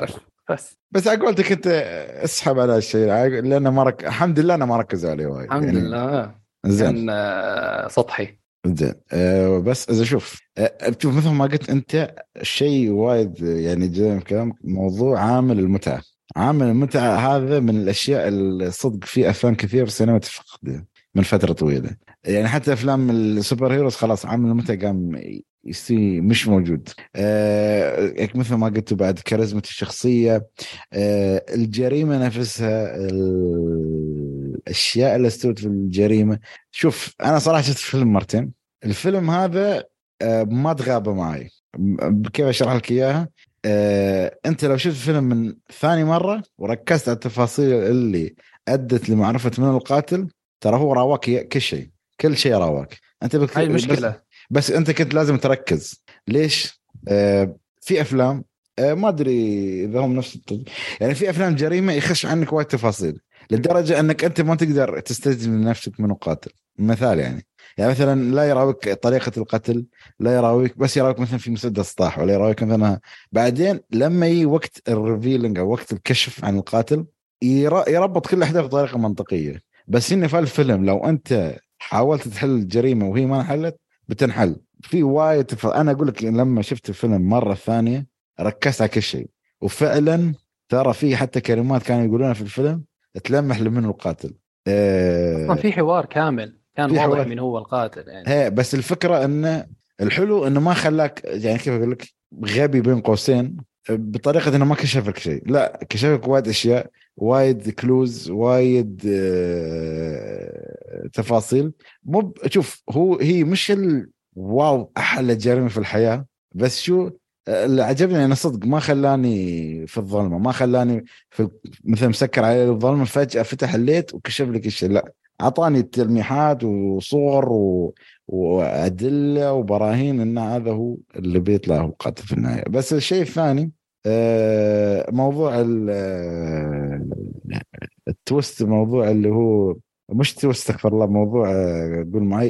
بس أقولتك أنت اسحب على الشيء لأنه الحمد لله أنا ما ركز عليه وايد الحمد يعني. لله زين كان سطحي. زين بس إذا شوف مثل ما قلت أنت الشيء وايد يعني جاي من كلام موضوع عامل المتعة. عامل المتعة هذا من الأشياء الصدق في أفلام كثير بالسينما تفقد من فترة طويلة. يعني حتى أفلام السوبر هيروز خلاص عامل المتعة قام يصير مش موجود. مثل ما قلت بعد كاريزما الشخصية الجريمة نفسها الأشياء اللي استوت في الجريمة. شوف أنا صراحة شفت الفيلم مرتين. الفيلم هذا ما تغاب معي. كيف أشرح لك إياها؟ أنت لو شفت الفيلم من ثاني مرة وركزت على التفاصيل اللي أدت لمعرفة من القاتل ترى هو راواك كل شيء راواك أنت هاي المشكلة. بس أنت كنت لازم تركز. ليش؟ في أفلام ما أدري إذا هم نفس يعني في أفلام جريمة يخش عنك وايد تفاصيل لدرجة أنك أنت ما تقدر تستجيب من نفسك من القاتل. مثال يعني مثلا لا يراويك طريقة القتل لا يراويك بس يراويك مثلا في مسدس طاح ولا يراويك مثلا بعدين لما يجي وقت الريفيلينج أو وقت الكشف عن القاتل يربط كل أحداث بطريقة منطقية. بس إن في الفيلم لو أنت حاولت تحل الجريمة وهي ما انحلت بتنحل في وايد أنا أقول لك لما شفت الفيلم مرة ثانية ركزت على كل شيء وفعلا ترى فيه حتى كلمات كانوا يقولونها في الفيلم تلمح لمن القاتل. أصلا في حوار كامل كان واضح حوار. من هو القاتل يعني. بس الفكرة إنه الحلو إنه ما خلاك يعني كيف أقول لك غبي بين قوسين بطريقة إنه ما كشفك شيء لا كشفك وايد أشياء وايد كلوز وايد تفاصيل. شوف هي مش واو أحلى جريمة في الحياة بس شو اللي عجبني أنا صدق ما خلاني في الظلمة ما خلاني في مثل مسكر عليه الظلمة فجأة فتح الليت وكشف لك الشيء لا أعطاني تلميحات وصور وأدلة وبراهين إن هذا هو اللي بيطلع هو قاتل في النهاية. بس الشيء الثاني موضوع التويست موضوع اللي هو مش تويست استغفر الله موضوع قول معي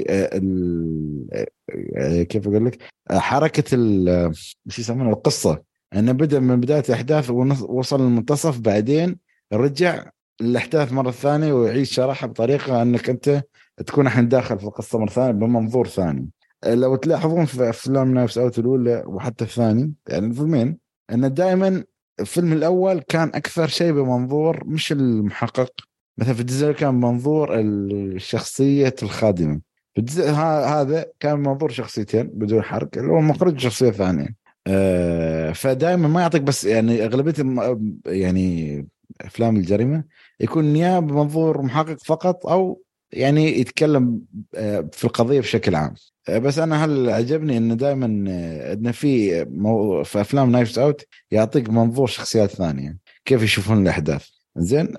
كيف أقول لك حركة مش يسمونه القصة أنه بدأ من بداية الأحداث ووصل للمنتصف بعدين رجع الأحداث مرة ثانية ويعيش شرحها بطريقة أنك أنت تكون احنا داخل في القصة مرة ثانية بمنظور ثاني. لو تلاحظون في أفلام نايفز أوت الأولى وحتى الثاني يعني الفيلمين أن دائما الفيلم الأول كان أكثر شيء بمنظور مش المحقق مثلا في الجزء كان منظور الشخصية الخادمة في الجزء هذا كان منظور شخصيتين بدون حرق اللي هو مخرج شخصية ثانية. فدائما ما يعطيك بس يعني أغلبية يعني أفلام الجريمة يكون يا بمنظور محقق فقط أو يعني يتكلم في القضية بشكل عام. بس أنا هل عجبني إنه دائما إنه في أفلام نايفز أوت يعطيك منظور شخصيات ثانية كيف يشوفون الأحداث. زين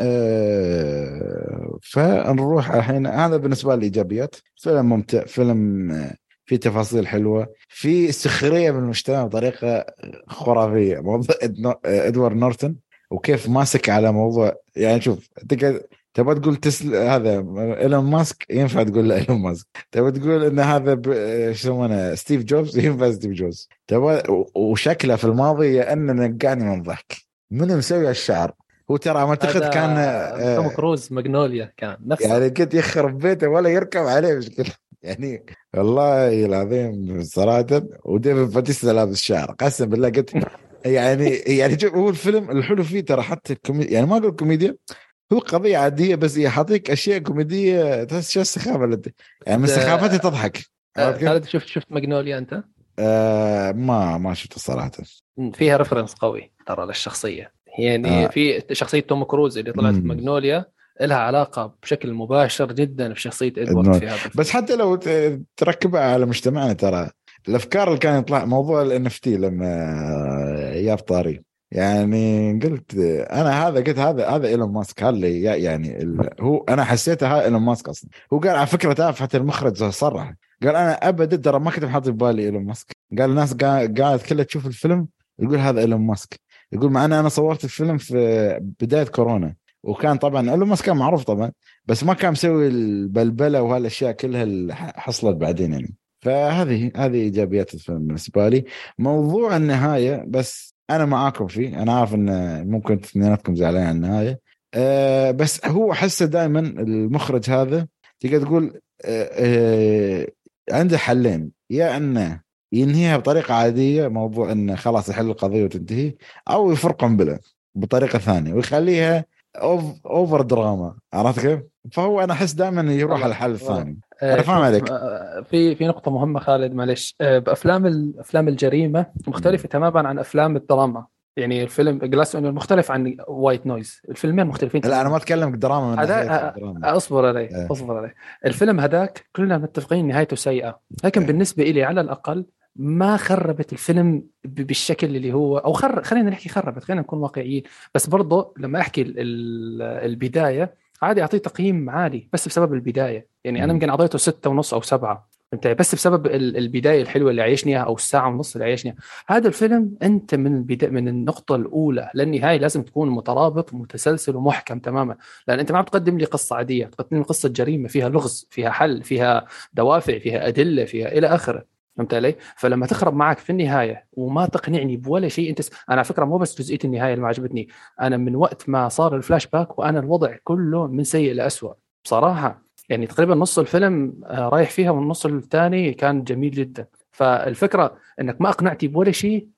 فنروح الحين هذا بالنسبة للإيجابيات. فيلم ممتع فيلم في تفاصيل حلوة في سخرية بالمجتمع بطريقة خرافية. موضوع إدوارد نورتون وكيف ماسك على موضوع يعني شوف تبغى تقول هذا إيلون ماسك ينفع تقول له إيلون ماسك تبغى تقول إن هذا شو اسمه ستيف جوبز ينفع ستيف جوبز تبغى وشكله في الماضي يا أنه نقعني من ضحك من مسوي الشعر هو ترى ما أعتقد كان توم كروز ماجنوليا كان نفسه يعني كنت يخرب بيته ولا يركب عليه مشكلة يعني والله العظيم صراحة. وديفيد باتيستا لابس شعر قسم بالله قلت يعني شوف هو الفيلم الحلو فيه ترى حتى يعني ما أقول كوميديا هو قضية عادية بس يحطيك أشياء كوميدية تحس شو السخافة يعني من سخافتها تضحك. خالد شفت ماجنوليا أنت؟ ما شفت صراحة. فيها ريفرنس قوي ترى للشخصية يعني في شخصية توم كروز اللي طلعت في ماجنوليا لها علاقة بشكل مباشر جدا في شخصية إدوارد في هذا بس حتى لو تركبها على مجتمعنا ترى الأفكار اللي كان يطلع موضوع ال NFT لما ياب طاري يعني قلت أنا قلت هذا إيلون ماسك هاللي يعني هو أنا حسيته هذا إيلون ماسك أصلا. هو قال على فكرة تعرف حتى المخرج صرح قال أنا أبدا ترى ما كنت حاطط في بالي إيلون ماسك. قال الناس قاعد كلها تشوف الفيلم يقول هذا إيلون ماسك يقول مع أنا صورت الفيلم في بداية كورونا وكان طبعا إيلون ماسك كان معروف طبعا بس ما كان مسوي البلبلة وهالأشياء كلها اللي حصلت بعدين يعني. فهذه إيجابيات الفيلم بالنسبة لي. موضوع النهاية بس انا معاكم فيه، انا عارف ان ممكن اثنيناتكم زعلانين عن النهايه، بس هو احسه دائما المخرج هذا تقدر تقول عنده حلين، يا انه ينهيها بطريقه عاديه، موضوع انه خلاص يحل القضيه وتنتهي، او يفرق قنبله بطريقه ثانيه ويخليها اوفر دراما، عرفت كيف؟ فهو انا احس دائما يروح على الحل الثاني. انا فاهم عليك. في نقطة مهمة خالد معلش، بأفلام الجريمة مختلفة تماما عن أفلام الدراما. يعني الفيلم جلاس أونيون مختلف عن وايت نويز، الفيلمين مختلفين لا انا ما اتكلم دراما من ناحيه الدراما. اصبر علي. الفيلم هذاك كلنا متفقين نهايته سيئة، لكن بالنسبة إلي على الأقل ما خربت الفيلم بالشكل اللي هو، او خلينا نحكي خربت، خلينا نكون واقعيين. بس برضه لما احكي البداية عادي اعطيه تقييم عالي بس بسبب البداية. يعني انا يمكن اعطيته 6.5 او 7، بس بسبب البداية الحلوة اللي عيشنيها، او الساعة ونص اللي عيشنيها. هذا الفيلم انت من النقطة الاولى للنهاية لازم تكون مترابط ومتسلسل ومحكم تماما، لان انت ما عم تقدم لي قصة عادية، تقدم لي قصة جريمة فيها لغز، فيها حل، فيها دوافع، فيها ادلة، فيها الى اخره. فهمت علي؟ فلما تخرب معك في النهايه وما تقنعني بولا شيء، انا على فكره مو بس جزئيه النهايه اللي ما عجبتني، انا من وقت ما صار الفلاش باك وانا الوضع كله من سيء لأسوأ بصراحه. يعني تقريبا نص الفيلم رايح فيها والنص الثاني كان جميل جدا. فالفكره انك ما اقنعتي بولا شيء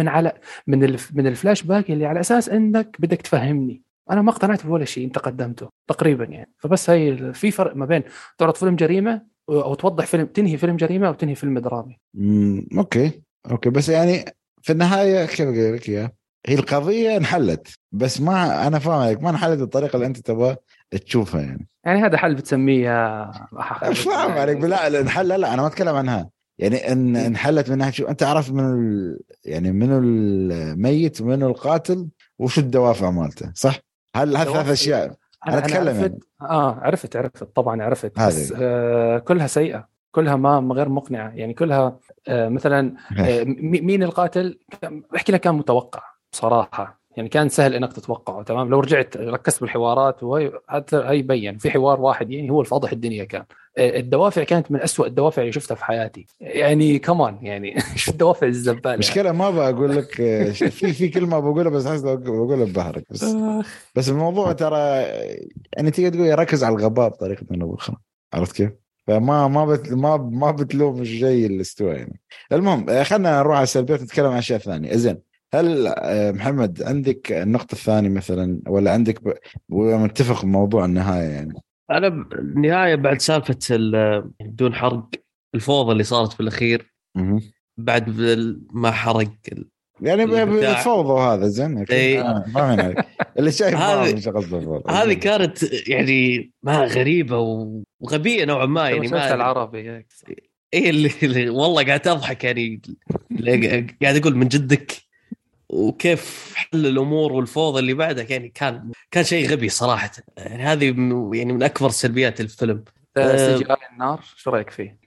من الفلاش باك اللي على اساس انك بدك تفهمني، انا ما اقتنعت بولا شيء انت قدمته تقريبا. يعني فبس هي في فرق ما بين تعرض فيلم جريمه او توضح فيلم، تنهي فيلم جريمه او تنهي فيلم درامي. اوكي بس يعني في النهايه كيف اقول لك اياها، هي القضيه انحلت، بس ما انا فاهمك ما انحلت بالطريقه اللي انت تبغى تشوفها. يعني هذا حل بتسميه فاهم عليك. لا انحل، لا انا ما اتكلم عنها، يعني ان انحلت من ناحيه شو انت عرفت يعني منو الميت ومنو القاتل وش الدوافع مالته، صح؟ هل هذه ثلاث اشياء انا اتكلم عرفت يعني. عرفت طبعا عرفت، بس كلها سيئه، كلها ما غير مقنعه. يعني كلها مثلا مين القاتل بحكي لك كان متوقع بصراحه، يعني كان سهل انك تتوقعه تمام لو رجعت ركزت بالحوارات، وهي يبين في حوار واحد يعني هو الفاضح الدنيا. كان الدوافع كانت من أسوأ الدوافع اللي شفتها في حياتي، يعني كمان يعني شو الدوافع الزبالة. مشكلة ما بقول لك في كلمة بقولها بس حاسس بقولها ببهرك بس الموضوع ترى يعني تيجي تقول يركز على الغباء بطريقة من الأخرى، عرفت كيف؟ فما ما بتلوم الشيء اللي استوى يعني. المهم خلنا نروح على السلبيات نتكلم عن أشياء ثانية. زين، هل محمد عندك النقطة الثانية مثلا، ولا عندك متفق بموضوع النهاية؟ يعني أنا النهاية بعد سالفة بدون حرق الفوضى اللي صارت في الأخير بعد ما حرق يعني بالفوضى هذا. زين فاهمين عليك اللي شايف هذه كانت يعني ما غريبة وغبية نوعا ما. يعني ما العربي ايه اللي والله قاعد اضحك يعني قاعد اقول من جدك وكيف حل الامور والفوضى اللي بعدها. يعني كان شيء غبي صراحه. يعني هذه يعني من اكبر سلبيات الفيلم. سجل النار شو رايك فيه؟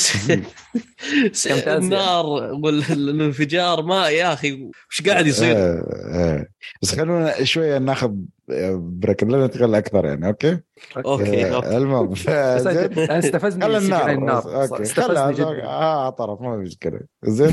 النار والانفجار ما يا اخي وش قاعد يصير؟ بس خلونا شويه ناخذ بريك لنا نتغل اكثر يعني. اوكي المهم استفزني خلى النار. اوكي خلى طرف ما مشكله. زين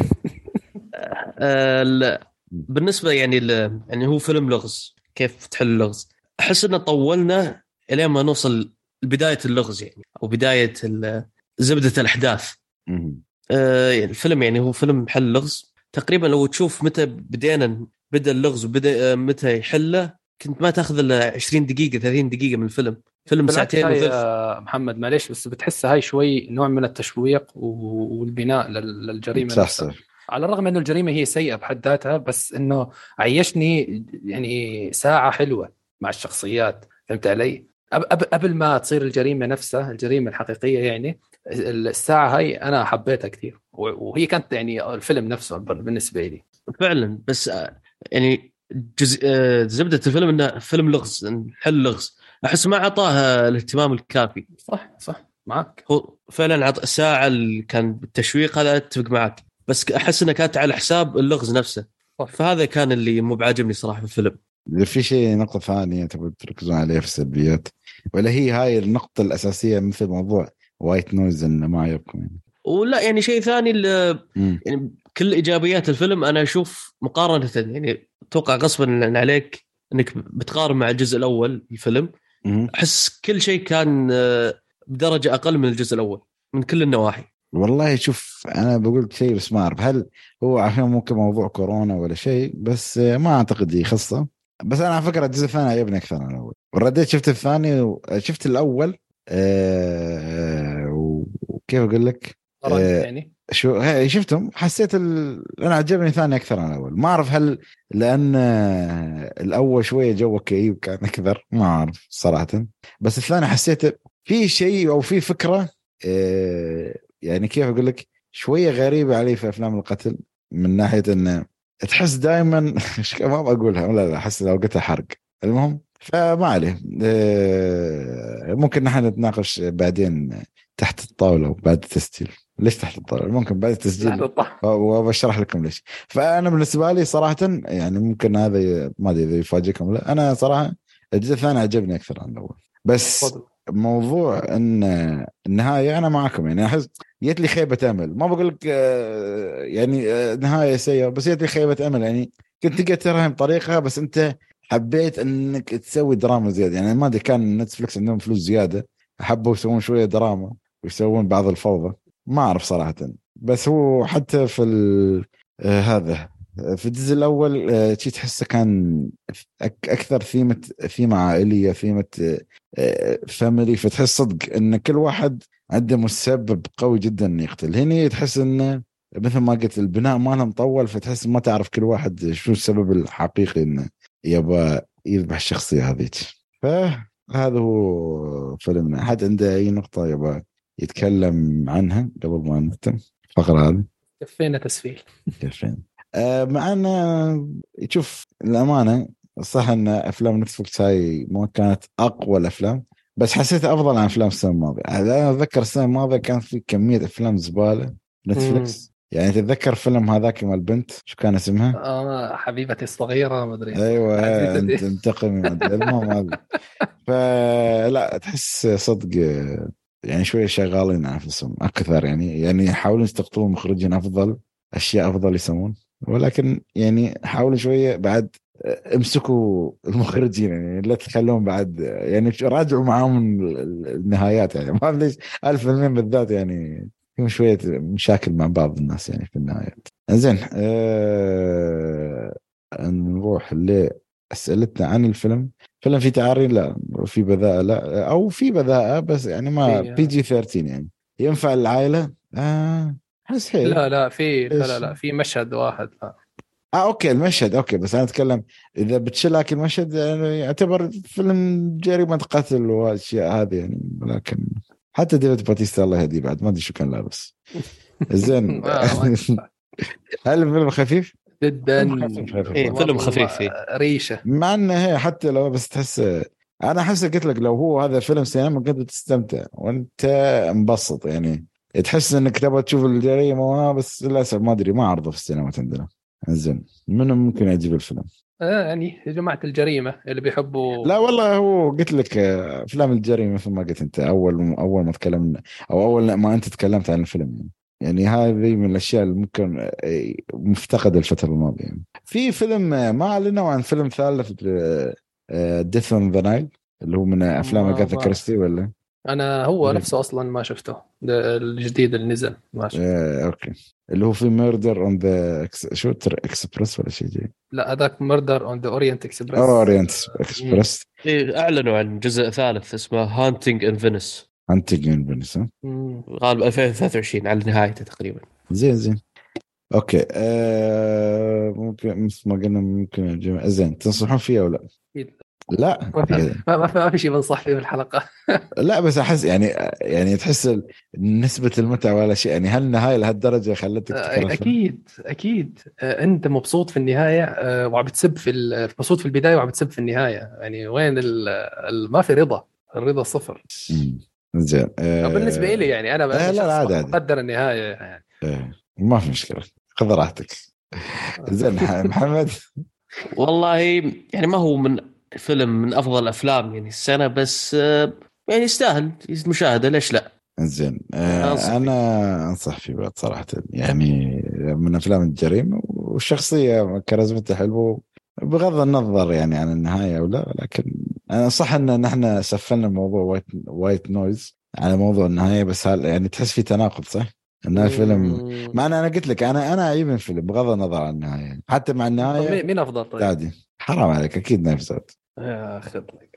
بالنسبه يعني هو فيلم لغز، كيف تحل اللغز؟ احس ان طولنا الين ما نوصل لبدايه اللغز يعني، او بدايه زبده الاحداث. الفيلم يعني هو فيلم حل لغز تقريبا. لو تشوف متى بدا اللغز وبدا متى يحله، كنت ما تاخذ الا 20 دقيقه 30 دقيقه من الفيلم. فيلم ساعتين وثلث. محمد معليش بس بتحس هاي شوي نوع من التشويق والبناء للجريمه نفسها. على الرغم انه الجريمه هي سيئه بحد ذاتها، بس انه عيشني يعني ساعه حلوه مع الشخصيات. فهمت علي؟ قبل ما تصير الجريمه نفسها، الجريمه الحقيقيه، يعني الساعه هاي انا حبيتها كثير، وهي كانت يعني الفيلم نفسه بالنسبه لي فعلا. بس يعني زبده الفيلم انه فيلم لغز، حل لغز. احس ما اعطاها الاهتمام الكافي. صح معك. هو فعلا عطى ساعه اللي كان بالتشويق، هذا اتفق معك، بس احس انها كانت على حساب اللغز نفسه. فهذا كان اللي مو بعاجبني صراحه في الفيلم. إذا في شيء نقطة ثانية تبغوا تركزون عليه في السلبيات، ولا هي هاي النقطة الأساسية مثل موضوع وايت نويز إنه ما عجبكم يعني؟ ولا يعني شيء ثاني يعني كل ايجابيات الفيلم انا اشوف مقارنه، يعني اتوقع غصبا عليك انك بتقارن مع الجزء الاول الفيلم. احس كل شيء كان بدرجه اقل من الجزء الاول من كل النواحي. والله شوف انا بقول شيء بس ما اعرف هل هو عشان ممكن موضوع كورونا ولا شيء، بس ما اعتقد يخصه. بس انا على فكره الجزء الثاني عجبني اكثر من الاول، ورديت شفت الثاني وشفت الاول. وكيف اقول لك يعني شو شفتهم حسيت انا عجبني ثاني اكثر من الاول. ما اعرف هل لان الاول شويه جوه كئيب كان اكثر، ما اعرف صراحه. بس الثاني حسيت في شيء او في فكره يعني كيف اقول لك شويه غريبه علي في افلام القتل، من ناحيه انه تحس دائما ما بقولها ولا لا احس لو قلتها حرق. المهم فما عليه، ممكن نحن نتناقش بعدين تحت الطاوله وبعد التسجيل. ليش تحت الطاوله؟ ممكن بعد التسجيل وبشرح لكم ليش. فانا بالنسبه لي صراحه يعني ممكن هذا ما ادري اذا يفاجئكم لا، انا صراحه الجزء الثاني عجبني اكثر عن الاول. بس موضوع ان النهايه انا معكم، يعني احس جت لي خيبه امل. ما بقول لك يعني نهايه سيئه، بس جت لي خيبه امل. يعني كنت تقدر ترهم طريقها، بس انت حبيت انك تسوي دراما زياده. يعني ما ادري كان نتفلكس عندهم فلوس زياده حبوا يسوون شويه دراما ويسوون بعض الفوضى، ما اعرف صراحه. بس هو حتى في هذا في الجزء الاول شي تحسه كان اكثر ثيمه عائليه، ثيمه فاميلي. فتحس صدق ان كل واحد عنده مسبب قوي جدا انه يقتل. هنا تحس انه مثل ما قلت البناء ماله مطول، فتحس ما تعرف كل واحد شو السبب الحقيقي انه يبغى يذبح الشخصيه هذيك. فهذا هو فيلمنا. حد عنده اي نقطه يبغى يتكلم عنها قبل ما نختم الفقره هذه؟ كفينا تسفيل. كفينا. معنا تشوف الامانه صح ان افلام نتفلكس هاي ما كانت اقوى الافلام، بس حسيتها افضل عن افلام السنه الماضيه. انا اتذكر السنه الماضيه كان في كميه افلام زباله نتفلكس. يعني تتذكر فيلم هذاك مال البنت شو كان اسمها؟ حبيبتي الصغيره ما ادري. ايوه انت انتقمي ما ادري. المهم هذا فلا تحس صدق يعني شويه شغالين على نفسهم اكثر. يعني يحاولون يستقطبون مخرجين افضل، اشياء افضل يسوون. ولكن يعني حاولوا شويه بعد امسكوا المخرجين، يعني لا تخلون بعد يعني راجعوا معاهم النهايات. يعني ما ليش الفيلمين بالذات يعني فيهم شويه مشاكل مع بعض الناس يعني في النهايات. زين نروح لأسئلتنا عن الفيلم. فيلم في تعاري؟ لا. في بذاءة؟ لا. او في بذاءة بس يعني ما بي جي 13 يعني ينفع العائلة؟ حس حيل. لا في مشهد واحد. اوكي المشهد اوكي، بس انا اتكلم اذا بتشلك المشهد يعني يعتبر فيلم جريمة قتل والاشياء هذه يعني. ولكن حتى ديفيد باتيستا الله يهديه بعد ما ادري شو كان لابس. زين هل الفيلم خفيف جدا؟ فيلم خفيف ريشه. مع انه هي حتى لو بس تحس انا احس قلت لك لو هو هذا فيلم سينما كنت تستمتع وانت مبسط. يعني تحس انك تبغى تشوف الجريمه بس للاسف ما ادري ما عرضه في السينمات عندنا. زين منو ممكن يجيب الفيلم؟ يعني يا جماعه الجريمه اللي بيحبوا. لا والله هو قلت لك افلام الجريمه مثل ما قلت انت اول ما تكلمنا او اول ما انت تكلمت عن الفيلم. يعني هذه من الاشياء اللي ممكن مفتقده الفتره الماضيه. يعني في فيلم ما اعلنوا عن فيلم ثالث ديث اون ذا نايل اللي هو من افلام اغاثا كريستي ولا؟ انا هو نفسه اصلا ما شفته، ده الجديد اللي نزل ما شفته. اوكي اللي هو في ميردر اون ذا شو اكسبرس ولا شيء جاي؟ لا هذاك ميردر اون ذا اورينت اكسبرس. اورينت اكسبرس. اعلنوا عن جزء ثالث اسمه هانتينج ان فينيس. هانتينج ان فينيس غالبا 2023 على نهايته تقريبا. زين اوكي ممكن مثل ما قلنا ممكن زين تنصحون فيه او لا؟ لا ما في شيء بنصح فيه في الحلقه. لا بس احس يعني تحس نسبه المتعه ولا شيء. يعني هل النهايه لهالدرجه خلتك اكيد انت مبسوط في النهايه وعم بتسب مبسوط في البدايه وعم بتسب في النهايه. يعني وين ما في رضا، الرضا صفر. زين بالنسبه لي يعني انا لا بقدر النهايه يعني. ما في مشكله خذ راحتك. زين محمد. والله يعني ما هو من فيلم من افضل الافلام يعني السنه، بس يعني يستاهل المشاهده ليش لا. زين أنصح فيه. انا انصح فيه بعد صراحه، يعني من افلام الجريمه، والشخصيه كاريزمتها حلوه بغض النظر يعني عن النهايه او لا. لكن انا صح ان نحن سفلنا موضوع وايت نويز على موضوع النهايه، بس هل يعني تحس في تناقض صح؟ ان الفيلم، ما انا قلت لك انا اعيب الفيلم بغض النظر عن النهايه، حتى مع طب النهايه مين افضل طيب؟ عادي. حرام عليك، اكيد نايف اوت. يا اخي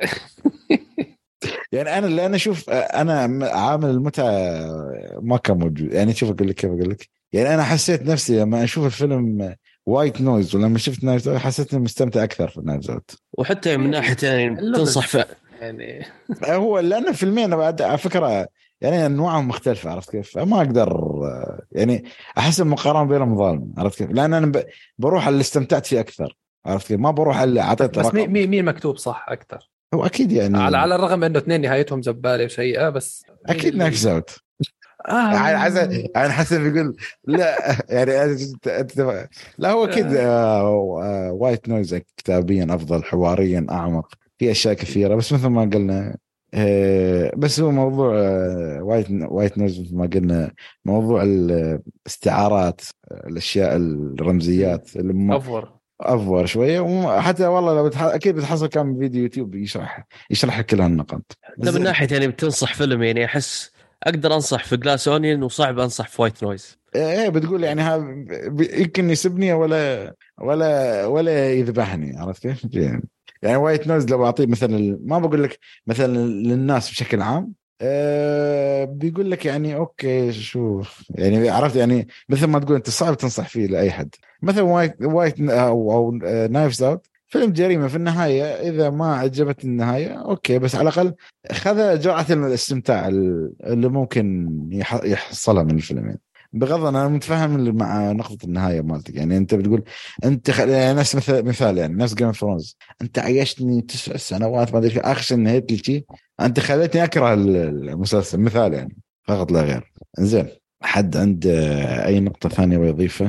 يعني انا اللي انا اشوف انا عامل المتعه ما كان موجود. يعني شوف اقول لك كيف اقول لك، يعني انا حسيت نفسي لما اشوف الفيلم وايت نويز ولما شفت نايف اوت حسيت اني مستمتع اكثر في نايف اوت. وحتى من ناحيه يعني تنصح اللغز في يعني. هو لان فيلمين بعد على فكره يعني انواعهم مختلفه، عرفت كيف؟ ما اقدر يعني احس المقارنه بينهم ظالم، عرفت كيف؟ لان انا بروح على اللي استمتعت فيه اكثر، عرفت كيف؟ ما بروح على اللي اعطيت بس رقم. مين مكتوب صح اكثر؟ هو اكيد يعني، على الرغم انه اثنين نهايتهم زباله وسيئه، بس مين اكيد نايف اوت. عايز انا حسن بيقول لا يعني لا هو كده وايت نويز كتابيا افضل، حواريا اعمق، في اشياء كثيره، بس مثل ما قلنا بس هو موضوع وايت نويز مثل ما قلنا موضوع الاستعارات، الاشياء الرمزيات اللي افور. افور شويه. وحتى والله لو اكيد بتحصل كم فيديو يوتيوب يشرح كل هالنقط. ده من ناحيه يعني بتنصح فيلم، يعني احس اقدر انصح في جلاس اونيون وصعب انصح في وايت نويز. ايه بتقول يعني يمكن يسبني ولا يذبحني، عرفت كيف؟ يعني وايت نويز لو اعطيه مثلا، ما بقول لك مثلا للناس بشكل عام، بيقول لك يعني اوكي شوف يعني، عرفت يعني مثل ما تقول انت صعب تنصح فيه لاي حد. مثلا وايت او نايفز اوت فيلم جريمه، في النهايه اذا ما عجبت النهايه اوكي، بس على الاقل خذ جرعه الاستمتاع اللي ممكن يحصلها من الفيلمين. بغض انا متفهم اللي مع نقطه النهايه مالتك، يعني انت بتقول انت يعني نفس مثال يعني نفس جيم اوف ثرونز، انت عيشتني 9 سنوات ما ادري اخر شيء نهيت لي شيء، انت خليتني اكره المسلسل مثال يعني، فقط لا غير. زين، حد عنده اي نقطه ثانيه ويضيفها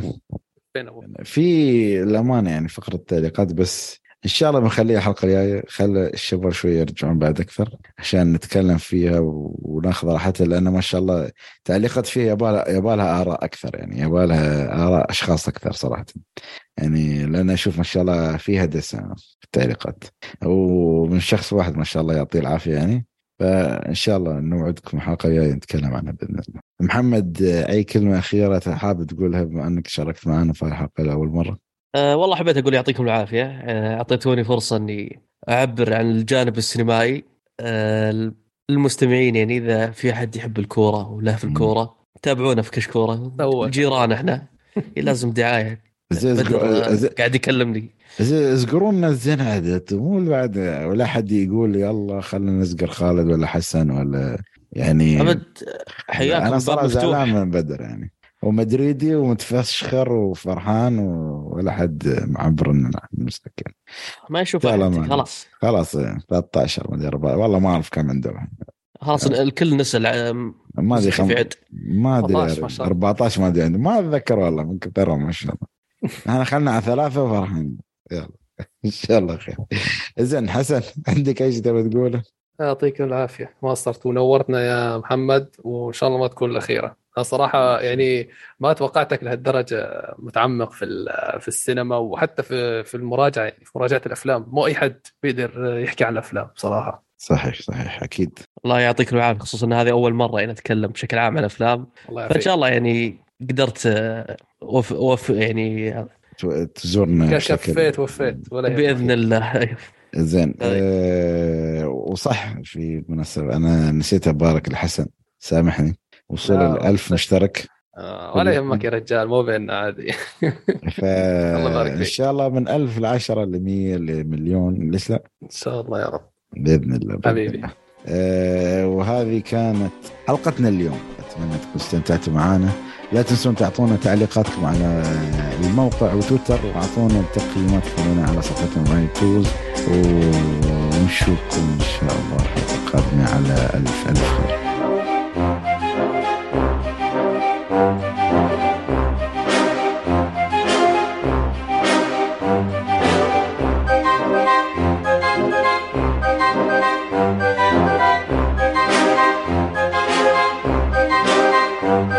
في الامانه يعني فقره التعليقات؟ بس ان شاء الله بنخليها الحلقه الجايه، خلى الشباب شويه يرجعون بعد اكثر عشان نتكلم فيها وناخذ راحتها، لان ما شاء الله تعليقات فيها يبالها اراء اكثر، يعني يبالها اراء اشخاص اكثر صراحه، يعني لان اشوف ما شاء الله فيها دسم في التعليقات، ومن شخص واحد ما شاء الله يعطيه العافيه يعني. فان شاء الله نوعدكم الحلقه الجايه نتكلم عنها باذن الله. محمد، اي كلمه اخيره حابب تقولها بما انك شاركت معنا في الحلقه لاول مره؟ والله حبيت اقول يعطيكم العافيه، اعطيتوني فرصه اني اعبر عن الجانب السينمائي. المستمعين يعني اذا في احد يحب الكوره وله في الكوره تابعونا في كشكوره، الجيران احنا لازم دعايه. بدر قاعد يكلمني ازقرونا الزين عادت، مو بعد ولا حد يقول يلا خلينا نزقر خالد ولا حسن ولا يعني ابد. حياكم، انا باب صراحه زعلان مفتوح. من بدر يعني، ومدريدي ومتفشخر وفرحان ولا حد معبر لنا المسكين. ما يشوف احد خلاص 13 ما ادري والله ما اعرف كم عنده. خلاص الكل نسال. ما ادري ما ادري 14 ما ادري عنده، ما اتذكر والله من كثرهم ما شاء الله. احنا خلنا على 3 وفرحان. يلا ان شاء الله خير. زين حسن، عندك اي شيء تبي تقوله؟ يعطيك العافيه، ما صرت ونورتنا يا محمد، وان شاء الله ما تكون الاخيره. انا صراحه يعني ما توقعتك لهالدرجه متعمق في السينما، وحتى في المراجعه، يعني في مراجعه الافلام مو اي حد بيقدر يحكي عن الافلام بصراحه. صحيح اكيد. الله يعطيك العافيه، خصوصا ان هذه اول مره يعني اتكلم بشكل عام عن الافلام، فان شاء الله يعني قدرت يعني تزورنا وفيت ولا باذن الله. زين وصح في مناسبة أنا نسيت أبارك الحسن، سامحني، وصل 1000 مشترك. ولا يهمك يا رجال، مو بيننا عادي. إن شاء الله من 1000 ل10 ل100 لمليون، ليش لا؟ إن شاء الله يا رب بإذن الله حبيبي. وهذه كانت حلقتنا اليوم، أتمنى تكونوا استمتعتوا معنا. لا تنسون تعطونا تعليقاتكم على الموقع وتويتر، واعطونا تقييماتكم لنا على صفحتنا ماي تولز، ونشوفكم ان شاء الله الحلقه القادمه على الف خير. السلامه.